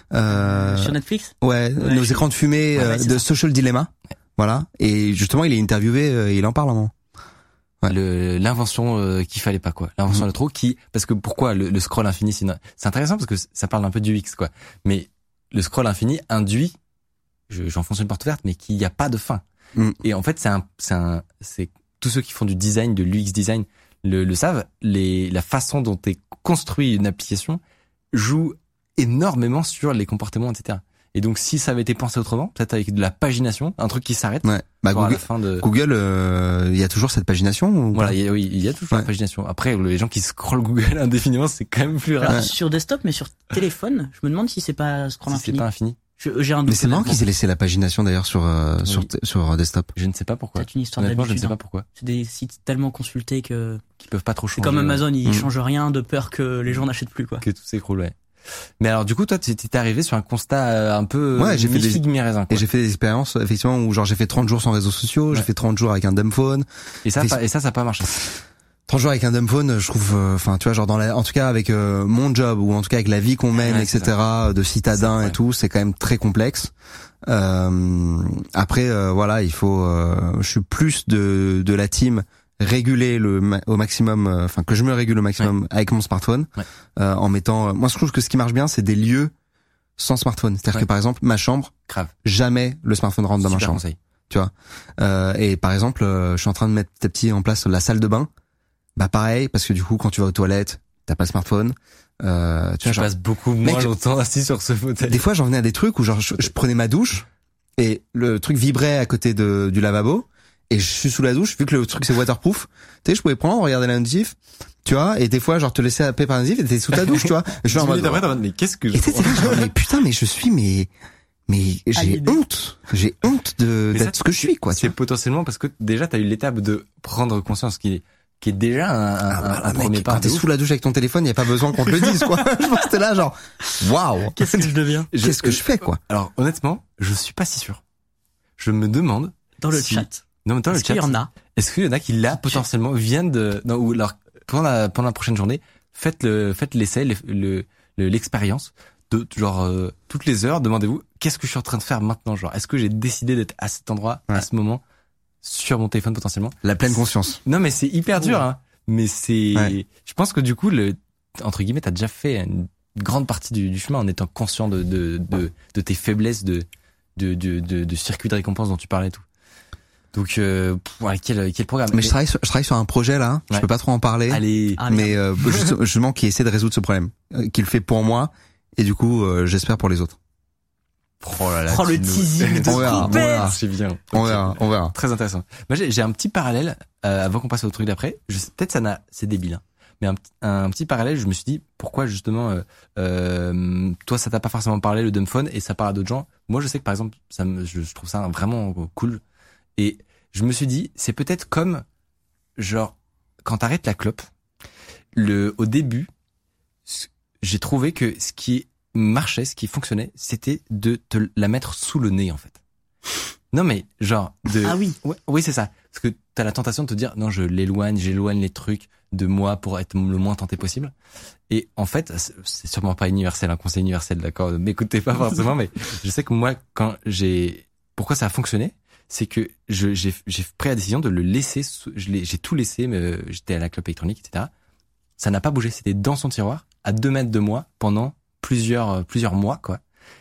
euh, sur Netflix. Ouais, ouais nos je... écrans de fumée ouais, ouais, euh, de ça. Social Dilemma. Ouais. Voilà, et justement, il est interviewé, euh, il en parle un moment. Ouais. Le, l'invention euh, qu'il fallait pas quoi, l'invention mmh. de trop qui parce que pourquoi le, le scroll infini c'est, une, c'est intéressant parce que ça parle un peu du U X quoi, mais le scroll infini induit, je, j'enfonce une porte ouverte, mais qu'il n'y a pas de fin. Mmh. Et en fait c'est un c'est un c'est tous ceux qui font du design, de l'U X design le, le savent, les la façon dont est construit une application joue énormément sur les comportements et cetera. Et donc si ça avait été pensé autrement, peut-être avec de la pagination, un truc qui s'arrête. Ouais. Bah, genre à Google, la fin de... Google, euh, il y a toujours cette pagination ou Voilà, pas il y a, oui, il y a toujours Ouais. la pagination. Après, les gens qui scrollent Google indéfiniment, c'est quand même plus rare. Alors, sur desktop, mais sur téléphone, je me demande si c'est pas scroll Si c'est infini. pas infini. Je- J'ai un doute. Mais c'est marrant honnêtement. qu'ils aient laissé la pagination d'ailleurs sur euh, sur Oui. t- sur euh, desktop. Je ne sais pas pourquoi. C'est une histoire Honnêtement, je ne d'habitude. sais pas hein. pourquoi. C'est des sites tellement consultés que Qui peuvent pas trop changer. c'est comme Amazon, ils Mm. changent rien de peur que les gens n'achètent plus quoi. Que tout s'écroule, ouais. Mais alors, du coup, toi, tu t'es arrivé sur un constat euh, un peu Ouais, j'ai fait des- mi-figue, mi-raisin, quoi. Et j'ai fait des expériences effectivement où genre j'ai fait trente jours sans réseaux sociaux, j'ai Ouais. fait trente jours avec un dumb phone. Et ça, Des- pas- et ça, ça n'a pas marché. trente jours avec un dumb phone, je trouve, enfin, tu vois, genre dans la, en tout cas avec euh, mon job ou en tout cas avec la vie qu'on mène, Ouais, c'est et cetera, de C'est citadin vrai. et tout, c'est quand même très complexe. Euh, après, euh, voilà, il faut, euh, je suis plus de de la team réguler le ma- au maximum, euh, enfin que je me régule au maximum avec mon smartphone, Ouais. euh, en mettant. Moi, je trouve que ce qui marche bien, c'est des lieux sans smartphone. C'est-à-dire Ouais. que par exemple, ma chambre, Grave. jamais le smartphone rentre dans ma Super chambre. conseil. Tu vois. Euh, et par exemple, euh, je suis en train de mettre petit à petit en place la salle de bain. Bah pareil, parce que du coup, quand tu vas aux toilettes, t'as pas le smartphone. Euh, tu Tu vois, genre, passes beaucoup moins Mec, longtemps assis sur ce fauteuil. des fois, j'en venais à des trucs où genre je, je prenais ma douche et le truc vibrait à côté de du lavabo et je suis sous la douche vu que le truc c'est waterproof. Tu sais, je pouvais prendre, regarder la notif, tu vois, et des fois genre te laisser happer par la notif et t'es sous ta douche, tu vois. Et je suis en dix mode, minutes après, t'es en mode, mais qu'est-ce que je et tu sais, t'es là, genre, mais putain, mais je suis mais mais j'ai Aliéné. honte, j'ai honte de Mais ça, d'être ce que je suis quoi. tu C'est vois. potentiellement parce que déjà, t'as eu l'étape de prendre conscience qui est, qui est déjà un, un, Ah, un- voilà, un mec, premier pas. quand t'es de ouf. sous la douche avec ton téléphone, y a pas besoin qu'on te le dise, quoi. Je pense que t'es là, genre, waouh. Qu'est-ce que je deviens Je- Qu'est-ce que je fais, quoi? Alors, honnêtement, je suis pas si sûr. Je me demande. dans le si- chat? Non, mais dans le Est-ce qu'il chat. y en a? Est-ce qu'il y en a qui là, potentiellement, viennent de, non, ou alors, pendant la, pendant la prochaine journée, faites le, faites l'essai, le, le- le- l'expérience de, genre, euh, toutes les heures, demandez-vous, qu'est-ce que je suis en train de faire maintenant? Genre, est-ce que j'ai décidé d'être à cet endroit, à Ouais. ce moment, sur mon téléphone potentiellement? La pleine conscience. Non, mais c'est hyper dur, hein. Mais c'est, Ouais. je pense que du coup, le, entre guillemets, t'as déjà fait une grande partie du, du chemin en étant conscient de, de, de, de tes faiblesses, de, de, de, de, de circuit de récompense dont tu parlais et tout. Donc, euh, pff, ouais, quel, quel programme. Mais je travaille sur, je travaille sur un projet, là. Je Ouais. peux pas trop en parler. Allez. Ah, merde. mais, euh, juste- justement, qui essaie de résoudre ce problème. Euh, Qu'il fait pour moi. Et du coup, euh, j'espère pour les autres. Oh là là. Oh, le tu nous- teasing de On verra, on compète. verra. C'est bien. On Ok. verra, on verra. Très intéressant. Moi, j'ai, j'ai un petit parallèle, euh, avant qu'on passe au truc d'après. Je sais, peut-être ça n'a, c'est débile, hein. Mais un, petit- un petit parallèle, je me suis dit, pourquoi justement, euh, euh, toi, ça t'a pas forcément parlé, le dumbphone, et ça parle à d'autres gens. Moi, je sais que par exemple, ça me, je, je trouve ça vraiment cool. Et je me suis dit, c'est peut-être comme, genre, quand t'arrêtes la clope, le, au début, c- j'ai trouvé que ce qui marchait, ce qui fonctionnait, c'était de te la mettre sous le nez, en fait. Non, mais, genre, de, Ah oui. Ouais, oui, c'est ça. Parce que t'as la tentation de te dire, non, je l'éloigne, j'éloigne les trucs de moi pour être le moins tenté possible. Et en fait, c'est- c'est sûrement pas universel, un conseil universel, d'accord, ne m'écoutez pas forcément, mais je sais que moi, quand j'ai, pourquoi ça a fonctionné, c'est que je, j'ai, j'ai pris la décision de le laisser, sous- je l'ai, j'ai tout laissé, mais euh, j'étais à la clope électronique, et cetera. Ça n'a pas bougé, c'était dans son tiroir, à deux mètres de moi, pendant plusieurs, euh, plusieurs mois, quoi.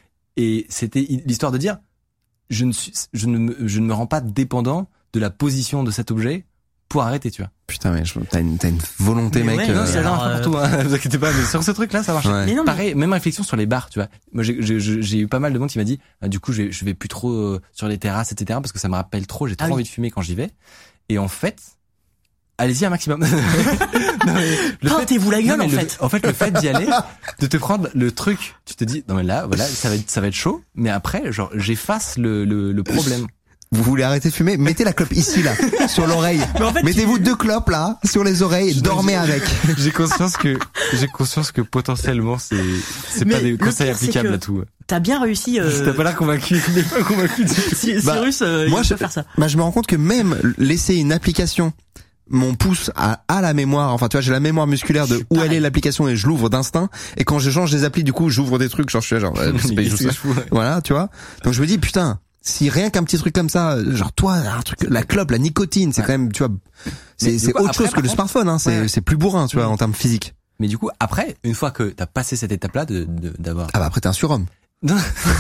Et c'était l'histoire de dire, je ne suis, je ne me, je ne me rends pas dépendant de la position de cet objet pour arrêter, tu vois. Putain, mais je- t'as une, t'as une volonté, Mais mec. ouais, euh, non, c'est ça alors, marche pas euh, pour tout, hein. Ne vous inquiétez pas, mais sur ce truc-là, ça marche. ouais. Mais non, mais Pareil, même réflexion sur les bars, tu vois. Moi, j'ai, j'ai, j'ai eu pas mal de monde qui m'a dit, ah, du coup, je vais, je vais plus trop euh, sur les terrasses, et cetera, parce que ça me rappelle trop, j'ai trop Ah oui. envie de fumer quand j'y vais. Et en fait, allez-y un maximum. Non, mais le fait- Pentez-vous la non, gueule mais en le- fait. En fait, le fait d'y aller, de te prendre le truc, tu te dis, non mais là, voilà, ça va être, ça va être chaud. Mais après, genre, j'efface le, le, le problème. Vous voulez arrêter de fumer? Mettez la clope ici, là, sur l'oreille. Mais en fait, Mettez-vous deux clopes, là, sur les oreilles, Je- dormez je- avec. J'ai conscience que, j'ai conscience que potentiellement, c'est, c'est Mais pas des le conseils pire, c'est applicables que- à tout. T'as bien réussi. Euh... T'as pas l'air convaincu, il est pas convaincu du tout. Cy- Bah, Cyrus, euh, moi, il je- peut faire ça. Bah, je me rends compte que même laisser une application, mon pouce à, à la mémoire, enfin, tu vois, j'ai la mémoire musculaire Je de suis où pareil. elle est l'application et je l'ouvre d'instinct. Et quand je change des applis, du coup, j'ouvre des trucs, genre, je suis là, genre, euh, c'est pas Il juste est ça. fou, ouais. Voilà, tu vois. Donc, je me dis, putain, si rien qu'un petit truc comme ça, genre, toi, un truc, la clope, la nicotine, c'est Ouais. quand même, tu vois, Mais c'est, du c'est coup, autre après, chose que par le contre- smartphone, hein. C'est, Ouais, ouais. c'est plus bourrin, tu vois, Mm. en termes physiques. Mais du coup, après, une fois que t'as passé cette étape-là de, de- d'avoir, Ah bah, après, t'es un surhomme. non.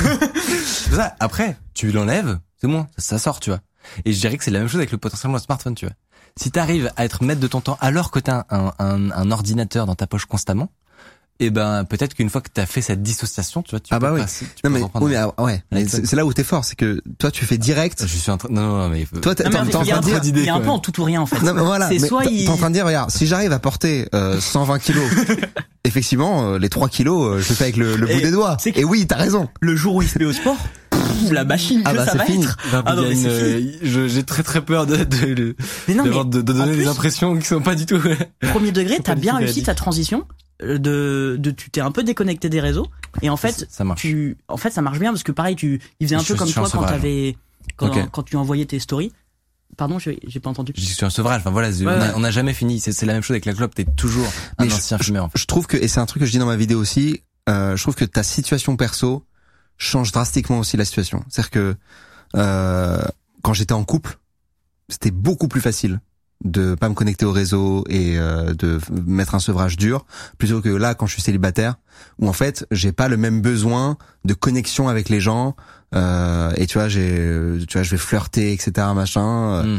C'est ça. Après, tu l'enlèves, c'est bon, ça, ça sort, tu vois. Et je dirais que c'est la même chose avec le potentiellement le smartphone, tu vois. Si t'arrives à être maître de ton temps alors que t'as un, un, un ordinateur dans ta poche constamment, et ben peut-être qu'une fois que t'as fait cette dissociation, tu vois, tu ah bah peux oui. passer, tu non peux mais reprendre. oui, mais ah, ouais, mais c'est, c'est là où t'es fort, c'est que toi tu fais direct. Je suis en train, non, non, non mais Toi t'es, Non, mais t'es en il y a train un de peu- dire. il y a un peu en tout ou rien en fait. Non, mais voilà, C'est mais soit t'es il- t'es en train de dire, regarde, si j'arrive à porter euh, cent vingt kilos, effectivement, euh, les trois kilos, euh, je le fais avec le, le bout Et des doigts. c'est que- Et oui, t'as raison. Le jour où il se met au sport, pff, la machine Ah que bah, ça c'est va fini. être. Non, Ah non, il y a mais une, c'est fini. euh, je- j'ai très très peur de, de, de, Mais non, d'avoir- mais de, de en donner des plus- impressions qui sont pas du tout. Premier degré, Faut t'as pas bien du tout réussi réagir. ta transition euh, de, de tu t'es un peu déconnecté des réseaux et en fait Ça- ça marche. tu en fait ça marche bien parce que pareil tu il faisait un Je peu suis comme sur un toi quand sevrage. t'avais quand, Ok. quand tu envoyais tes stories. Pardon, j'ai j'ai pas entendu. Je suis un sevrage. Enfin voilà, on, a, ouais. on a jamais fini. C'est, c'est la même chose avec la clope. T'es toujours un Mais je- ancien fumeur. En fait. Je trouve que, et c'est un truc que je dis dans ma vidéo aussi, euh, je trouve que ta situation perso change drastiquement aussi la situation. C'est-à-dire que euh, quand j'étais en couple, c'était beaucoup plus facile de pas me connecter au réseau et euh, de mettre un sevrage dur, plutôt que là quand je suis célibataire, où en fait j'ai pas le même besoin de connexion avec les gens. Euh, et tu vois, j'ai, tu vois, je vais flirter, et cetera, machin. euh, Mm.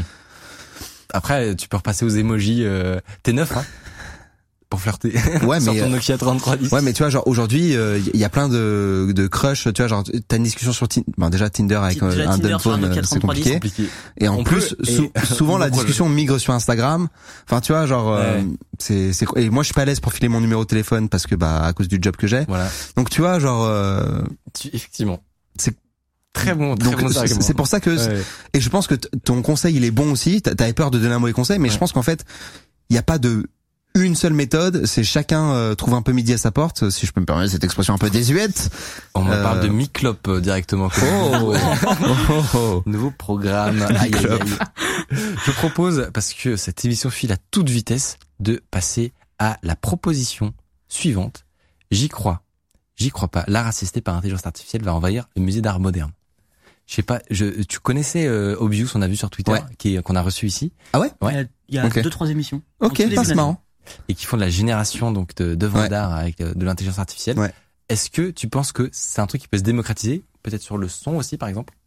Après, tu peux repasser aux emojis. Euh, t'es neuf, hein, pour flirter. Ouais, Sur mais ton euh, Nokia trente-trois dix. Ouais, mais tu vois, genre aujourd'hui, il euh, y a plein de de crush. Tu vois, genre t'as une discussion sur Tinder. Bon, déjà Tinder avec euh, Déjà un Tinder dumb sur un phone, Nokia euh, c'est trente-trois dix. compliqué. Compliqué. Et en On plus, peut, sou- et- souvent la Nouveau discussion migre sur Instagram. Enfin, tu vois, genre euh, Ouais. c'est c'est et moi je suis pas à l'aise pour filer mon numéro de téléphone parce que bah à cause du job que j'ai. Voilà. Donc tu vois, genre euh, Tu, effectivement. C'est- très bon. Très donc bon c'est argument. c'est pour ça que Ouais. et je pense que t- ton conseil il est bon aussi. T'a- T'avais peur de donner un mauvais conseil, mais Ouais. je pense qu'en fait il y a pas de une seule méthode. C'est chacun euh, trouve un peu midi à sa porte, si je peux me permettre cette expression un peu désuète. On me Euh, parle de mi-clope euh, directement. Oh. Oh, oh. Nouveau programme. Aïe, aïe, aïe. Je propose, parce que cette émission file à toute vitesse, de passer à la proposition suivante. J'y crois. J'y crois pas. L'art assisté par intelligence artificielle va envahir le musée d'art moderne. Je sais pas, je, tu connaissais euh, Obvious, on a vu sur Twitter, Ouais. qui est- qu'on a reçu ici, Ah ouais? Il y a, il y a Ok. deux trois émissions. En Ok, tout début bah, c'est d'année. marrant. et qui font de la génération donc de d'œuvres Ouais. d'art avec euh, de l'intelligence artificielle. Ouais. Est-ce que tu penses que c'est un truc qui peut se démocratiser, peut-être sur le son aussi, par exemple?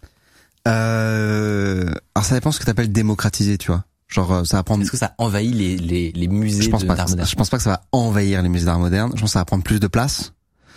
Euh, alors ça dépend ce que t'appelles démocratiser, tu vois. Genre euh, ça va prendre. Est-ce que ça envahit les les, les musées Je pense de- pas. d'art moderne? Je pense pas que ça va envahir les musées d'art moderne. Je pense que ça va prendre plus de place.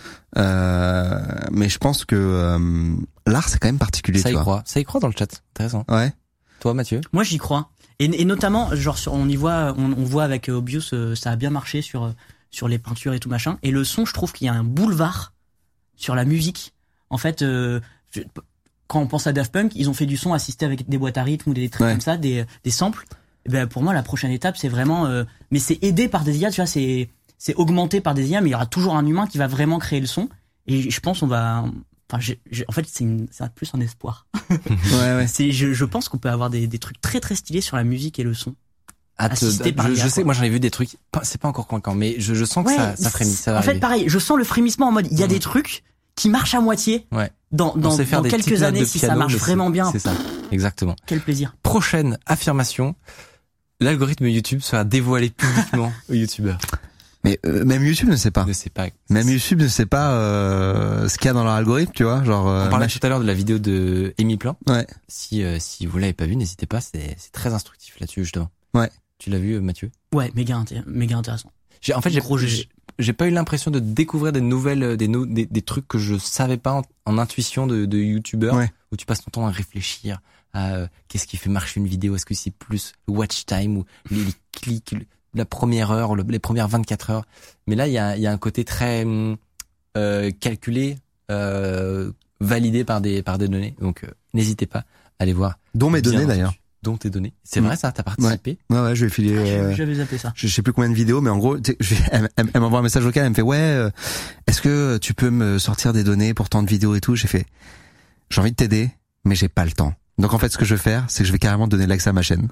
Euh, mais je pense que euh, l'art c'est quand même particulier, Ça tu y vois. croit. Ça y croit dans le chat. Intéressant. Ouais. Toi, Mathieu? Moi, j'y crois. Et, et notamment, genre, sur, on y voit, on, on voit avec euh, Obvious, euh, ça a bien marché sur euh, sur les peintures et tout machin. Et le son, je trouve qu'il y a un boulevard sur la musique. En fait, euh, je- quand on pense à Daft Punk, ils ont fait du son assisté avec des boîtes à rythme ou des trucs Ouais. comme ça, des des samples. Et ben pour moi, la prochaine étape, c'est vraiment, euh, mais c'est aidé par des I A, tu vois, c'est c'est augmenté par des I A, mais il y aura toujours un humain qui va vraiment créer le son. Et je pense on va, enfin, j'ai- j'ai- en fait, c'est une- c'est plus un espoir. Ouais, ouais. C'est, je, je pense qu'on peut avoir des, des trucs très très stylés sur la musique et le son. Ah, te- Assisté par je, l'I A, je sais, quoi. moi j'en ai vu des trucs, pas- c'est pas encore convaincant, mais je, je sens que Ouais, ça, ça frémit, ça va en fait, arriver. pareil, je sens le frémissement en mode, il y a Mhm. des trucs qui marchent à moitié. Ouais. Dans, On dans, sait faire dans des petites quelques notes années, de si piano, ça marche mais c'est- vraiment bien, C'est ça, exactement. quel plaisir. Prochaine affirmation, l'algorithme YouTube sera dévoilé publiquement aux youtubeurs. Mais euh, même YouTube ne sait pas. Ne sait pas. Même YouTube ne sait pas euh, ce qu'il y a dans leur algorithme, tu vois. Genre. euh, On parlait mach- tout à l'heure de la vidéo de Amy Plan. Ouais. Si euh, si vous l'avez pas vu, n'hésitez pas, c'est c'est très instructif là-dessus justement. Ouais. Tu l'as vu, euh, Mathieu? Ouais, méga, inté- méga intéressant. J'ai en fait j'ai Gros G G. j'ai- j'ai pas eu l'impression de découvrir des nouvelles euh, des no- des, des trucs que je savais pas en, en intuition de de youtubeurs, Ouais. où tu passes ton temps à réfléchir à euh, qu'est-ce qui fait marcher une vidéo, est-ce que c'est plus le watch time ou les, les clics, le- la première heure, le- les premières vingt-quatre heures. Mais là il y a il y a un côté très hum, euh, calculé, euh, validé par des par des données. Donc euh, n'hésitez pas à aller voir. Dont mes Bien données entendu. d'ailleurs. Dont tes données. C'est Mm. vrai ça, t'as participé? Ouais, ouais, je vais filer. euh, Ah, J'avais zappé ça. je je sais plus combien de vidéos, mais en gros, tu sais, je- elle, elle- elle m'envoie un message vocal, elle me fait ouais, euh, est-ce que tu peux me sortir des données pour tant de vidéos et tout. J'ai fait, j'ai envie de t'aider, mais j'ai pas le temps. Donc en fait, ce que je vais faire, c'est que je vais carrément donner l'accès à ma chaîne.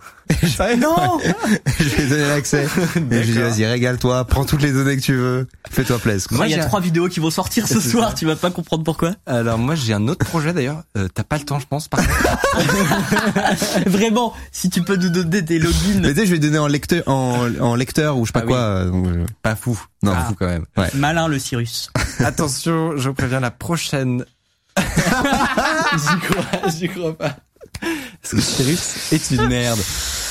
Non! Je vais donner l'accès. Et je lui dis vas-y, régale-toi, prends toutes les données que tu veux, fais-toi plaisir. Moi, il y a j'ai- trois vidéos qui vont sortir ce C'est soir, ça. tu vas pas comprendre pourquoi. Alors moi j'ai un autre projet d'ailleurs. Euh, t'as pas le temps je pense. Par contre. Vraiment, si tu peux nous donner des logins. Mais tu sais, je vais donner en lecteur, en, en lecteur ou je sais pas Ah quoi. oui. euh, donc, euh, Pas fou. Non. Pas fou quand même. Malin le Cyrus. Attention, je préviens la prochaine. J'y crois, j'y crois pas. Parce que Cyrus est une merde.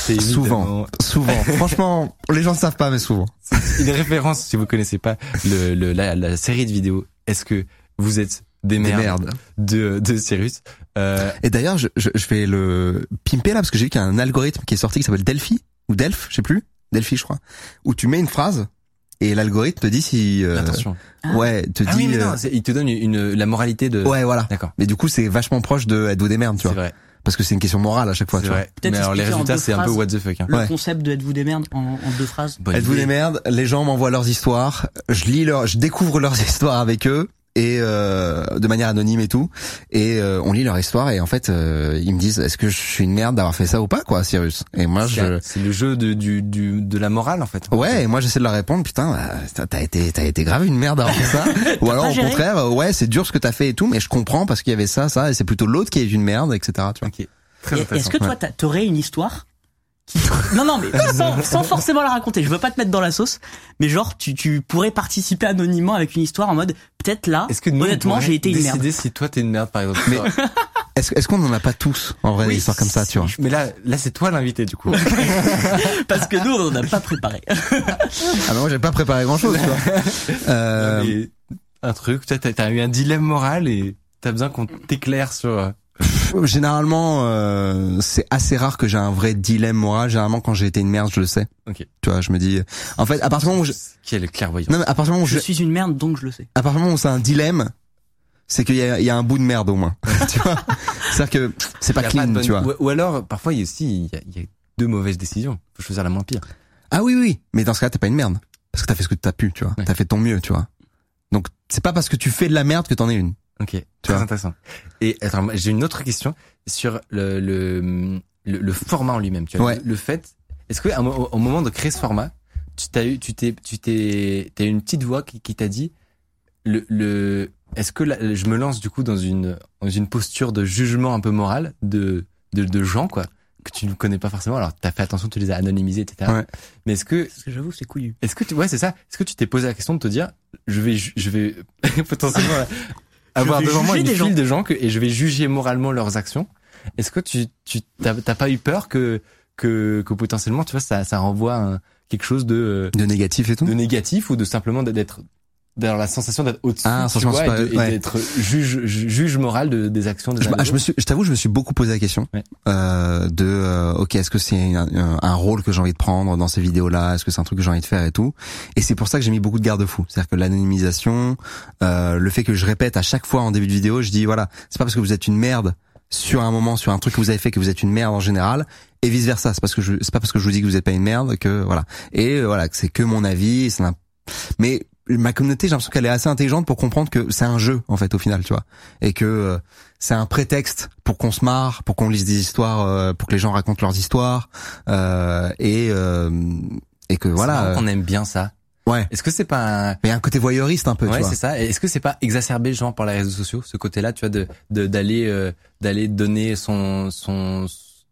C'est Souvent, souvent. Franchement, les gens ne savent pas, mais souvent. une référence si vous connaissez pas le, le la, la série de vidéos. Est-ce que vous êtes des merdes, Des merdes. de de Cyrus? Euh, Et d'ailleurs, je, je, je vais le pimper là parce que j'ai vu qu'il y a un algorithme qui est sorti qui s'appelle Delphi ou Delph, je sais plus, Delphi je crois, où tu mets une phrase et l'algorithme te dit si euh, attention. ouais, te Ah dit oui, mais non, euh, c'est- il te donne une, une la moralité de. ouais, voilà. D'accord. Mais du coup, c'est vachement proche de êtes-vous des merdes, tu C'est vois. vrai. Parce que c'est une question morale à chaque fois, C'est tu vois. vrai. Peut-être Mais alors les expliquer en résultats, deux c'est un peu phrases. what the fuck. Hein. Le Ouais. concept de êtes-vous des merdes en, en deux phrases. Bonne Êtes-vous idée. des merdes? Les gens m'envoient leurs histoires, je lis leur, je découvre leurs histoires avec eux et euh, de manière anonyme et tout, et euh, on lit leur histoire et en fait euh, ils me disent est-ce que je suis une merde d'avoir fait ça ou pas quoi, Cyrus? Et moi je C'est le jeu de du du de la morale en fait. ouais, et moi j'essaie de leur répondre putain bah, t'as été t'as été grave une merde d'avoir fait ça, ou alors pas au géré contraire euh, ouais c'est dur ce que t'as fait et tout, mais je comprends parce qu'il y avait ça ça et c'est plutôt l'autre qui est une merde, etc., tu vois. Ok. Très Et- intéressant. Est-ce que toi, t'as- t'aurais une histoire qui... Non, non, mais sans, sans forcément la raconter. Je veux pas te mettre dans la sauce, mais genre, tu, tu pourrais participer anonymement avec une histoire en mode, peut-être là, Est-ce que nous, honnêtement, on pourrait j'ai été une merde. décider si toi t'es une merde par exemple. Mais est-ce est-ce qu'on en a pas tous en vrai Oui, des histoires comme ça, tu vois? Mais là, là c'est toi l'invité du coup. Parce que nous, on en a pas préparé. Ah mais moi j'ai pas préparé grand chose, tu vois. Euh, Mais un truc, t'as t'as eu un dilemme moral et t'as besoin qu'on t'éclaire sur. euh, Généralement, euh, c'est assez rare que j'ai un vrai dilemme moral. Généralement, quand j'ai été une merde, je le sais. Ok. Tu vois, je me dis. En fait, à partir du moment où je... Quel clairvoyant. non, mais à partir du moment où Je je... suis une merde, donc je le sais. à partir du moment où c'est un dilemme, c'est qu'il y a, il y a un bout de merde au moins. Tu vois, c'est-à-dire que c'est pas Y a clean, de bonne- tu vois. Ou, ou alors, parfois, il y a aussi, il y a, il y a deux mauvaises décisions. Faut choisir la moins pire. Ah oui, oui. Mais dans ce cas, t'es pas une merde parce que t'as fait ce que t'as pu, tu vois. Ouais. T'as fait ton mieux, tu vois. Donc c'est pas parce que tu fais de la merde que t'en es une. Ok. Très vois. intéressant. Et attends, moi, j'ai une autre question sur le le le, le format en lui-même. Tu vois, Ouais. le, le fait. Est-ce que à un mo- au moment de créer ce format, tu t'as eu, tu t'es, tu t'es, t'as eu une petite voix qui, qui t'a dit le le. Est-ce que là, je me lance du coup dans une dans une posture de jugement un peu moral de de, de gens quoi que tu ne connais pas forcément. Alors t'as fait attention, tu les as anonymisés, et cetera. Ouais. Mais est-ce que Parce que j'avoue, c'est couillu. est-ce que tu ouais c'est ça. Est-ce que tu t'es posé la question de te dire je vais ju- je vais potentiellement avoir vais devant moi juger une des file gens. de gens que, et je vais juger moralement leurs actions. Est-ce que tu tu t'as, t'as pas eu peur que que que potentiellement tu vois ça ça renvoie à un- quelque chose de De négatif et tout. de négatif ou de simplement d'être d'avoir la sensation d'être au-dessus Ah, tu sensation vois, et, de- supérieure, et ouais. d'être juge ju- juge moral de, des actions des Je, uns ah, des je me autres. suis, je t'avoue, je me suis beaucoup posé la question Ouais. euh, de, euh, ok, est-ce que c'est un, un- un rôle que j'ai envie de prendre dans ces vidéos-là, est-ce que c'est un truc que j'ai envie de faire et tout. Et c'est pour ça que j'ai mis beaucoup de garde-fous, c'est-à-dire que l'anonymisation, euh, le fait que je répète à chaque fois en début de vidéo, je dis voilà, c'est pas parce que vous êtes une merde sur un moment, sur un truc que vous avez fait que vous êtes une merde en général, et vice versa. C'est parce que je, c'est pas parce que je vous dis que vous êtes pas une merde que voilà. Et euh, voilà, que c'est que mon avis. C'est un... Mais ma communauté, j'ai l'impression qu'elle est assez intelligente pour comprendre que c'est un jeu en fait au final, tu vois, et que euh, c'est un prétexte pour qu'on se marre, pour qu'on lise des histoires, euh, pour que les gens racontent leurs histoires, euh, et euh, et que C'est voilà. marrant euh, qu'on aime bien ça. ouais. Est-ce que c'est pas un Mais il y a un côté voyeuriste un peu, tu ouais, vois. c'est ça. Et est-ce que c'est pas exacerbé genre par les réseaux sociaux, ce côté-là, tu vois, de de- d'aller euh, d'aller donner son son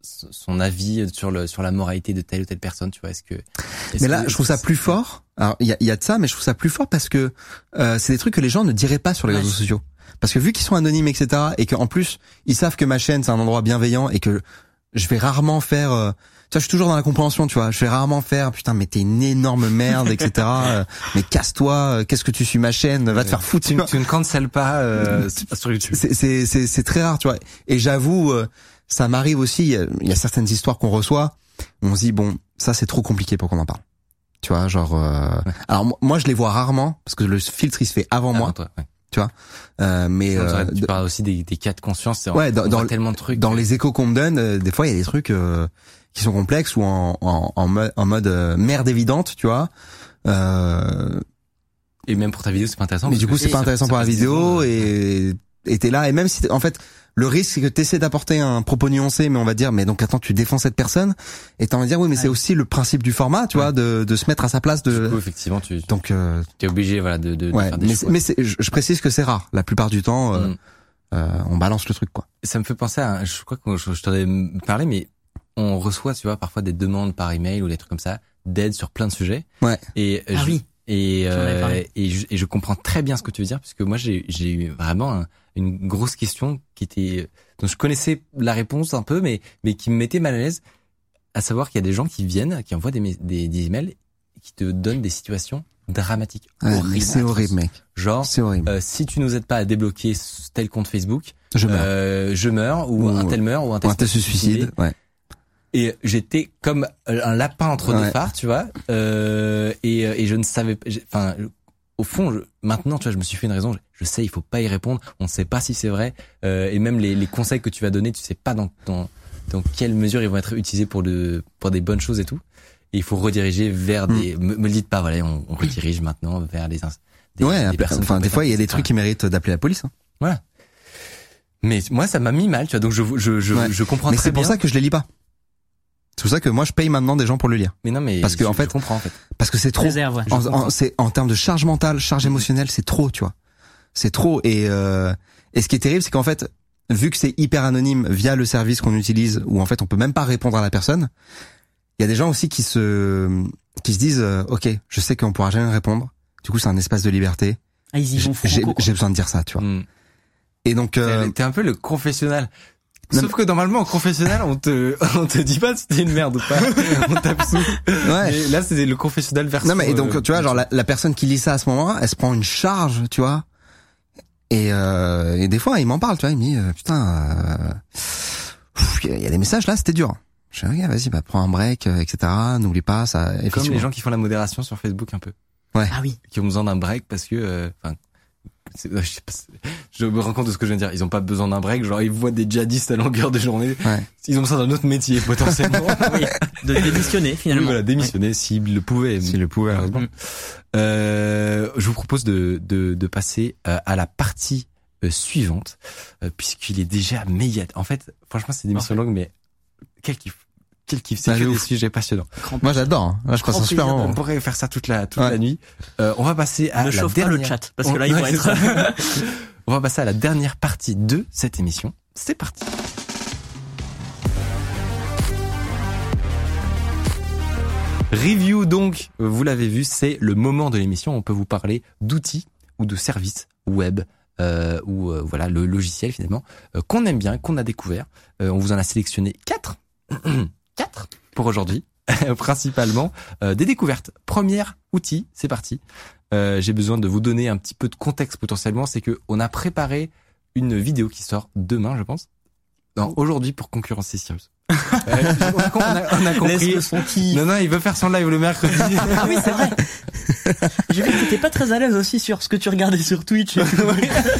son avis sur le sur la moralité de telle ou telle personne, tu vois. Est-ce que est-ce Mais là, que- je trouve ça plus fort. Alors, il y a, il y a de ça, mais je trouve ça plus fort parce que euh, c'est des trucs que les gens ne diraient pas sur les Ouais. réseaux sociaux. Parce que vu qu'ils sont anonymes, et cetera, et qu'en plus ils savent que ma chaîne c'est un endroit bienveillant et que je vais rarement faire. Euh, tu vois, je suis toujours dans la compréhension, tu vois. Je vais rarement faire, putain, mais t'es une énorme merde, et cetera. euh, mais casse-toi, euh, qu'est-ce que tu suis ma chaîne, va te faire foutre. tu, tu vois. tu ne cancelles pas euh, sur YouTube. C'est c'est c'est c'est très rare, tu vois. Et j'avoue, euh, ça m'arrive aussi. Il y a- il y a certaines histoires qu'on reçoit, on se dit bon, ça c'est trop compliqué pour qu'on en parle. Tu vois, genre. Euh... Alors mo- moi, je les vois rarement parce que le filtre il se fait avant moi. Avant toi, ouais. Euh, mais Sinon, euh, tu de- parles aussi des, des cas de conscience. c'est- Ouais, dans- on voit dans- tellement de trucs. dans que- les échos qu'on me donne, euh, des fois il y a des trucs euh, qui sont complexes ou en en en mode, en mode euh, merde évidente, tu vois. Euh, et même pour ta vidéo, c'est pas intéressant. mais parce du coup, que c'est pas ça- intéressant ça pour la passe vidéo dix ans, euh, et et t'es là et même si t'es- en fait le risque c'est que t'essaies d'apporter un propos nuancé, mais on va dire mais donc attends tu défends cette personne et t'as envie de dire oui mais c'est Ouais. aussi le principe du format, tu vois, de de se mettre à sa place Du coup, de effectivement, tu donc euh, es obligé, voilà, de, de, de ouais faire des mais choix. c'est- mais c'est- je, je précise que c'est rare la plupart du temps euh, Mm. euh, on balance le truc quoi. Ça me fait penser à, je crois que je, je t'en ai parlé, mais on reçoit, tu vois, parfois des demandes par email ou des trucs comme ça, d'aide sur plein de sujets. Ouais. Et Ah je, oui. Et, J'en avais euh, parlé. et, je, et je comprends très bien ce que tu veux dire, puisque moi j'ai j'ai eu vraiment un- une grosse question qui était dont je connaissais la réponse un peu, mais mais qui me mettait mal à l'aise. à savoir qu'il y a des gens qui viennent, qui envoient des, des, des emails, qui te donnent des situations dramatiques. Ouais, horribles, c'est horrible, mec. Genre, C'est horrible. euh, si tu nous aides pas à débloquer tel compte Facebook, Je meurs. euh, je meurs, ou, Ou- un tel meurt, ou un Ou tel un test se suicide. Ouais. Et j'étais comme un lapin entre Ouais. deux phares, tu vois, euh, et, et je ne savais pas, j'ai- enfin, au fond, je, maintenant, tu vois, je me suis fait une raison, je, je sais, il faut pas y répondre, on ne sait pas si c'est vrai, euh, et même les, les conseils que tu vas donner, tu sais pas dans, dans, dans quelle mesure ils vont être utilisés pour le, pour des bonnes choses et tout. Et il faut rediriger vers des, me, me le dites pas, voilà, on, on redirige maintenant vers les, ins- des, Ouais, des après, personnes. enfin, des fois, il y a des compétentes, trucs qui méritent d'appeler la police. Hein. Voilà. Mais moi, ça m'a mis mal, tu vois, donc je, je, je, Ouais. je comprends Mais très c'est pour bien. ça que je les lis pas. C'est pour ça que moi, je paye maintenant des gens pour le lire. Mais non, mais Parce que, je, en fait, je comprends, en fait. Parce que c'est trop. Réserve, ouais. En, en, c'est en termes de charge mentale, charge émotionnelle, c'est trop, tu vois. C'est trop. Et euh, et ce qui est terrible, c'est qu'en fait, vu que c'est hyper anonyme via le service qu'on utilise, où en fait on peut même pas répondre à la personne, il y a des gens aussi qui se qui se disent, euh, ok, je sais qu'on pourra jamais répondre. Du coup, c'est un espace de liberté. Ah, ils y vont J'ai franco, quoi. j'ai besoin de dire ça, tu vois. Mm. Et donc, euh, T'es- T'es un peu le confessionnal. Non, Sauf que normalement, en confessionnal, on te, on te dit pas si t'es une merde ou pas. On tape sous. ouais. Mais là, c'est le confessionnal version. Non mais et donc euh, tu vois, genre la, la personne qui lit ça à ce moment-là, elle se prend une charge, tu vois. Et, euh, et des fois, il m'en parle, tu vois, il me dit euh, putain, il euh, y a des messages là, c'était dur. Je dis ok, vas-y, bah prends un break, euh, et cetera. N'oublie pas ça. Comme Effectivement. les gens qui font la modération sur Facebook un peu. Ah oui. Qui ont besoin d'un break parce que, euh, enfin, c'est- je sais pas, c'est- je me rends compte de ce que je viens de dire. Ils ont pas besoin d'un break. Genre, ils voient des djihadistes à longueur de journée. Ouais. Ils ont besoin d'un autre métier, potentiellement. Oui. De démissionner, Oui, finalement. voilà, démissionner s'ils le pouvaient. S'ils le pouvaient, malheureusement. Euh, je vous propose de, de, de passer euh, à la partie euh, suivante, euh, puisqu'il est déjà méga. En fait, franchement, c'est une émission longue, mais quel kiff. Quel kiff. C'est Ah, que de des ouf. sujets passionnants. Moi j'adore. Hein. Moi, je passe Grand un super plaisir de- moment. On pourrait faire ça toute la, toute Ouais. la nuit. Euh, on va passer à Ne la chauffe pas dernière. le chat, parce que On- là, ils vont ouais, être... c'est ça. On va passer à la dernière partie de cette émission. C'est parti. Review donc, vous l'avez vu, c'est le moment de l'émission. On peut vous parler d'outils ou de services web euh, ou euh, voilà le logiciel finalement euh, qu'on aime bien, qu'on a découvert. Euh, on vous en a sélectionné quatre, quatre pour aujourd'hui, principalement euh, des découvertes. Premier outil, c'est parti. Euh, j'ai besoin de vous donner un petit peu de contexte potentiellement. C'est que on a préparé une vidéo qui sort demain, je pense. Non, aujourd'hui pour concurrencer Cyrus. Euh, on, a, on, a, on a compris. Laisse le son qui... Non, non, il veut faire son live le mercredi. Ah oui, c'est vrai. J'ai vu que t'étais pas très à l'aise aussi sur ce que tu regardais sur Twitch. et tout.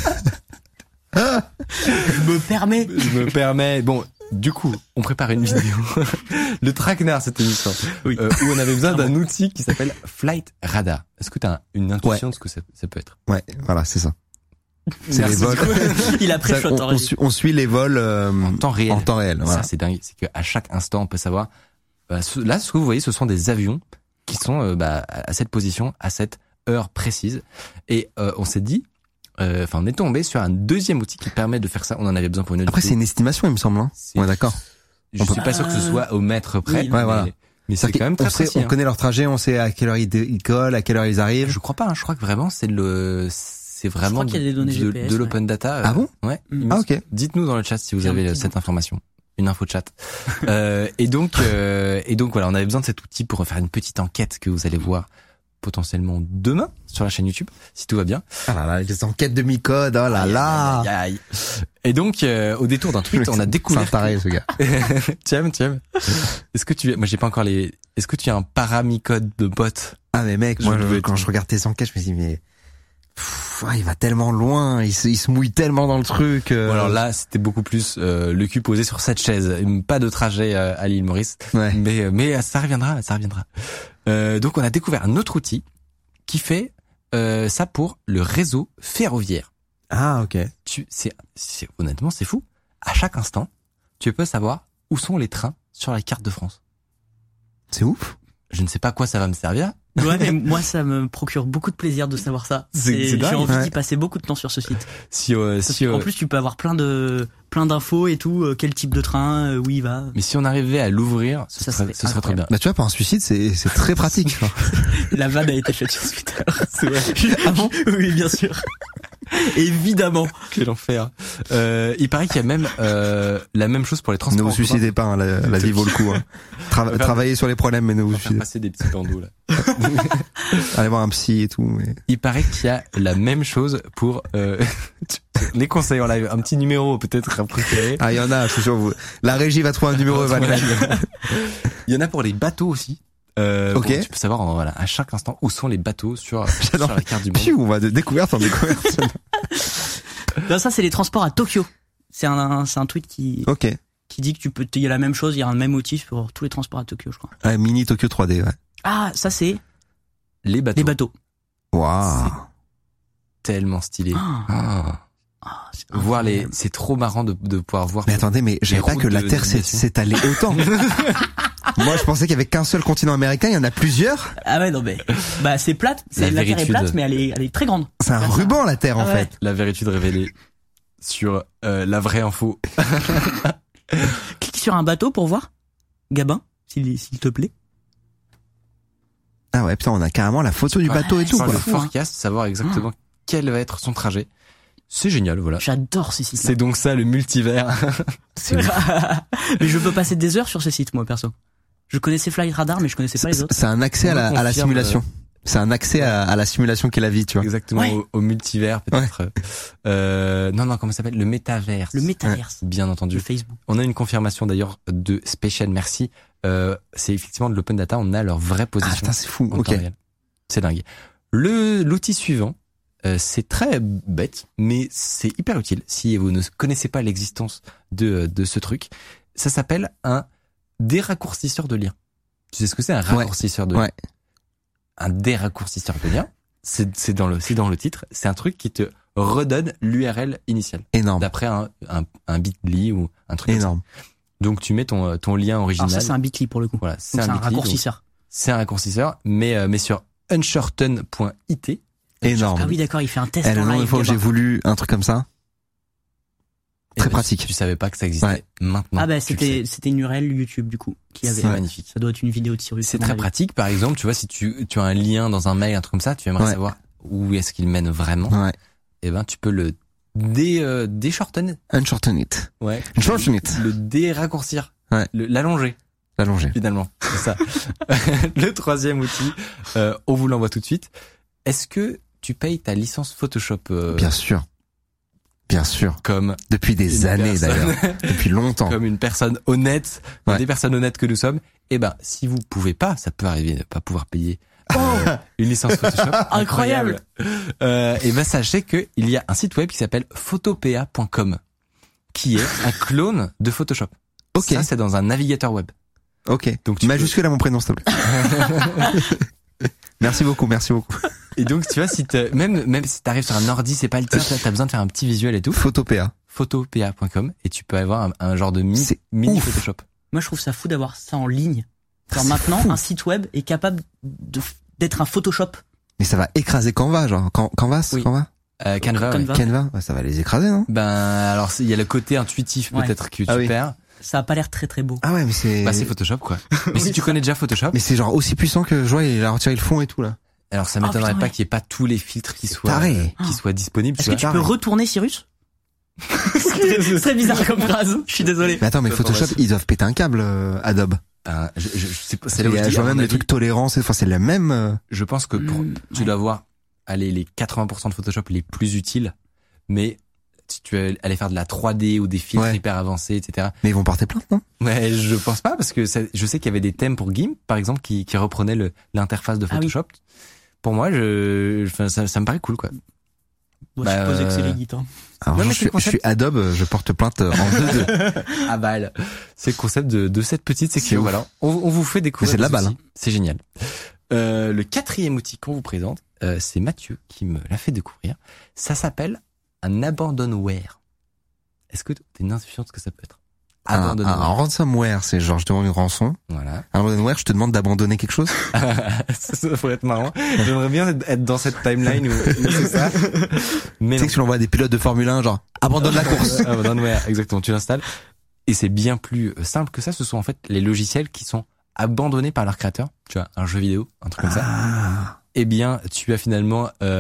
Je me permets. Je me permets. Bon, du coup, on prépare une vidéo. Le traquenard, cette émission. Oui. Euh, où on avait besoin d'un outil qui s'appelle Flight Radar. Est-ce que tu as une intuition de ce que ça, ça peut être? Ouais, voilà, c'est ça. C'est les Merci. vols. Il a pris Ça, shot on, en on, régie. suit, on suit les vols euh, En temps réel. En temps réel. Voilà. Ça, c'est dingue. C'est qu'à chaque instant, on peut savoir. Bah, ce- là, ce que vous voyez, ce sont des avions qui sont euh, bah, à cette position, à cette heure précise. Et euh, on s'est dit, euh, enfin, on est tombé sur un deuxième outil qui permet de faire ça. On en avait besoin pour une autre Après, c'est vidéo. une estimation, il me semble. Hein. C'est- Ouais, d'accord. Je on suis peut- pas sûr que ce soit au mètre près. Oui, mais, ouais, voilà. mais c'est quand même très on sait, précis. on hein. connaît leur trajet, on sait à quelle heure ils, dé- ils collent, à quelle heure ils arrivent. Je crois pas. Hein, je crois que vraiment c'est le, c'est vraiment crois qu'il y a des données de, G P S, de ouais. l'open data. euh, Ah bon Ouais. Mm. il me Ah ok. Dites-nous dans le chat si vous J'ai un avez petit euh, cette doute. information, une info chat. euh, et donc, euh, et donc voilà, on avait besoin de cet outil pour faire une petite enquête que vous allez voir potentiellement demain sur la chaîne YouTube, si tout va bien. Ah là là, les enquêtes de mi-code, oh là là. Aïe, aïe, aïe. Et donc, euh, au détour d'un tweet, on a C'est un découvert. taré, ce gars. Tu aimes, tu aimes. Est-ce que tu, moi j'ai pas encore les. Est-ce que tu as un paramicode de bot? Ah mais mec, Je moi, veux je- être- quand je regarde tes enquêtes, je me dis mais pff, ah, il va tellement loin, il se, il se mouille tellement dans le truc. euh. Bon, alors là, c'était beaucoup plus euh, le cul posé sur cette chaise. Pas de trajet euh, à l'île Maurice, Ouais. mais mais ça reviendra, ça reviendra. Euh, donc on a découvert un autre outil qui fait euh, ça pour le réseau ferroviaire. Ah ok. Tu, c'est, c'est honnêtement, c'est fou. À chaque instant, tu peux savoir où sont les trains sur la carte de France. C'est ouf. Je ne sais pas à quoi ça va me servir. Ouais, mais moi, ça me procure beaucoup de plaisir de savoir ça. C'est- C'est- c'est dingue. J'ai envie Ouais. d'y passer beaucoup de temps sur ce site. Si, euh, Parce si, qu'en euh, plus, tu peux avoir plein de, plein d'infos et tout, euh, quel type de train, euh, où il va. mais si on arrivait à l'ouvrir, ce Ça serait, serait ce serait très bien. Bah tu vois, pour un suicide, c'est c'est très pratique. genre. La vanne a été faite sur Twitter. C'est vrai. Ah bon? Oui, bien sûr. Évidemment. Quel enfer. Euh, il paraît qu'il y a même euh, la même chose pour les transports. Ne vous en commun. suicidez pas, hein, la, la vie vaut le coup. Hein. Tra- travaillez sur les problèmes, mais ne On vous va faire suicidez passer des petits bandeaux là. pas. Allez voir un psy et tout. Mais... Il paraît qu'il y a la même chose pour euh, les conseils en live. Un petit numéro peut-être à préférer. Ah, il y en a, je suis sûr. Vous... La régie va trouver un numéro. va le mettre. Il y en a pour les bateaux aussi. Euh, Ok. bon, tu peux savoir en, voilà, à chaque instant où sont les bateaux sur, sur J'adore. la carte du monde. Piou, on va de découverte en découverte. Non, ça c'est les transports à Tokyo. C'est un, c'est un tweet qui, Ok. qui dit que tu peux, il y a la même chose, il y a un même motif pour tous les transports à Tokyo, je crois. Ouais, mini Tokyo trois D, ouais. Ah, ça c'est Les bateaux. les bateaux. Waouh. Tellement stylé. Ah. Ah. Ah, c'est Voir les, incroyable. c'est trop marrant de, de pouvoir voir. Mais attendez, mais je savais pas routes que la de Terre s'est navigation. s'étalée autant. Moi, je pensais qu'il y avait qu'un seul continent américain, il y en a plusieurs. Ah ouais, non mais, bah c'est plate, c'est, La la Terre est véritude. plate, mais elle est, elle est très grande. C'est un Regarde ça. ruban, la Terre, en Ah ouais. fait. La véritude révélée sur euh, la vraie info. Clique sur un bateau pour voir, Gabin, s'il, s'il te plaît. Ah ouais, putain, on a carrément la photo du Ouais, bateau et tout, Sur quoi. le fou, hein. forecast, savoir exactement quel va être son trajet. C'est génial, voilà. J'adore ces sites. C'est donc ça le multivers. Mais je peux passer des heures sur ces sites, moi, perso. Je connaissais Flight Radar, mais je connaissais pas les autres. C'est un accès à la, à la confirme, simulation. C'est un accès à, à la simulation qu'est la vie, tu vois. Exactement, Ouais. au, au multivers peut-être. Euh, non, non, comment ça s'appelle? Le métaverse. Le métaverse. Bien De entendu. Facebook. On a une confirmation d'ailleurs de Special Merci. Euh, c'est effectivement de l'open data. On a leur vraie Ah position. putain, c'est fou. en Ok. temps réel. C'est dingue. Le l'outil suivant, euh, c'est très bête, mais c'est hyper utile si vous ne connaissez pas l'existence de de ce truc. Ça s'appelle un déraccourcisseur de liens. Tu sais ce que c'est un raccourcisseur de liens? Ouais. Un déraccourcisseur de liens, c'est c'est dans le c'est dans le titre. C'est un truc qui te redonne l'U R L initiale Énorme. d'après un un, un Bitly ou un truc comme ça. Énorme. Donc tu mets ton ton lien Alors original. ça, c'est un Bitly pour le coup. Voilà, Donc c'est c'est un, un, Bitly, donc raccourcisseur. c'est un raccourcisseur, mais euh, mais sur unshorten point I T. Énorme. Ah oui, d'accord, il fait un test Eh, le en nombre de live. fois où j'ai Gabin. voulu un truc comme ça. Et Très ben, pratique. Tu savais pas que ça existait. Ouais. Maintenant. Ah bah tu le c'était, sais. c'était une U R L YouTube, du coup, qui avait. C'est magnifique. Ça doit être une vidéo de Cyrus. C'est à mon très avis. pratique. Par exemple, tu vois, si tu, tu as un lien dans un mail, un truc comme ça, tu aimerais Ouais. savoir où est-ce qu'il mène vraiment. Ouais. Et ben, tu peux le dé, euh, déshorten. Unshorten it. Ouais. Unshorten it. Le déraccourcir. Ouais. Le, l'allonger, L'allonger. finalement. C'est ça. Le troisième outil, euh, on vous l'envoie tout de suite. Est-ce que tu payes ta licence Photoshop, euh, Bien sûr. Bien sûr. comme Depuis des une années, personne- d'ailleurs. Depuis longtemps. comme une personne honnête, comme Ouais. des personnes honnêtes que nous sommes, eh ben, si vous pouvez pas, ça peut arriver, ne pas pouvoir payer euh, une licence Photoshop. Incroyable. Euh, et ben, sachez que il y a un site web qui s'appelle photopea point com, qui est un clone de Photoshop. Ok. Ça, c'est dans un navigateur web. Ok. Donc, tu Majuscule à mon prénom, s'il te plaît. Merci beaucoup, merci beaucoup. Et donc, tu vois, si t'as- même, même si t'arrives sur un ordi, c'est pas le tien, t'as besoin de faire un petit visuel et tout. Photopea. photopea point com, et tu peux avoir un, un genre de mi- C'est mini ouf. Photoshop. Moi, je trouve ça fou d'avoir ça en ligne. Genre C'est maintenant, fou. un site web est capable de, d'être un Photoshop. Mais ça va écraser Canva, genre. Can- Canvas, Oui. Canva? Euh, Canva, ouais. Canva. Canva? Ouais, ça va les écraser, non? Ben, alors, c'est- il y a le côté intuitif, Ouais. peut-être, que tu Ah oui. perds. Ça a pas l'air très très beau. Ah ouais, mais c'est... Bah, c'est Photoshop, quoi. Mais si tu connais déjà Photoshop, Mais c'est genre aussi puissant que, je vois, il a retiré le fond et tout, là. alors ça Oh, m'étonnerait putain, pas ouais. qu'il y ait pas tous les filtres qui soient, Taré. qui soient disponibles. Est-ce que tu vois. peux retourner Cyrus? C'est très bizarre comme phrase. Je suis désolé. Mais attends, mais Ça, Photoshop, formation. ils doivent péter un câble, euh, Adobe. Ben, je, je, je sais pas, c'est C'est là où je je dis, vois à même mon les avis, trucs tolérance, enfin, c'est la même, euh, Je pense que pour, Mm, tu ouais. dois avoir, allez, les quatre-vingts pour cent de Photoshop les plus utiles, mais si tu veux aller faire de la trois D ou des filtres Ouais. hyper avancés, et cetera. mais ils vont porter plainte, non? Ouais, je pense pas, parce que ça- je sais qu'il y avait des thèmes pour GIMP, par exemple, qui, qui reprenaient le, l'interface de Ah oui. Photoshop. Pour moi, je, enfin, ça, ça me paraît cool, quoi. Bon, Bah, je suppose que c'est euh, les guides, hein. Alors, Ouais, je, mais suis, c'est le je suis concept. Adobe, je porte plainte en deux deux. À balle. C'est le concept de, de cette petite C'est section. ouf. Voilà. On, on vous fait découvrir. Mais c'est de la des balle, outils. C'est génial. Euh, le quatrième outil qu'on vous présente, euh, c'est Mathieu qui me l'a fait découvrir. Ça s'appelle un abandonware. Est-ce que tu as une intuition de ce que ça peut être? Un, un, un Abandonware. ransomware, c'est genre, je te demande une rançon. Voilà. Un abandonware, je te demande d'abandonner quelque chose. ça, ça pourrait être marrant. J'aimerais bien être- être dans cette timeline où, où c'est ça. Mais Tu sais non. que tu l'envoies à des pilotes de Formule un, genre, abandonne la course. Abandonware, exactement. Tu l'installes. Et c'est bien plus simple que ça. Ce sont en fait les logiciels qui sont abandonnés par leur créateur. Tu vois, un jeu vidéo, un truc comme ça. Ah. Eh bien, tu as finalement euh,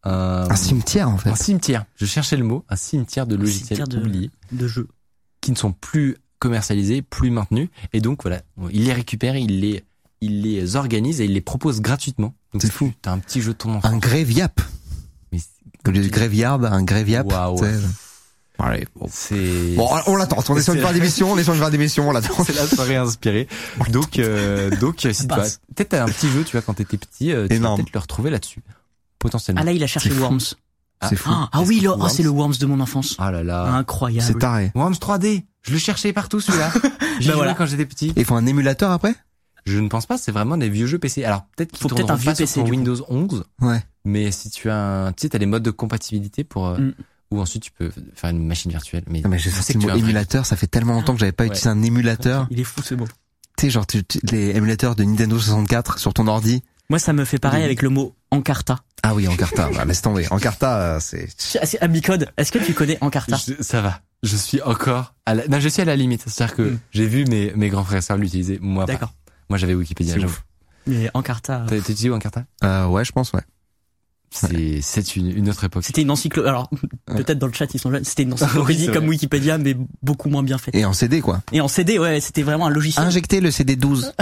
un, Un cimetière en fait. un cimetière. Je cherchais le mot, un cimetière de logiciels cimetière de- oubliés De jeu. qui ne sont plus commercialisés, plus maintenus. Et donc voilà, il les récupère, il les, il les organise et il les propose gratuitement. Donc C'est si fou. tu- T'as un petit jeu de ton enfant. Un graveyap. Mais Comme du graveyard, un graveyap. Waouh. tu sais. Allez, bon. c'est Bon, on l'attend. On est sur une C'est- fin d'émission, on est sur une fin d'émission, on l'attend. c'est la soirée inspirée. Donc, euh, donc, si tu vas, Passe. peut-être t'as un petit jeu, tu vois, quand t'étais petit, euh, tu vas Énorme. peut-être le retrouver là-dessus. Potentiellement. Ah là, il a cherché C'est fou. Worms. C'est fou. Ah, ah Est-ce oui, que le, c'est ah, c'est Worms le Worms de mon enfance. Ah là là. Incroyable. C'est taré. Worms trois D. Je le cherchais partout, celui-là. J'y Bah jouais voilà. quand j'étais petit. Et il faut un émulateur après? Je ne pense pas, c'est vraiment des vieux jeux P C. Alors, peut-être qu'il Faut peut-être un vieux pas sur P C, ton du coup. Windows onze. Ouais. Mais si tu as un, tu sais, t'as les modes de compatibilité pour, euh, Mm. ou ensuite tu peux faire une machine virtuelle. Mais, Non, mais j'ai je sais sorti que le tu mot as un vrai- émulateur, ça fait tellement longtemps que j'avais pas Ouais. utilisé un émulateur. Il est fou ce mot. Tu sais, genre, tu, tu- les émulateurs de Nintendo soixante-quatre sur ton ordi. Moi, ça me fait pareil Oui. avec le mot Encarta. Ah oui, Encarta. Bah, laisse tomber. Encarta, euh, c'est... Ah, c'est Amicode. Est-ce que tu connais Encarta? Je- ça va. Je suis encore à la, non, je suis à la limite. C'est-à-dire que Mm. j'ai vu mes, mes grands frères et sœurs l'utiliser. Moi, pas. D'accord. Moi, j'avais Wikipédia, C'est j'avoue. ouf. Mais Encarta, T'as t'as utilisé Encarta? Euh, ouais, je pense, ouais. C'est, c'est une, une autre époque. c'était une encyclopédie. Alors, peut-être dans le chat, ils sont jeunes. C'était une Oui, encyclopédie c'est comme vrai. Wikipédia, mais beaucoup moins bien faite. Et en C D, quoi. Et en C D, ouais, c'était vraiment un logiciel. Injecter le C D douze.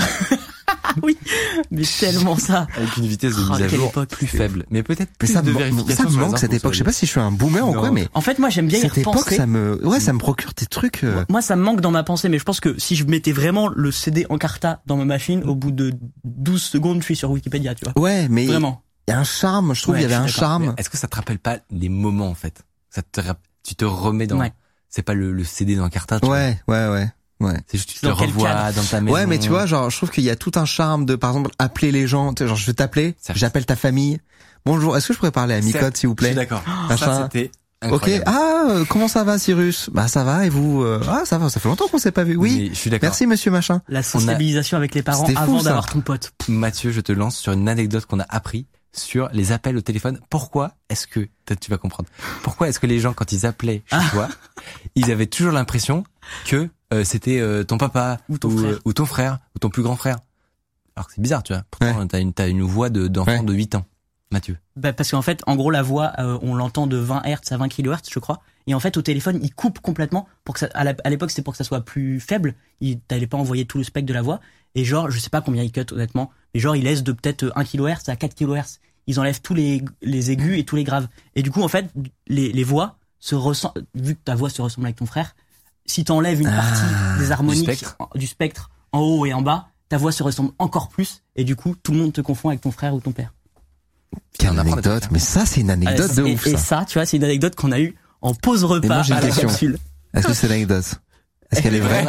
Mais tellement ça. Avec une vitesse de Oh, mise à quelle jour époque. plus faible. Mais peut-être Mais plus ça de me, vérification ça me sur les manque cette infos, époque. Je sais ça pas si je suis un boomer ou Non. quoi, mais En fait, moi, j'aime bien y cette époque, repenser. ça me, ouais, ça me procure des trucs. euh, Moi, ça me manque dans ma pensée, mais je pense que si je mettais vraiment le C D Encarta dans ma machine, au bout de douze secondes, je suis sur Wikipédia, tu vois. Ouais, mais il Vraiment. y a un charme. Je trouve Ouais, il y avait je un suis d'accord. charme. Mais Est-ce que ça te rappelle pas les moments, en fait? Ça te, rap- tu te remets dans, Ouais. c'est pas le, le C D d'Encarta, tu vois. Ouais, ouais, ouais, ouais. C'est juste, tu te Dans quel revois cadre dans ta maison. Ouais, mais tu vois, genre, je trouve qu'il y a tout un charme de, par exemple, appeler les gens. Tu sais, genre, je vais t'appeler, Certes. j'appelle ta famille. Bonjour, est-ce que je pourrais parler à Micode, Certes, s'il vous Je suis plaît? d'accord. Machin. Ça, c'était Ok. incroyable. Ah, euh, comment ça va, Cyrus? Bah, ça va, et vous? euh, Ah, ça va, ça fait longtemps qu'on s'est pas vu. Oui. Mais je suis d'accord. Merci, monsieur machin. La sociabilisation avec les parents C'était fou, avant ça. d'avoir ton pote. Mathieu, je te lance sur une anecdote qu'on a appris sur les appels au téléphone. Pourquoi est-ce que, peut-être tu vas comprendre, pourquoi est-ce que les gens, quand ils appelaient chez toi, ils avaient toujours l'impression que euh, c'était euh, ton papa Ou ton frère. ou ton frère ou ton plus grand frère. Alors que c'est bizarre, tu vois. Pourtant, t'as une, t'as une voix de, d'enfant Ouais. de huit ans, Mathieu. Bah, parce qu'en fait, en gros, la voix, euh, on l'entend de vingt hertz à vingt kilohertz, je crois. Et en fait, au téléphone, il coupe complètement pour que ça, à la- à l'époque, c'était pour que ça soit plus faible. Il t'allait pas envoyer tout le spectre de la voix. Et genre, je sais pas combien il cut, honnêtement. Mais genre, il laisse de peut-être un kilohertz à quatre kilohertz. Ils enlèvent tous les, les aigus et tous les graves. Et du coup, en fait, les, les voix se ressemblent, vu que ta voix se ressemble avec ton frère, si t'enlèves une partie des harmoniques du spectre. en- du spectre en haut et en bas, ta voix se ressemble encore plus. Et du coup, tout le monde te confond avec ton frère ou ton père. Quelle On apprend des anecdote. trucs, Mais ça, c'est une anecdote de et, ouf, et ça. ça, tu vois, c'est une anecdote qu'on a eue en pause repas moi, j'ai une à la question. capsule. Est-ce que c'est l'anecdote? Est-ce qu'elle est vraie?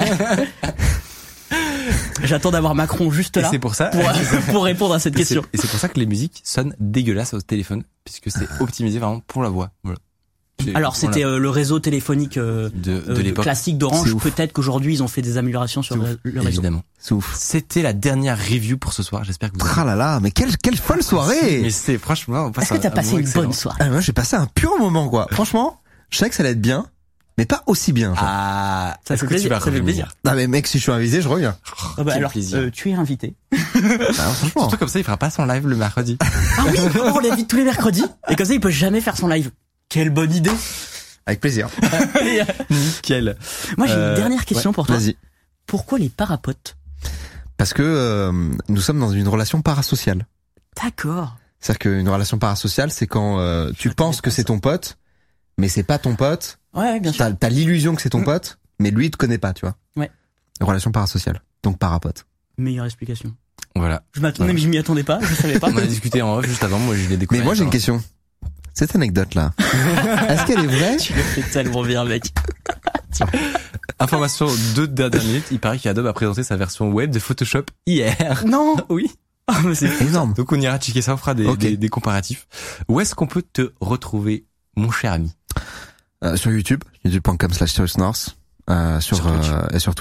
J'attends d'avoir Macron juste Et là c'est pour ça. pour, pour répondre à cette Et c'est- question. Et c'est pour ça que les musiques sonnent dégueulasses au téléphone, puisque c'est optimisé vraiment pour la voix. Voilà. C'est- Alors c'était voilà. euh, le réseau téléphonique euh, de, de euh, l'époque. classique C'est d'Orange. ouf. Peut-être qu'aujourd'hui ils ont fait des améliorations sur C'est le, ouf, le réseau. Évidemment. C'est ouf. C'était la dernière review pour ce soir. J'espère que vous Ah là là, mais quelle, quelle folle soirée! Mais c'est franchement, on passe Est-ce que un- t'as un passé moment une excellent. bonne soirée? Ah, moi, j'ai passé un pur moment, quoi. Franchement, je savais que ça allait être bien, mais pas aussi bien. genre. Ah, Ça est-ce fait que plaisir, tu vas ça fait revenir plaisir. Non, mais mec, si je suis invité, je reviens. Ah bah quel alors, plaisir. euh, tu es invité. Ah, franchement. Surtout comme ça, il fera pas son live le mercredi. Ah oui, on l'invite tous les mercredis. Et comme ça, il peut jamais faire son live. Quelle bonne idée. Avec plaisir. Nickel. Moi j'ai Euh, une dernière question pour toi. Vas-y. Pourquoi les parapotes? Parce que euh, nous sommes dans une relation parasociale. D'accord. C'est-à-dire qu'une relation parasociale, c'est quand euh, tu m'attendais penses pas que à c'est ça. ton pote, mais c'est pas ton pote. Ouais, bien sûr. T'as, t'as l'illusion que c'est ton Mm. pote, mais lui, il te connaît pas, tu vois. Ouais. Une relation parasociale. Donc parapote. Meilleure explication. Voilà. Je m'attendais, Ouais. mais je m'y attendais pas. Je savais pas. On a discuté en off juste avant. Moi, je l'ai découvert. Mais moi, j'ai une Genre, question. Cette anecdote-là, est-ce qu'elle est vraie? Tu le fais tellement bien, mec. Information de dernière minute. Il paraît qu'Adobe a présenté sa version web de Photoshop hier. Non. Oui. Ah, mais c'est Énorme. Donc on ira checker ça, on fera des, Ok. des, des comparatifs. Où est-ce qu'on peut te retrouver, mon cher ami? Euh, sur YouTube, youtube point com slash Cyrus North, euh, sur, Sur Twitch. euh, et sur Twitch,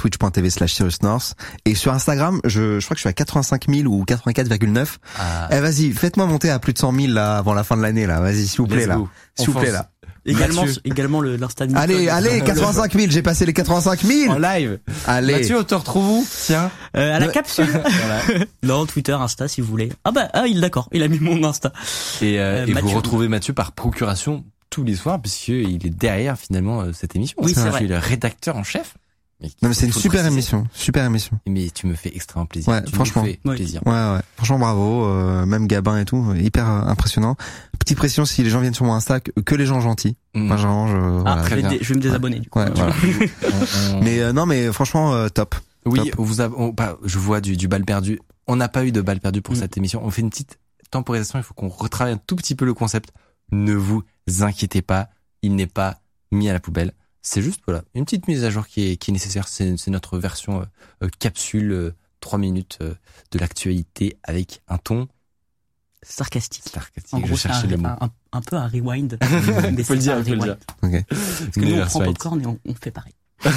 twitch.tv slash Cyrus North. Et sur Instagram, je, je crois que je suis à quatre-vingt-cinq mille ou quatre-vingt-quatre virgule neuf. Ah. Eh, vas-y, faites-moi monter à plus de cent mille, là, avant la fin de l'année, là. Vas-y, s'il vous plaît, Let's là. go. S'il vous On plaît, fonce. là. Également, Mathieu. également le, l'Insta de Micode. Allez, allez, quatre-vingt-cinq mille, j'ai passé les quatre-vingt-cinq mille. En live. Allez. Mathieu, on te retrouve où? Tiens. Euh, à la Ouais. capsule. Voilà. Non, Twitter, Insta, si vous voulez. Ah bah, ah, il est d'accord. Il a mis mon Insta. Et, euh, Euh, et vous Mathieu. retrouvez Mathieu par procuration tous les soirs, puisqu'il est derrière finalement euh, cette émission. Oui, c'est Je vrai. suis le rédacteur en chef. Mais Non, mais c'est une faut le super préciser. émission. Super émission. Mais tu me fais extrêmement plaisir. Ouais, Tu franchement. me fais Oui. plaisir. Ouais, ouais. Franchement, bravo. Euh, même Gabin et tout. Hyper euh, impressionnant. Petite pression si les gens viennent sur mon Insta, que, que les gens gentils. Mm. Moi, genre, je, Ah, voilà. je, très vais bien. dé- je vais me désabonner, du coup. Ouais, voilà. On- on- Mais euh, non, mais franchement, euh, top. oui, top. on vous a, on- bah, je vois du, du bal perdu. On n'a pas eu de balle perdue pour Mm. cette émission. On fait une petite temporisation. Il faut qu'on retravaille un tout petit peu le concept. Ne vous inquiétez pas. Il n'est pas mis à la poubelle. C'est juste, voilà, une petite mise à jour qui est, qui est nécessaire. C'est, c'est notre version euh, euh, capsule, euh, trois minutes euh, de l'actualité avec un ton Sarcastique. sarcastique. En Je gros, c'est cherchais un, le mot. un, un, un peu un rewind. Mais Faut le c'est dire, pas un faut le rewind. dire. Ok. Parce que nous, on prend Right. popcorn et on, on fait pareil.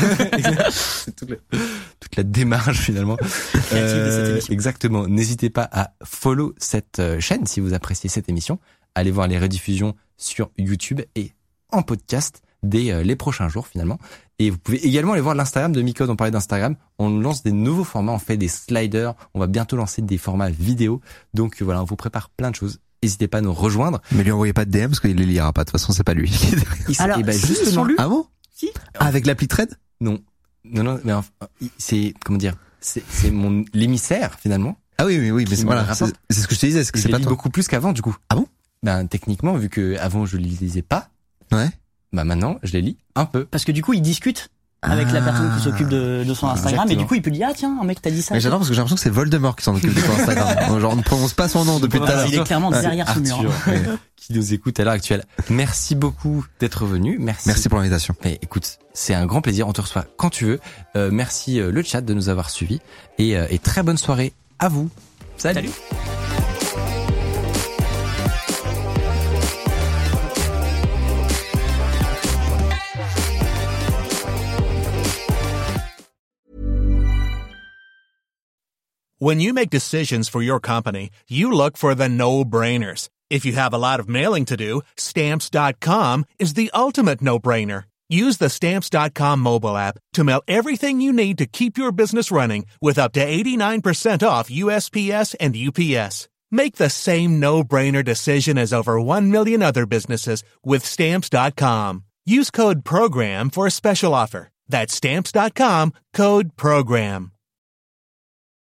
C'est toute la, toute la démarche finalement. Créative de cette émission. Exactement. N'hésitez pas à follow cette euh, chaîne si vous appréciez cette émission. Allez voir les rediffusions sur YouTube et en podcast dès euh, les prochains jours finalement. Et vous pouvez également aller voir l'Instagram de Micode. On parlait d'Instagram. On lance des nouveaux formats. On fait des sliders. On va bientôt lancer des formats vidéo. Donc euh, voilà, on vous prépare plein de choses. N'hésitez pas à nous rejoindre. Mais lui envoyez pas de D M parce qu'il les lira pas. De toute façon, c'est pas lui. Il- Alors, eh ben, si, justement, ils sont lus. Ah bon? Si. Ah, avec l'appli Trade? non, non, non, mais enfin, c'est comment dire, c'est c'est mon l'émissaire finalement. Ah oui, oui, oui, mais Qui c'est, me voilà. rapporte. C'est, c'est ce que je te disais. Est-ce que Je c'est les pas lis toi? beaucoup plus qu'avant du coup. Ah bon? Ben techniquement, vu que avant je les lisais pas, Ouais. bah maintenant je les lis un peu. Parce que du coup, il discute avec la Ah. personne qui s'occupe de, de son Instagram. Exactement. Et du coup, il peut dire, ah tiens, un mec t'a dit ça. Mais j'adore parce que j'ai l'impression que c'est Voldemort qui s'en occupe de ton Instagram. Genre, on ne prononce pas son nom depuis tout à Voilà, l'heure. il est clairement derrière ce mur. Arthur, euh, qui nous écoute à l'heure actuelle. Merci beaucoup d'être venu. Merci. Merci pour l'invitation. Mais écoute, c'est un grand plaisir. On te reçoit quand tu veux. Euh, merci euh, le chat de nous avoir suivis et, euh, et très bonne soirée à vous. Salut. Salut. When you make decisions for your company, you look for the no-brainers. If you have a lot of mailing to do, Stamps dot com is the ultimate no-brainer. Use the Stamps dot com mobile app to mail everything you need to keep your business running with up to eighty-nine percent off U S P S and U P S. Make the same no-brainer decision as over one million other businesses with Stamps dot com. Use code PROGRAM for a special offer. That's Stamps dot com, code PROGRAM.